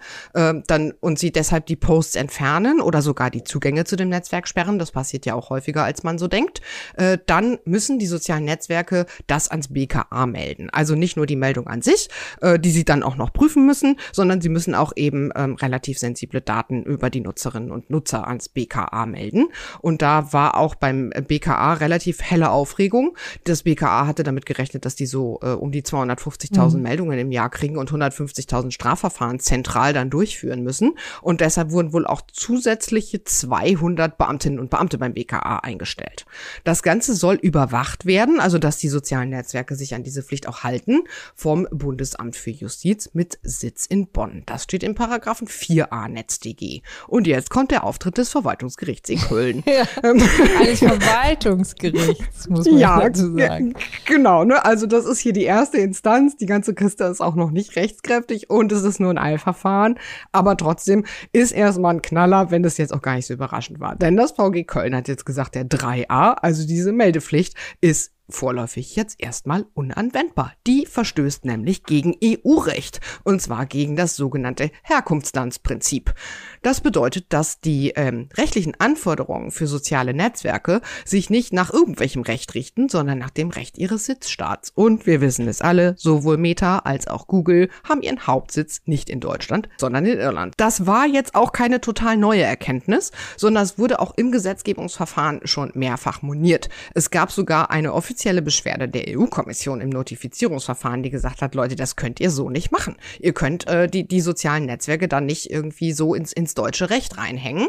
und sie deshalb die Posts entfernen oder sogar die Zugänge zu dem Netzwerk sperren, das passiert ja auch häufiger, als man so denkt, dann müssen die sozialen Netzwerke das ans BKA melden. Also nicht nur die Meldung an sich, die sie dann auch noch prüfen müssen, sondern sie müssen auch eben relativ sensible Daten über die Nutzerinnen und Nutzer ans BKA melden. Und da war auch beim BKA relativ helle Aufregung. Das BKA hatte damit gerechnet, dass die so um die 250.000 Meldungen im Jahr kriegen und 150.000 Strafverfahren zentral dann durchführen müssen. Und deshalb wurden wohl auch zusätzliche 200 Beamtinnen und Beamte beim BKA eingestellt. Das Ganze soll überwacht werden, also dass die sozialen Netzwerke sich an diese Pflicht auch halten, vom Bundesamt für Justiz mit Sitz in Bonn. Das steht im Paragraphen 4a NetzDG. Und jetzt kommt der Auftritt des Verwaltungsgerichts in Köln. Ja, eines Verwaltungsgerichts, muss man dazu sagen. Genau, ne? Also das ist hier die erste Instanz. Die ganze Kiste ist auch noch nicht rechtskräftig und es ist nur ein Eilverfahren. Aber trotzdem ist erstmal ein Knaller, wenn das jetzt auch gar nicht so überraschend war. Denn das VG Köln hat jetzt gesagt, der 3a, also diese Meldepflicht, ist vorläufig jetzt erstmal unanwendbar. Die verstößt nämlich gegen EU-Recht, und zwar gegen das sogenannte Herkunftslandsprinzip. Das bedeutet, dass die rechtlichen Anforderungen für soziale Netzwerke sich nicht nach irgendwelchem Recht richten, sondern nach dem Recht ihres Sitzstaats. Und wir wissen es alle, sowohl Meta als auch Google haben ihren Hauptsitz nicht in Deutschland, sondern in Irland. Das war jetzt auch keine total neue Erkenntnis, sondern es wurde auch im Gesetzgebungsverfahren schon mehrfach moniert. Es gab sogar eine offizielle Beschwerde der EU-Kommission im Notifizierungsverfahren, die gesagt hat, Leute, das könnt ihr so nicht machen. Ihr könnt die sozialen Netzwerke dann nicht irgendwie so ins deutsche Recht reinhängen.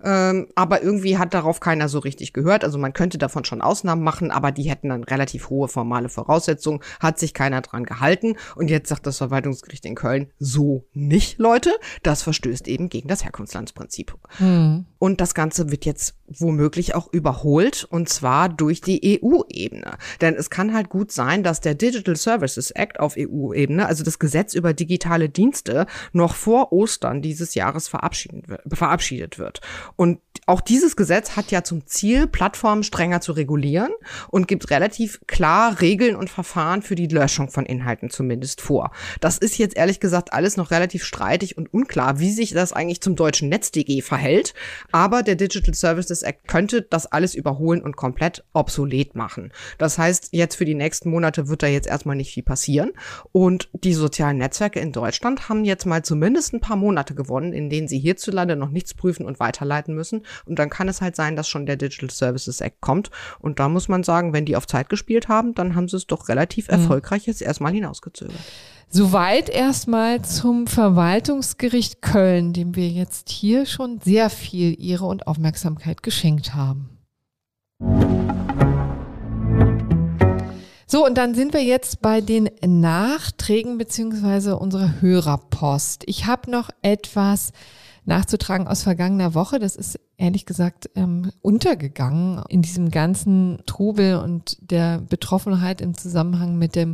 Aber irgendwie hat darauf keiner so richtig gehört. Also man könnte davon schon Ausnahmen machen, aber die hätten dann relativ hohe formale Voraussetzungen. Hat sich keiner dran gehalten. Und jetzt sagt das Verwaltungsgericht in Köln, so nicht, Leute. Das verstößt eben gegen das Herkunftslandsprinzip. Und das Ganze wird jetzt womöglich auch überholt, und zwar durch die EU-Ebene. Denn es kann halt gut sein, dass der Digital Services Act auf EU-Ebene, also das Gesetz über digitale Dienste, noch vor Ostern dieses Jahres verabschiedet wird. Und auch dieses Gesetz hat ja zum Ziel, Plattformen strenger zu regulieren und gibt relativ klar Regeln und Verfahren für die Löschung von Inhalten zumindest vor. Das ist jetzt ehrlich gesagt alles noch relativ streitig und unklar, wie sich das eigentlich zum deutschen NetzDG verhält. Aber der Digital Services Act könnte das alles überholen und komplett obsolet machen. Das heißt, jetzt für die nächsten Monate wird da jetzt erstmal nicht viel passieren. Und die sozialen Netzwerke in Deutschland haben jetzt mal zumindest ein paar Monate gewonnen, in denen sie hierzulande noch nichts prüfen und weiterleiten müssen. Und dann kann es halt sein, dass schon der Digital Services Act kommt. Und da muss man sagen, wenn die auf Zeit gespielt haben, dann haben sie es doch relativ erfolgreich jetzt erstmal hinausgezögert. Soweit erstmal zum Verwaltungsgericht Köln, dem wir jetzt hier schon sehr viel Ehre und Aufmerksamkeit geschenkt haben. So, und dann sind wir jetzt bei den Nachträgen beziehungsweise unserer Hörerpost. Ich habe noch etwas nachzutragen aus vergangener Woche. Das ist ehrlich gesagt untergegangen in diesem ganzen Trubel und der Betroffenheit im Zusammenhang mit dem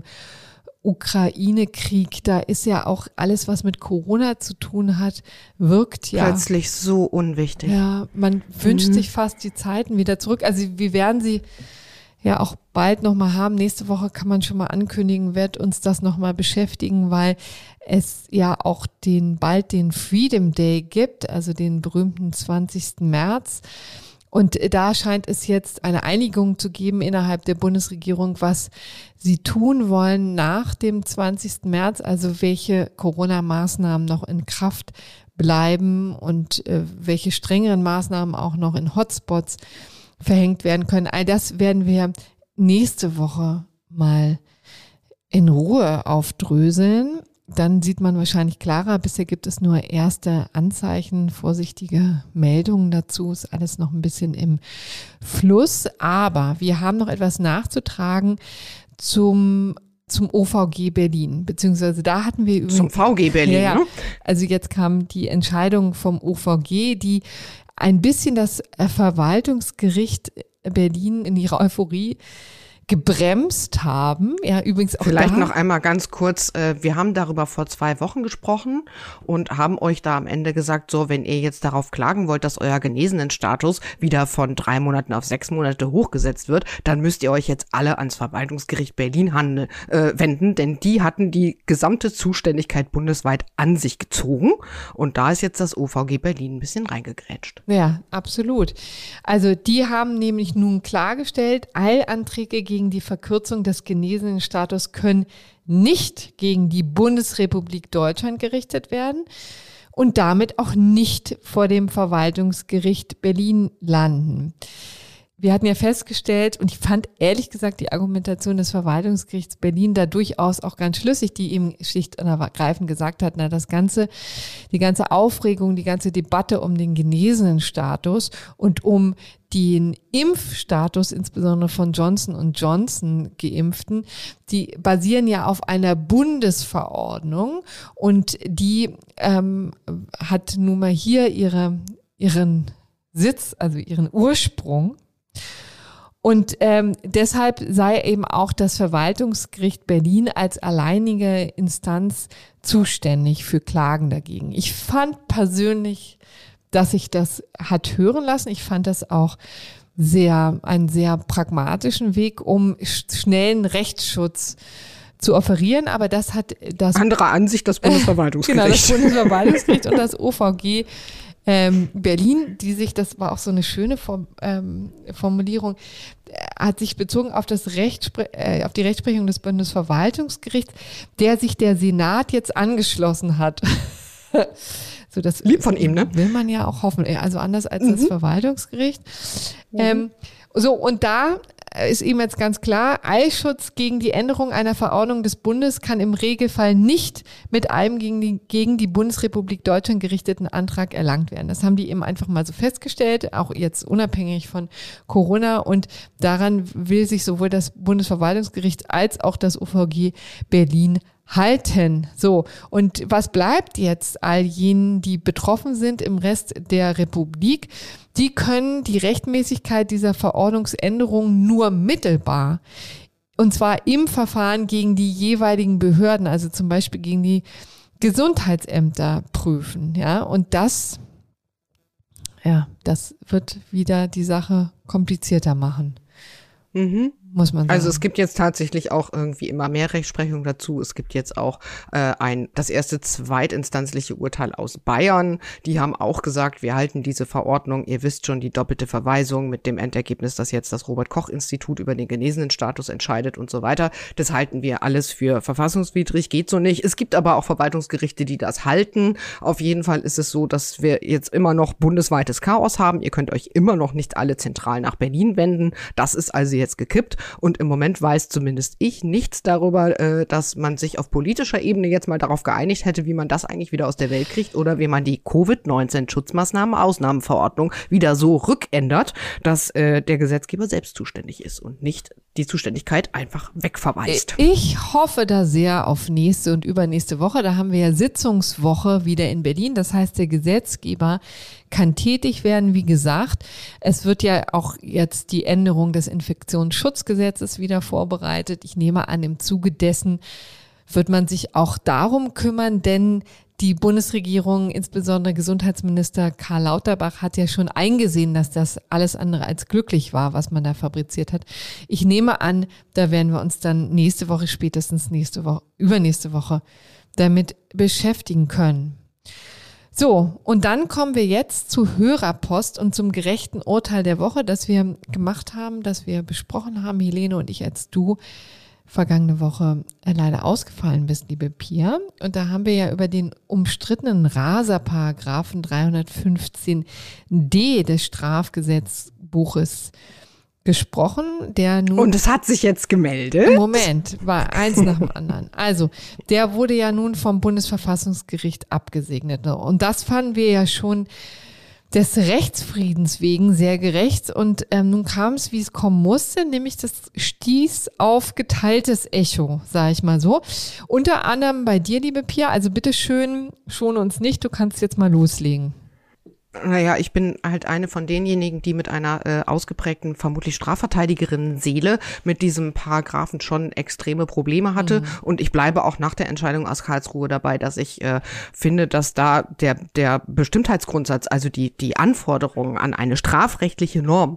Ukraine-Krieg. Da ist ja auch alles, was mit Corona zu tun hat, wirkt ja plötzlich so unwichtig. Ja, man wünscht sich fast die Zeiten wieder zurück. Also wir werden sie ja auch bald nochmal haben. Nächste Woche kann man schon mal ankündigen, wird uns das nochmal beschäftigen, weil es ja auch bald den Freedom Day gibt, also den berühmten 20. März. Und da scheint es jetzt eine Einigung zu geben innerhalb der Bundesregierung, was sie tun wollen nach dem 20. März, also welche Corona-Maßnahmen noch in Kraft bleiben und welche strengeren Maßnahmen auch noch in Hotspots verhängt werden können. All das werden wir nächste Woche mal in Ruhe aufdröseln. Dann sieht man wahrscheinlich klarer. Bisher gibt es nur erste Anzeichen, vorsichtige Meldungen dazu. Ist alles noch ein bisschen im Fluss. Aber wir haben noch etwas nachzutragen zum OVG Berlin, beziehungsweise da hatten wir zum VG Berlin. Ja, ne? Also jetzt kam die Entscheidung vom OVG, die ein bisschen das Verwaltungsgericht Berlin in ihrer Euphorie gebremst haben. Ja, übrigens auch vielleicht noch einmal ganz kurz, wir haben darüber vor 2 Wochen gesprochen und haben euch da am Ende gesagt, so, wenn ihr jetzt darauf klagen wollt, dass euer Genesenenstatus wieder von 3 Monaten auf 6 Monate hochgesetzt wird, dann müsst ihr euch jetzt alle ans Verwaltungsgericht Berlin wenden, denn die hatten die gesamte Zuständigkeit bundesweit an sich gezogen und da ist jetzt das OVG Berlin ein bisschen reingegrätscht. Ja, absolut. Also die haben nämlich nun klargestellt, Eilanträge gegen die Verkürzung des Genesenenstatus können nicht gegen die Bundesrepublik Deutschland gerichtet werden und damit auch nicht vor dem Verwaltungsgericht Berlin landen. Wir hatten ja festgestellt, und ich fand ehrlich gesagt die Argumentation des Verwaltungsgerichts Berlin da durchaus auch ganz schlüssig, die ihm schlicht und ergreifend gesagt hat, die ganze Aufregung, die ganze Debatte um den Genesenenstatus und um den Impfstatus, insbesondere von Johnson & Johnson Geimpften, die basieren ja auf einer Bundesverordnung und die hat nun mal hier ihren Sitz, also ihren Ursprung. Und deshalb sei eben auch das Verwaltungsgericht Berlin als alleinige Instanz zuständig für Klagen dagegen. Ich fand persönlich, dass sich das hat hören lassen. Ich fand das auch einen sehr pragmatischen Weg, um schnellen Rechtsschutz zu offerieren. Aber das hat das andere Ansicht das Bundesverwaltungsgericht. Genau, das Bundesverwaltungsgericht und das OVG Berlin, das war auch so eine schöne Formulierung, hat sich bezogen auf auf die Rechtsprechung des Bundesverwaltungsgerichts, der sich der Senat jetzt angeschlossen hat. So, das lieb von ihm, ne? Will man ja auch hoffen. Also anders als das Verwaltungsgericht. Und da ist eben jetzt ganz klar, Eilschutz gegen die Änderung einer Verordnung des Bundes kann im Regelfall nicht mit einem gegen die Bundesrepublik Deutschland gerichteten Antrag erlangt werden. Das haben die eben einfach mal so festgestellt, auch jetzt unabhängig von Corona. Und daran will sich sowohl das Bundesverwaltungsgericht als auch das OVG Berlin halten. So, und was bleibt jetzt all jenen, die betroffen sind im Rest der Republik? Die können die Rechtmäßigkeit dieser Verordnungsänderung nur mittelbar, und zwar im Verfahren gegen die jeweiligen Behörden, also zum Beispiel gegen die Gesundheitsämter prüfen. Ja, und das wird wieder die Sache komplizierter machen. Muss man sagen. Also es gibt jetzt tatsächlich auch irgendwie immer mehr Rechtsprechung dazu. Es gibt jetzt auch das erste zweitinstanzliche Urteil aus Bayern. Die haben auch gesagt, wir halten diese Verordnung, ihr wisst schon, die doppelte Verweisung mit dem Endergebnis, dass jetzt das Robert-Koch-Institut über den Genesenenstatus entscheidet und so weiter. Das halten wir alles für verfassungswidrig, geht so nicht. Es gibt aber auch Verwaltungsgerichte, die das halten. Auf jeden Fall ist es so, dass wir jetzt immer noch bundesweites Chaos haben. Ihr könnt euch immer noch nicht alle zentral nach Berlin wenden. Das ist also jetzt gekippt. Und im Moment weiß zumindest ich nichts darüber, dass man sich auf politischer Ebene jetzt mal darauf geeinigt hätte, wie man das eigentlich wieder aus der Welt kriegt oder wie man die Covid-19-Schutzmaßnahmen-Ausnahmenverordnung wieder so rückändert, dass der Gesetzgeber selbst zuständig ist und nicht die Zuständigkeit einfach wegverweist. Ich hoffe da sehr auf nächste und übernächste Woche. Da haben wir ja Sitzungswoche wieder in Berlin. Das heißt, der Gesetzgeber kann tätig werden. Wie gesagt, es wird ja auch jetzt die Änderung des Infektionsschutzgesetzes wieder vorbereitet. Ich nehme an, im Zuge dessen wird man sich auch darum kümmern, denn die Bundesregierung, insbesondere Gesundheitsminister Karl Lauterbach, hat ja schon eingesehen, dass das alles andere als glücklich war, was man da fabriziert hat. Ich nehme an, da werden wir uns dann nächste Woche, spätestens nächste Woche, übernächste Woche damit beschäftigen können. So, und dann kommen wir jetzt zu Hörerpost und zum gerechten Urteil der Woche, das wir gemacht haben, das wir besprochen haben, Helene und ich als du vergangene Woche leider ausgefallen bist, liebe Pia. Und da haben wir ja über den umstrittenen Raserparagraphen 315d des Strafgesetzbuches gesprochen, der nun... Und es hat sich jetzt gemeldet? Moment, war eins nach dem anderen. Also, der wurde ja nun vom Bundesverfassungsgericht abgesegnet. Und das fanden wir ja schon des Rechtsfriedens wegen sehr gerecht. Und nun kam es, wie es kommen musste, nämlich das stieß auf geteiltes Echo, sage ich mal so. Unter anderem bei dir, liebe Pia, also bitteschön, schon uns nicht, du kannst jetzt mal loslegen. Naja, ich bin halt eine von denjenigen, die mit einer ausgeprägten, vermutlich Strafverteidigerinnen-Seele mit diesem Paragraphen schon extreme Probleme hatte. Und ich bleibe auch nach der Entscheidung aus Karlsruhe dabei, dass ich finde, dass da der Bestimmtheitsgrundsatz, also die Anforderungen an eine strafrechtliche Norm,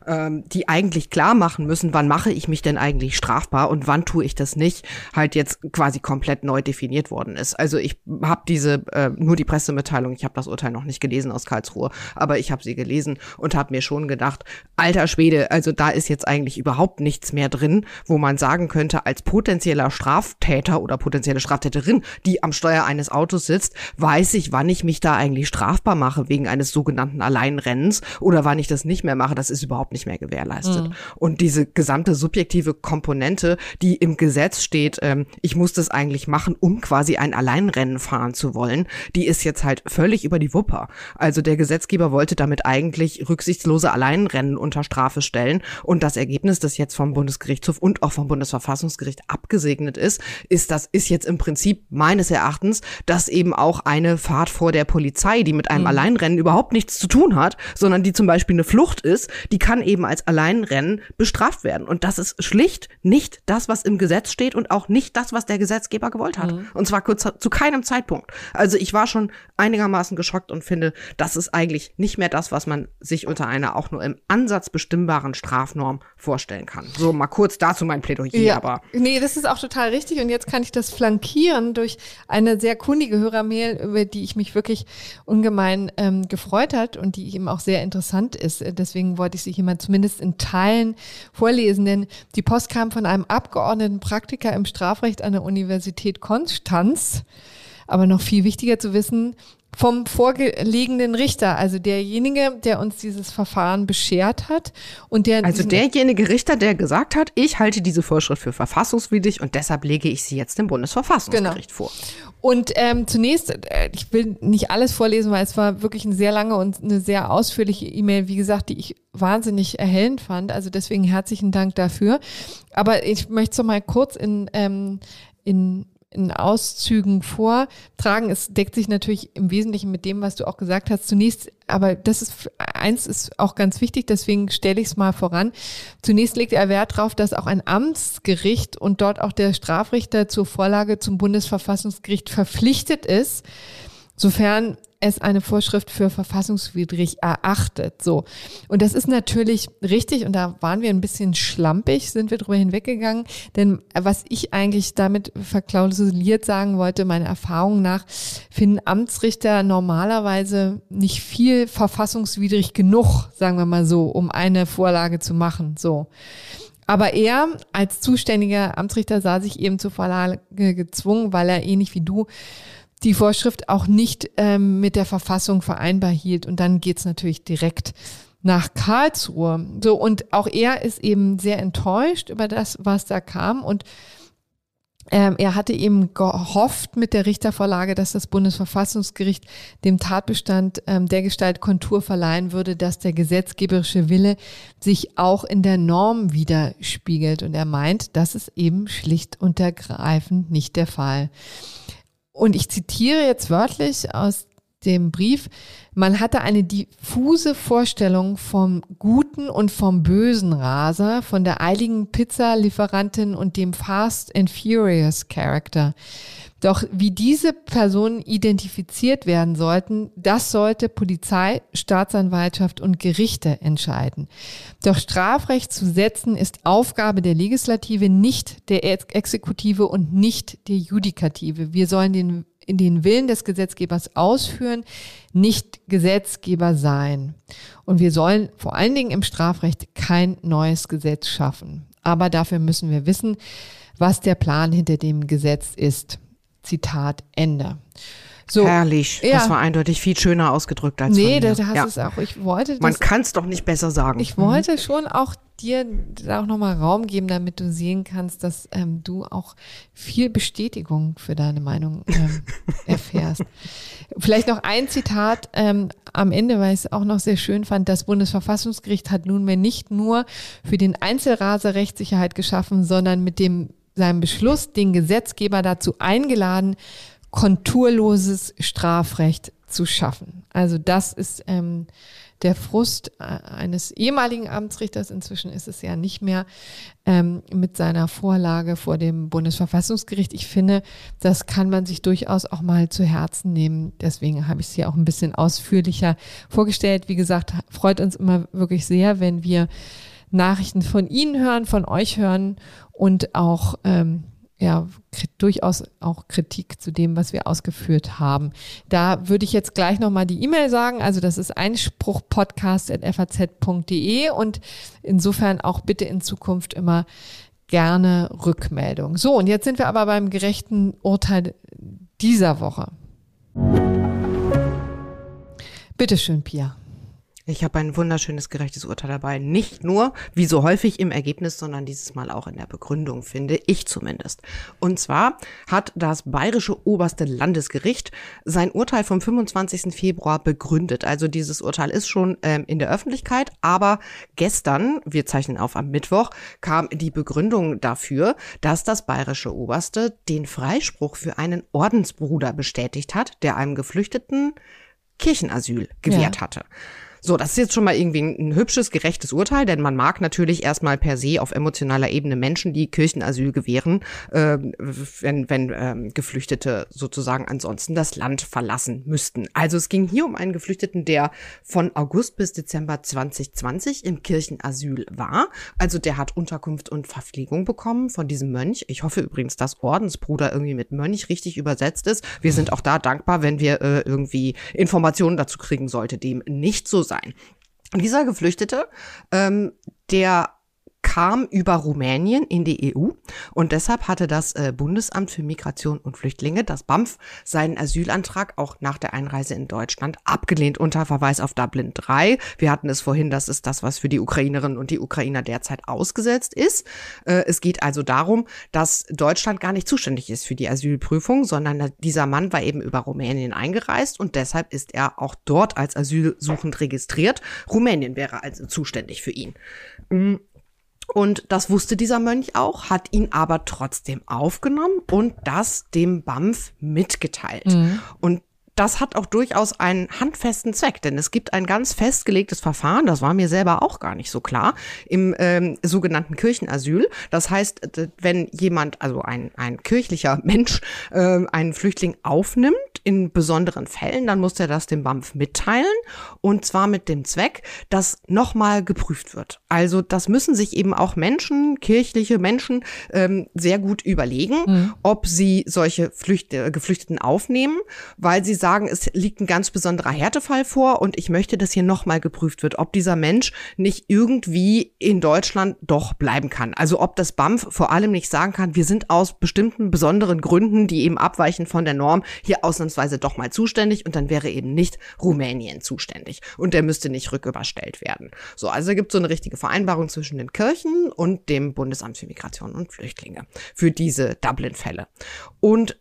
die eigentlich klar machen müssen, wann mache ich mich denn eigentlich strafbar und wann tue ich das nicht, halt jetzt quasi komplett neu definiert worden ist. Also ich habe nur die Pressemitteilung, ich habe das Urteil noch nicht gelesen aus Karlsruhe, aber ich habe sie gelesen und habe mir schon gedacht, alter Schwede, also da ist jetzt eigentlich überhaupt nichts mehr drin, wo man sagen könnte, als potenzieller Straftäter oder potenzielle Straftäterin, die am Steuer eines Autos sitzt, weiß ich, wann ich mich da eigentlich strafbar mache wegen eines sogenannten Alleinrennens oder wann ich das nicht mehr mache, das ist überhaupt nicht mehr gewährleistet. Und diese gesamte subjektive Komponente, die im Gesetz steht, ich muss das eigentlich machen, um quasi ein Alleinrennen fahren zu wollen, die ist jetzt halt völlig über die Wupper. Also der Gesetzgeber wollte damit eigentlich rücksichtslose Alleinrennen unter Strafe stellen. Und das Ergebnis, das jetzt vom Bundesgerichtshof und auch vom Bundesverfassungsgericht abgesegnet ist jetzt im Prinzip meines Erachtens, dass eben auch eine Fahrt vor der Polizei, die mit einem Alleinrennen überhaupt nichts zu tun hat, sondern die zum Beispiel eine Flucht ist, die kann eben als Alleinrennen bestraft werden. Und das ist schlicht nicht das, was im Gesetz steht und auch nicht das, was der Gesetzgeber gewollt hat. Und zwar zu keinem Zeitpunkt. Also ich war schon einigermaßen geschockt und finde, das ist eigentlich nicht mehr das, was man sich unter einer auch nur im Ansatz bestimmbaren Strafnorm vorstellen kann. So, mal kurz dazu mein Plädoyer. Ja, aber nee, das ist auch total richtig. Und jetzt kann ich das flankieren durch eine sehr kundige Hörermail, über die ich mich wirklich ungemein gefreut hat und die eben auch sehr interessant ist. Deswegen wollte ich sie hier mal zumindest in Teilen vorlesen, denn die Post kam von einem abgeordneten Praktiker im Strafrecht an der Universität Konstanz. Aber noch viel wichtiger zu wissen, vom vorgelegenen Richter, also derjenige, der uns dieses Verfahren beschert hat und der... Also derjenige Richter, der gesagt hat, ich halte diese Vorschrift für verfassungswidrig und deshalb lege ich sie jetzt dem Bundesverfassungsgericht vor. Und zunächst, ich will nicht alles vorlesen, weil es war wirklich eine sehr lange und eine sehr ausführliche E-Mail, wie gesagt, die ich wahnsinnig erhellend fand. Also deswegen herzlichen Dank dafür. Aber ich möchte es noch mal kurz in Auszügen vortragen. Es deckt sich natürlich im Wesentlichen mit dem, was du auch gesagt hast. Zunächst, aber eins ist auch ganz wichtig, deswegen stelle ich es mal voran. Zunächst legt er Wert darauf, dass auch ein Amtsgericht und dort auch der Strafrichter zur Vorlage zum Bundesverfassungsgericht verpflichtet ist, sofern es eine Vorschrift für verfassungswidrig erachtet. So. Und das ist natürlich richtig und da waren wir ein bisschen schlampig, sind wir drüber hinweggegangen, denn was ich eigentlich damit verklausuliert sagen wollte, meiner Erfahrung nach, finden Amtsrichter normalerweise nicht viel verfassungswidrig genug, sagen wir mal so, um eine Vorlage zu machen. So. Aber er als zuständiger Amtsrichter sah sich eben zur Vorlage gezwungen, weil er ähnlich wie du die Vorschrift auch nicht mit der Verfassung vereinbar hielt. Und dann geht's natürlich direkt nach Karlsruhe. So, und auch er ist eben sehr enttäuscht über das, was da kam, und er hatte eben gehofft mit der Richtervorlage, dass das Bundesverfassungsgericht dem Tatbestand der Gestalt Kontur verleihen würde, dass der gesetzgeberische Wille sich auch in der Norm widerspiegelt. Und er meint, das ist eben schlicht und ergreifend nicht der Fall. Und ich zitiere jetzt wörtlich aus dem Brief: Man hatte eine diffuse Vorstellung vom guten und vom bösen Raser, von der eiligen Pizzalieferantin und dem Fast and Furious Charakter. Doch wie diese Personen identifiziert werden sollten, das sollte Polizei, Staatsanwaltschaft und Gerichte entscheiden. Doch Strafrecht zu setzen ist Aufgabe der Legislative, nicht der Exekutive und nicht der Judikative. Wir sollen den Willen des Gesetzgebers ausführen, nicht Gesetzgeber sein. Und wir sollen vor allen Dingen im Strafrecht kein neues Gesetz schaffen. Aber dafür müssen wir wissen, was der Plan hinter dem Gesetz ist. Zitat Ende. So, herrlich. Ja. Das war eindeutig viel schöner ausgedrückt als von mir. Nee, da hast es auch. Ich wollte Man kann es doch nicht besser sagen. Ich wollte schon auch dir auch nochmal Raum geben, damit du sehen kannst, dass du auch viel Bestätigung für deine Meinung erfährst. Vielleicht noch ein Zitat am Ende, weil ich es auch noch sehr schön fand. Das Bundesverfassungsgericht hat nunmehr nicht nur für den Einzelraser Rechtssicherheit geschaffen, sondern mit seinem Beschluss den Gesetzgeber dazu eingeladen, konturloses Strafrecht zu schaffen. Also das ist der Frust eines ehemaligen Amtsrichters, inzwischen ist es ja nicht mehr, mit seiner Vorlage vor dem Bundesverfassungsgericht. Ich finde, das kann man sich durchaus auch mal zu Herzen nehmen. Deswegen habe ich es hier auch ein bisschen ausführlicher vorgestellt. Wie gesagt, freut uns immer wirklich sehr, wenn wir Nachrichten von Ihnen hören, von euch hören und auch durchaus auch Kritik zu dem, was wir ausgeführt haben. Da würde ich jetzt gleich nochmal die E-Mail sagen. Also das ist einspruchpodcast@faz.de und insofern auch bitte in Zukunft immer gerne Rückmeldung. So, und jetzt sind wir aber beim gerechten Urteil dieser Woche. Bitteschön, Pia. Ich habe ein wunderschönes, gerechtes Urteil dabei. Nicht nur, wie so häufig im Ergebnis, sondern dieses Mal auch in der Begründung, finde ich zumindest. Und zwar hat das Bayerische Oberste Landesgericht sein Urteil vom 25. Februar begründet. Also dieses Urteil ist schon in der Öffentlichkeit, aber gestern, wir zeichnen auf am Mittwoch, kam die Begründung dafür, dass das Bayerische Oberste den Freispruch für einen Ordensbruder bestätigt hat, der einem Geflüchteten Kirchenasyl gewährt hatte. So, das ist jetzt schon mal irgendwie ein hübsches, gerechtes Urteil, denn man mag natürlich erstmal per se auf emotionaler Ebene Menschen, die Kirchenasyl gewähren, wenn Geflüchtete sozusagen ansonsten das Land verlassen müssten. Also es ging hier um einen Geflüchteten, der von August bis Dezember 2020 im Kirchenasyl war. Also der hat Unterkunft und Verpflegung bekommen von diesem Mönch. Ich hoffe übrigens, dass Ordensbruder irgendwie mit Mönch richtig übersetzt ist. Wir sind auch da dankbar, wenn wir irgendwie Informationen dazu kriegen, sollte dem nicht so sein. Und dieser Geflüchtete, der kam über Rumänien in die EU und deshalb hatte das Bundesamt für Migration und Flüchtlinge, das BAMF, seinen Asylantrag auch nach der Einreise in Deutschland abgelehnt unter Verweis auf Dublin III. Wir hatten es vorhin, das ist das, was für die Ukrainerinnen und die Ukrainer derzeit ausgesetzt ist. Es geht also darum, dass Deutschland gar nicht zuständig ist für die Asylprüfung, sondern dieser Mann war eben über Rumänien eingereist und deshalb ist er auch dort als asylsuchend registriert. Rumänien wäre also zuständig für ihn. Und das wusste dieser Mönch auch, hat ihn aber trotzdem aufgenommen und das dem BAMF mitgeteilt. Und das hat auch durchaus einen handfesten Zweck, denn es gibt ein ganz festgelegtes Verfahren, das war mir selber auch gar nicht so klar, im sogenannten Kirchenasyl. Das heißt, wenn jemand, also ein kirchlicher Mensch, einen Flüchtling aufnimmt, in besonderen Fällen, dann muss er das dem BAMF mitteilen und zwar mit dem Zweck, dass nochmal geprüft wird. Also das müssen sich eben auch Menschen, kirchliche Menschen, sehr gut überlegen, ob sie solche Geflüchteten aufnehmen, weil sie sagen, es liegt ein ganz besonderer Härtefall vor und ich möchte, dass hier nochmal geprüft wird, ob dieser Mensch nicht irgendwie in Deutschland doch bleiben kann. Also ob das BAMF vor allem nicht sagen kann, wir sind aus bestimmten besonderen Gründen, die eben abweichen von der Norm, hier aus einer ausnahmsweise doch mal zuständig und dann wäre eben nicht Rumänien zuständig und der müsste nicht rücküberstellt werden. So, also da gibt es so eine richtige Vereinbarung zwischen den Kirchen und dem Bundesamt für Migration und Flüchtlinge für diese Dublin-Fälle. Und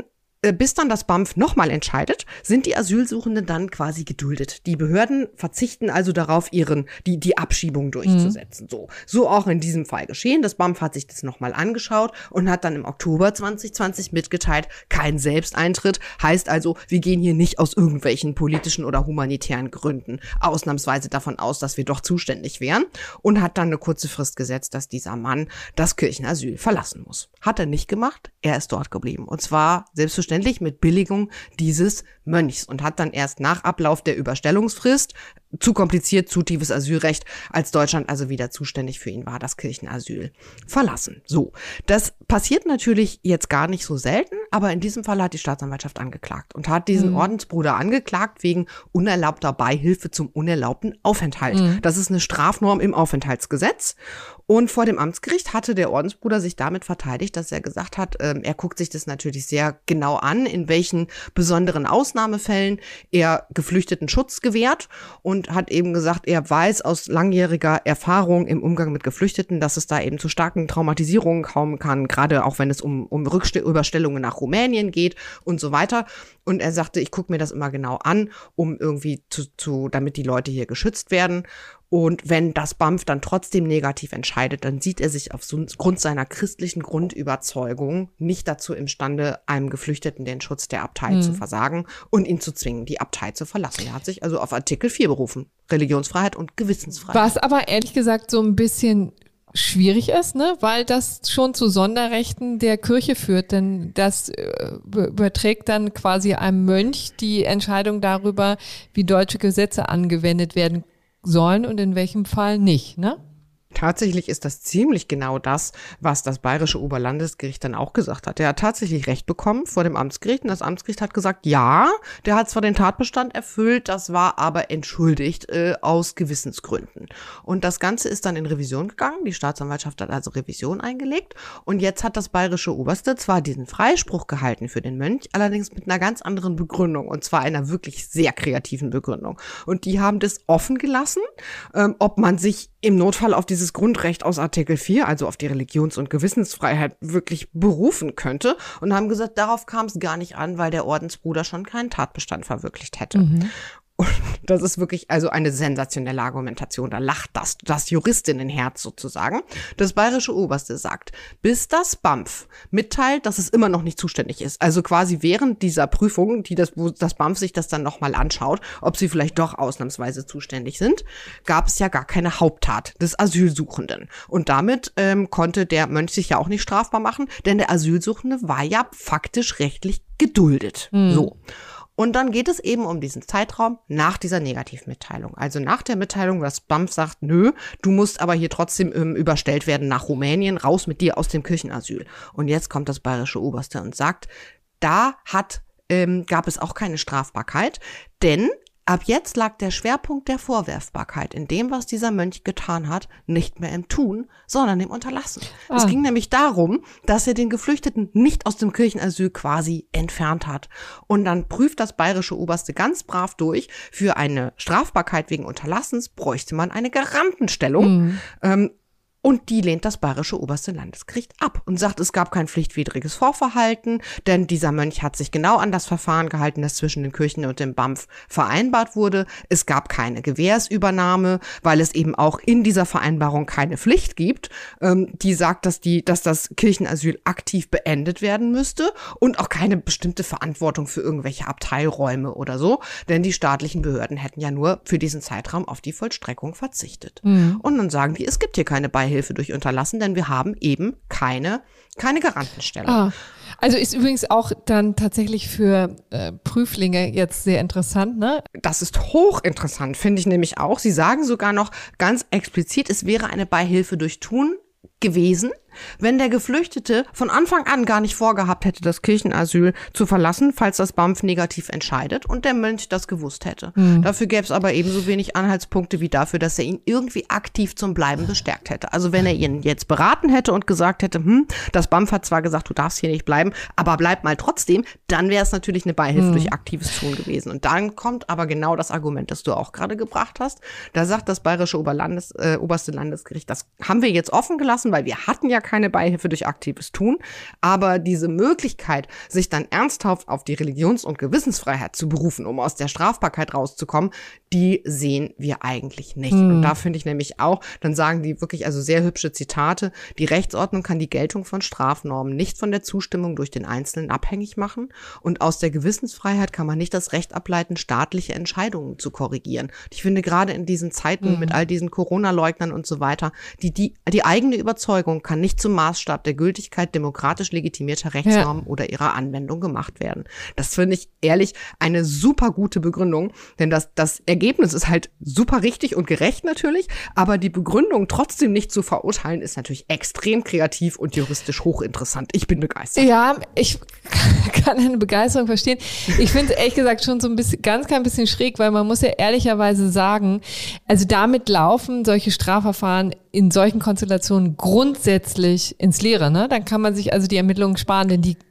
bis dann das BAMF nochmal entscheidet, sind die Asylsuchenden dann quasi geduldet. Die Behörden verzichten also darauf, die Abschiebung durchzusetzen. So auch in diesem Fall geschehen. Das BAMF hat sich das nochmal angeschaut und hat dann im Oktober 2020 mitgeteilt, kein Selbsteintritt. Heißt also, wir gehen hier nicht aus irgendwelchen politischen oder humanitären Gründen ausnahmsweise davon aus, dass wir doch zuständig wären, und hat dann eine kurze Frist gesetzt, dass dieser Mann das Kirchenasyl verlassen muss. Hat er nicht gemacht. Er ist dort geblieben. Und zwar selbstverständlich mit Billigung dieses Mönchs und hat dann erst nach Ablauf der Überstellungsfrist, zu kompliziert, zu tiefes Asylrecht, als Deutschland also wieder zuständig für ihn war, das Kirchenasyl verlassen. So, das passiert natürlich jetzt gar nicht so selten, aber in diesem Fall hat die Staatsanwaltschaft angeklagt und hat diesen Ordensbruder angeklagt wegen unerlaubter Beihilfe zum unerlaubten Aufenthalt. Das ist eine Strafnorm im Aufenthaltsgesetz. Und vor dem Amtsgericht hatte der Ordensbruder sich damit verteidigt, dass er gesagt hat, er guckt sich das natürlich sehr genau an, in welchen besonderen Ausnahmefällen er Geflüchteten Schutz gewährt, und hat eben gesagt, er weiß aus langjähriger Erfahrung im Umgang mit Geflüchteten, dass es da eben zu starken Traumatisierungen kommen kann, gerade auch wenn es um Überstellungen nach Rumänien geht und so weiter. Und er sagte, ich gucke mir das immer genau an, um irgendwie damit die Leute hier geschützt werden. Und wenn das BAMF dann trotzdem negativ entscheidet, dann sieht er sich aufgrund seiner christlichen Grundüberzeugung nicht dazu imstande, einem Geflüchteten den Schutz der Abtei zu versagen und ihn zu zwingen, die Abtei zu verlassen. Er hat sich also auf Artikel 4 berufen. Religionsfreiheit und Gewissensfreiheit. Was aber ehrlich gesagt so ein bisschen schwierig ist, ne, weil das schon zu Sonderrechten der Kirche führt, denn das überträgt dann quasi einem Mönch die Entscheidung darüber, wie deutsche Gesetze angewendet werden sollen und in welchem Fall nicht, ne? Tatsächlich ist das ziemlich genau das, was das Bayerische Oberlandesgericht dann auch gesagt hat. Der hat tatsächlich Recht bekommen vor dem Amtsgericht, und das Amtsgericht hat gesagt, ja, der hat zwar den Tatbestand erfüllt, das war aber entschuldigt aus Gewissensgründen. Und das Ganze ist dann in Revision gegangen. Die Staatsanwaltschaft hat also Revision eingelegt, und jetzt hat das Bayerische Oberste zwar diesen Freispruch gehalten für den Mönch, allerdings mit einer ganz anderen Begründung, und zwar einer wirklich sehr kreativen Begründung. Und die haben das offen gelassen, ob man sich im Notfall auf dieses Grundrecht aus Artikel 4, also auf die Religions- und Gewissensfreiheit, wirklich berufen könnte, und haben gesagt, darauf kam es gar nicht an, weil der Ordensbruder schon keinen Tatbestand verwirklicht hätte. Und das ist wirklich also eine sensationelle Argumentation. Da lacht das Juristinnenherz sozusagen. Das Bayerische Oberste sagt, bis das BAMF mitteilt, dass es immer noch nicht zuständig ist, also quasi während dieser Prüfung, wo das BAMF sich das dann nochmal anschaut, ob sie vielleicht doch ausnahmsweise zuständig sind, gab es ja gar keine Haupttat des Asylsuchenden. Und damit konnte der Mönch sich ja auch nicht strafbar machen, denn der Asylsuchende war ja faktisch rechtlich geduldet. So. Und dann geht es eben um diesen Zeitraum nach dieser Negativmitteilung. Also nach der Mitteilung, dass BAMF sagt, nö, du musst aber hier trotzdem überstellt werden nach Rumänien, raus mit dir aus dem Kirchenasyl. Und jetzt kommt das Bayerische Oberste und sagt, da gab es auch keine Strafbarkeit, denn ab jetzt lag der Schwerpunkt der Vorwerfbarkeit in dem, was dieser Mönch getan hat, nicht mehr im Tun, sondern im Unterlassen. Es ging nämlich darum, dass er den Geflüchteten nicht aus dem Kirchenasyl quasi entfernt hat. Und dann prüft das Bayerische Oberste ganz brav durch, für eine Strafbarkeit wegen Unterlassens bräuchte man eine Garantenstellung. Und die lehnt das Bayerische Oberste Landesgericht ab und sagt, es gab kein pflichtwidriges Vorverhalten, denn dieser Mönch hat sich genau an das Verfahren gehalten, das zwischen den Kirchen und dem BAMF vereinbart wurde. Es gab keine Gewährsübernahme, weil es eben auch in dieser Vereinbarung keine Pflicht gibt, die sagt, dass das Kirchenasyl aktiv beendet werden müsste, und auch keine bestimmte Verantwortung für irgendwelche Abteiräume oder so, denn die staatlichen Behörden hätten ja nur für diesen Zeitraum auf die Vollstreckung verzichtet. Und dann sagen die, es gibt hier keine Beihilfe durch Unterlassen, denn wir haben eben keine Garantenstellung. Also ist übrigens auch dann tatsächlich für Prüflinge jetzt sehr interessant, ne? Das ist hochinteressant, finde ich nämlich auch. Sie sagen sogar noch ganz explizit, es wäre eine Beihilfe durch Tun gewesen, wenn der Geflüchtete von Anfang an gar nicht vorgehabt hätte, das Kirchenasyl zu verlassen, falls das BAMF negativ entscheidet und der Mönch das gewusst hätte. Dafür gäbe es aber ebenso wenig Anhaltspunkte wie dafür, dass er ihn irgendwie aktiv zum Bleiben bestärkt hätte. Also wenn er ihn jetzt beraten hätte und gesagt hätte, das BAMF hat zwar gesagt, du darfst hier nicht bleiben, aber bleib mal trotzdem, dann wäre es natürlich eine Beihilfe durch aktives Tun gewesen. Und dann kommt aber genau das Argument, das du auch gerade gebracht hast. Da sagt das Bayerische Oberste Landesgericht, das haben wir jetzt offen gelassen, weil wir hatten ja keine Beihilfe durch aktives Tun. Aber diese Möglichkeit, sich dann ernsthaft auf die Religions- und Gewissensfreiheit zu berufen, um aus der Strafbarkeit rauszukommen, die sehen wir eigentlich nicht. Und da finde ich nämlich auch, dann sagen die wirklich also sehr hübsche Zitate, die Rechtsordnung kann die Geltung von Strafnormen nicht von der Zustimmung durch den Einzelnen abhängig machen und aus der Gewissensfreiheit kann man nicht das Recht ableiten, staatliche Entscheidungen zu korrigieren. Ich finde gerade in diesen Zeiten mit all diesen Corona-Leugnern und so weiter, die eigene Überzeugung kann nicht zum Maßstab der Gültigkeit demokratisch legitimierter Rechtsnormen oder ihrer Anwendung gemacht werden. Das finde ich ehrlich eine super gute Begründung, denn das Ergebnis ist halt super richtig und gerecht natürlich, aber die Begründung trotzdem nicht zu verurteilen ist natürlich extrem kreativ und juristisch hochinteressant. Ich bin begeistert. Ja, ich kann eine Begeisterung verstehen. Ich finde es ehrlich gesagt schon so ein bisschen, ganz klein bisschen schräg, weil man muss ja ehrlicherweise sagen, also damit laufen solche Strafverfahren in solchen Konstellationen grundsätzlich ins Leere, ne? Dann kann man sich also die Ermittlungen sparen, denn die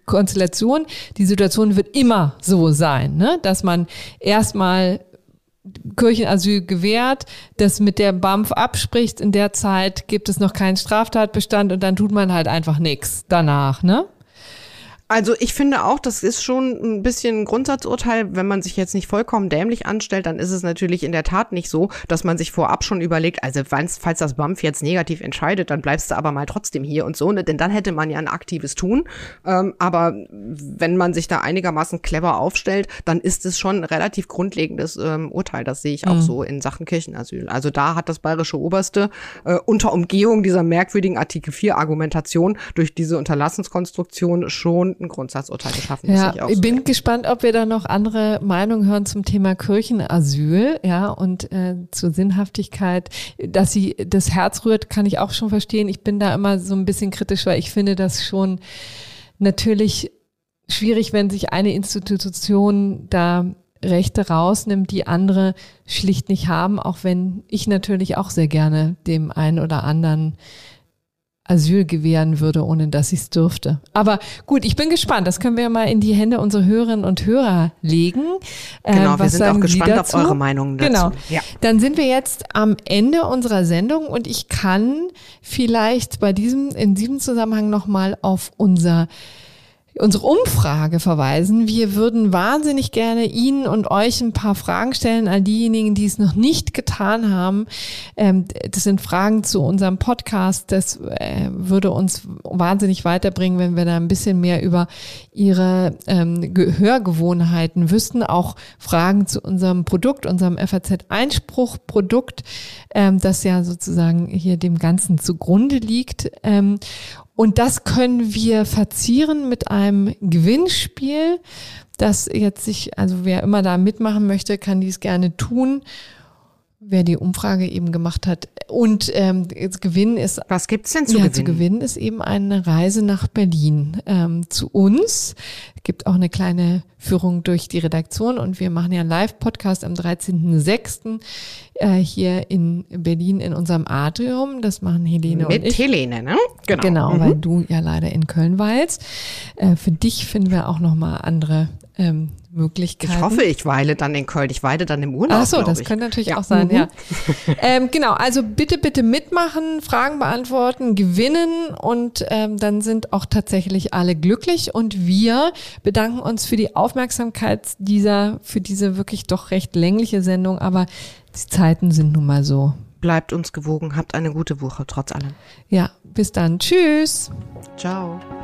Situation wird immer so sein, ne? Dass man erstmal Kirchenasyl gewährt, das mit der BAMF abspricht, in der Zeit gibt es noch keinen Straftatbestand und dann tut man halt einfach nichts danach, ne? Also ich finde auch, das ist schon ein bisschen ein Grundsatzurteil. Wenn man sich jetzt nicht vollkommen dämlich anstellt, dann ist es natürlich in der Tat nicht so, dass man sich vorab schon überlegt, also falls das BAMF jetzt negativ entscheidet, dann bleibst du aber mal trotzdem hier und so, ne? Denn dann hätte man ja ein aktives Tun. Aber wenn man sich da einigermaßen clever aufstellt, dann ist es schon ein relativ grundlegendes Urteil. Das sehe ich auch so in Sachen Kirchenasyl. Also da hat das Bayerische Oberste unter Umgehung dieser merkwürdigen Artikel 4 Argumentation durch diese Unterlassenskonstruktion schon ein Grundsatzurteil geschaffen. Ja, ich bin gespannt, ob wir da noch andere Meinungen hören zum Thema Kirchenasyl, ja, und zur Sinnhaftigkeit. Dass sie das Herz rührt, kann ich auch schon verstehen. Ich bin da immer so ein bisschen kritisch, weil ich finde das schon natürlich schwierig, wenn sich eine Institution da Rechte rausnimmt, die andere schlicht nicht haben, auch wenn ich natürlich auch sehr gerne dem einen oder anderen Asyl gewähren würde, ohne dass ich es dürfte. Aber gut, ich bin gespannt. Das können wir mal in die Hände unserer Hörerinnen und Hörer legen. Genau, wir sind auch gespannt auf eure Meinungen dazu. Genau. Ja. Dann sind wir jetzt am Ende unserer Sendung und ich kann vielleicht in diesem Zusammenhang nochmal auf unsere Umfrage verweisen. Wir würden wahnsinnig gerne Ihnen und euch ein paar Fragen stellen, all diejenigen, die es noch nicht getan haben. Das sind Fragen zu unserem Podcast. Das würde uns wahnsinnig weiterbringen, wenn wir da ein bisschen mehr über Ihre Hörgewohnheiten wüssten. Auch Fragen zu unserem Produkt, unserem FAZ-Einspruch-Produkt, das ja sozusagen hier dem Ganzen zugrunde liegt. Und das können wir verzieren mit einem Gewinnspiel, das jetzt also wer immer da mitmachen möchte, kann dies gerne tun, wer die Umfrage eben gemacht hat. Und jetzt Gewinn ist... Was gibt's denn zu gewinnen? Zu gewinnen ist eben eine Reise nach Berlin zu uns. Es gibt auch eine kleine Führung durch die Redaktion und wir machen ja einen Live-Podcast am 13.06. Hier in Berlin in unserem Atrium. Das machen Helene und ich. Mit Helene, ne? Genau, weil du ja leider in Köln weilst. Für dich finden wir auch nochmal andere Möglichkeiten. Ich hoffe, ich weile dann in Köln. Ich weile dann im Urlaub. Ach so, das könnte natürlich auch sein, ja. Genau, also bitte mitmachen, Fragen beantworten, gewinnen und dann sind auch tatsächlich alle glücklich und wir bedanken uns für die Aufmerksamkeit für diese wirklich doch recht längliche Sendung, aber die Zeiten sind nun mal so. Bleibt uns gewogen, habt eine gute Woche, trotz allem. Ja, bis dann. Tschüss. Ciao.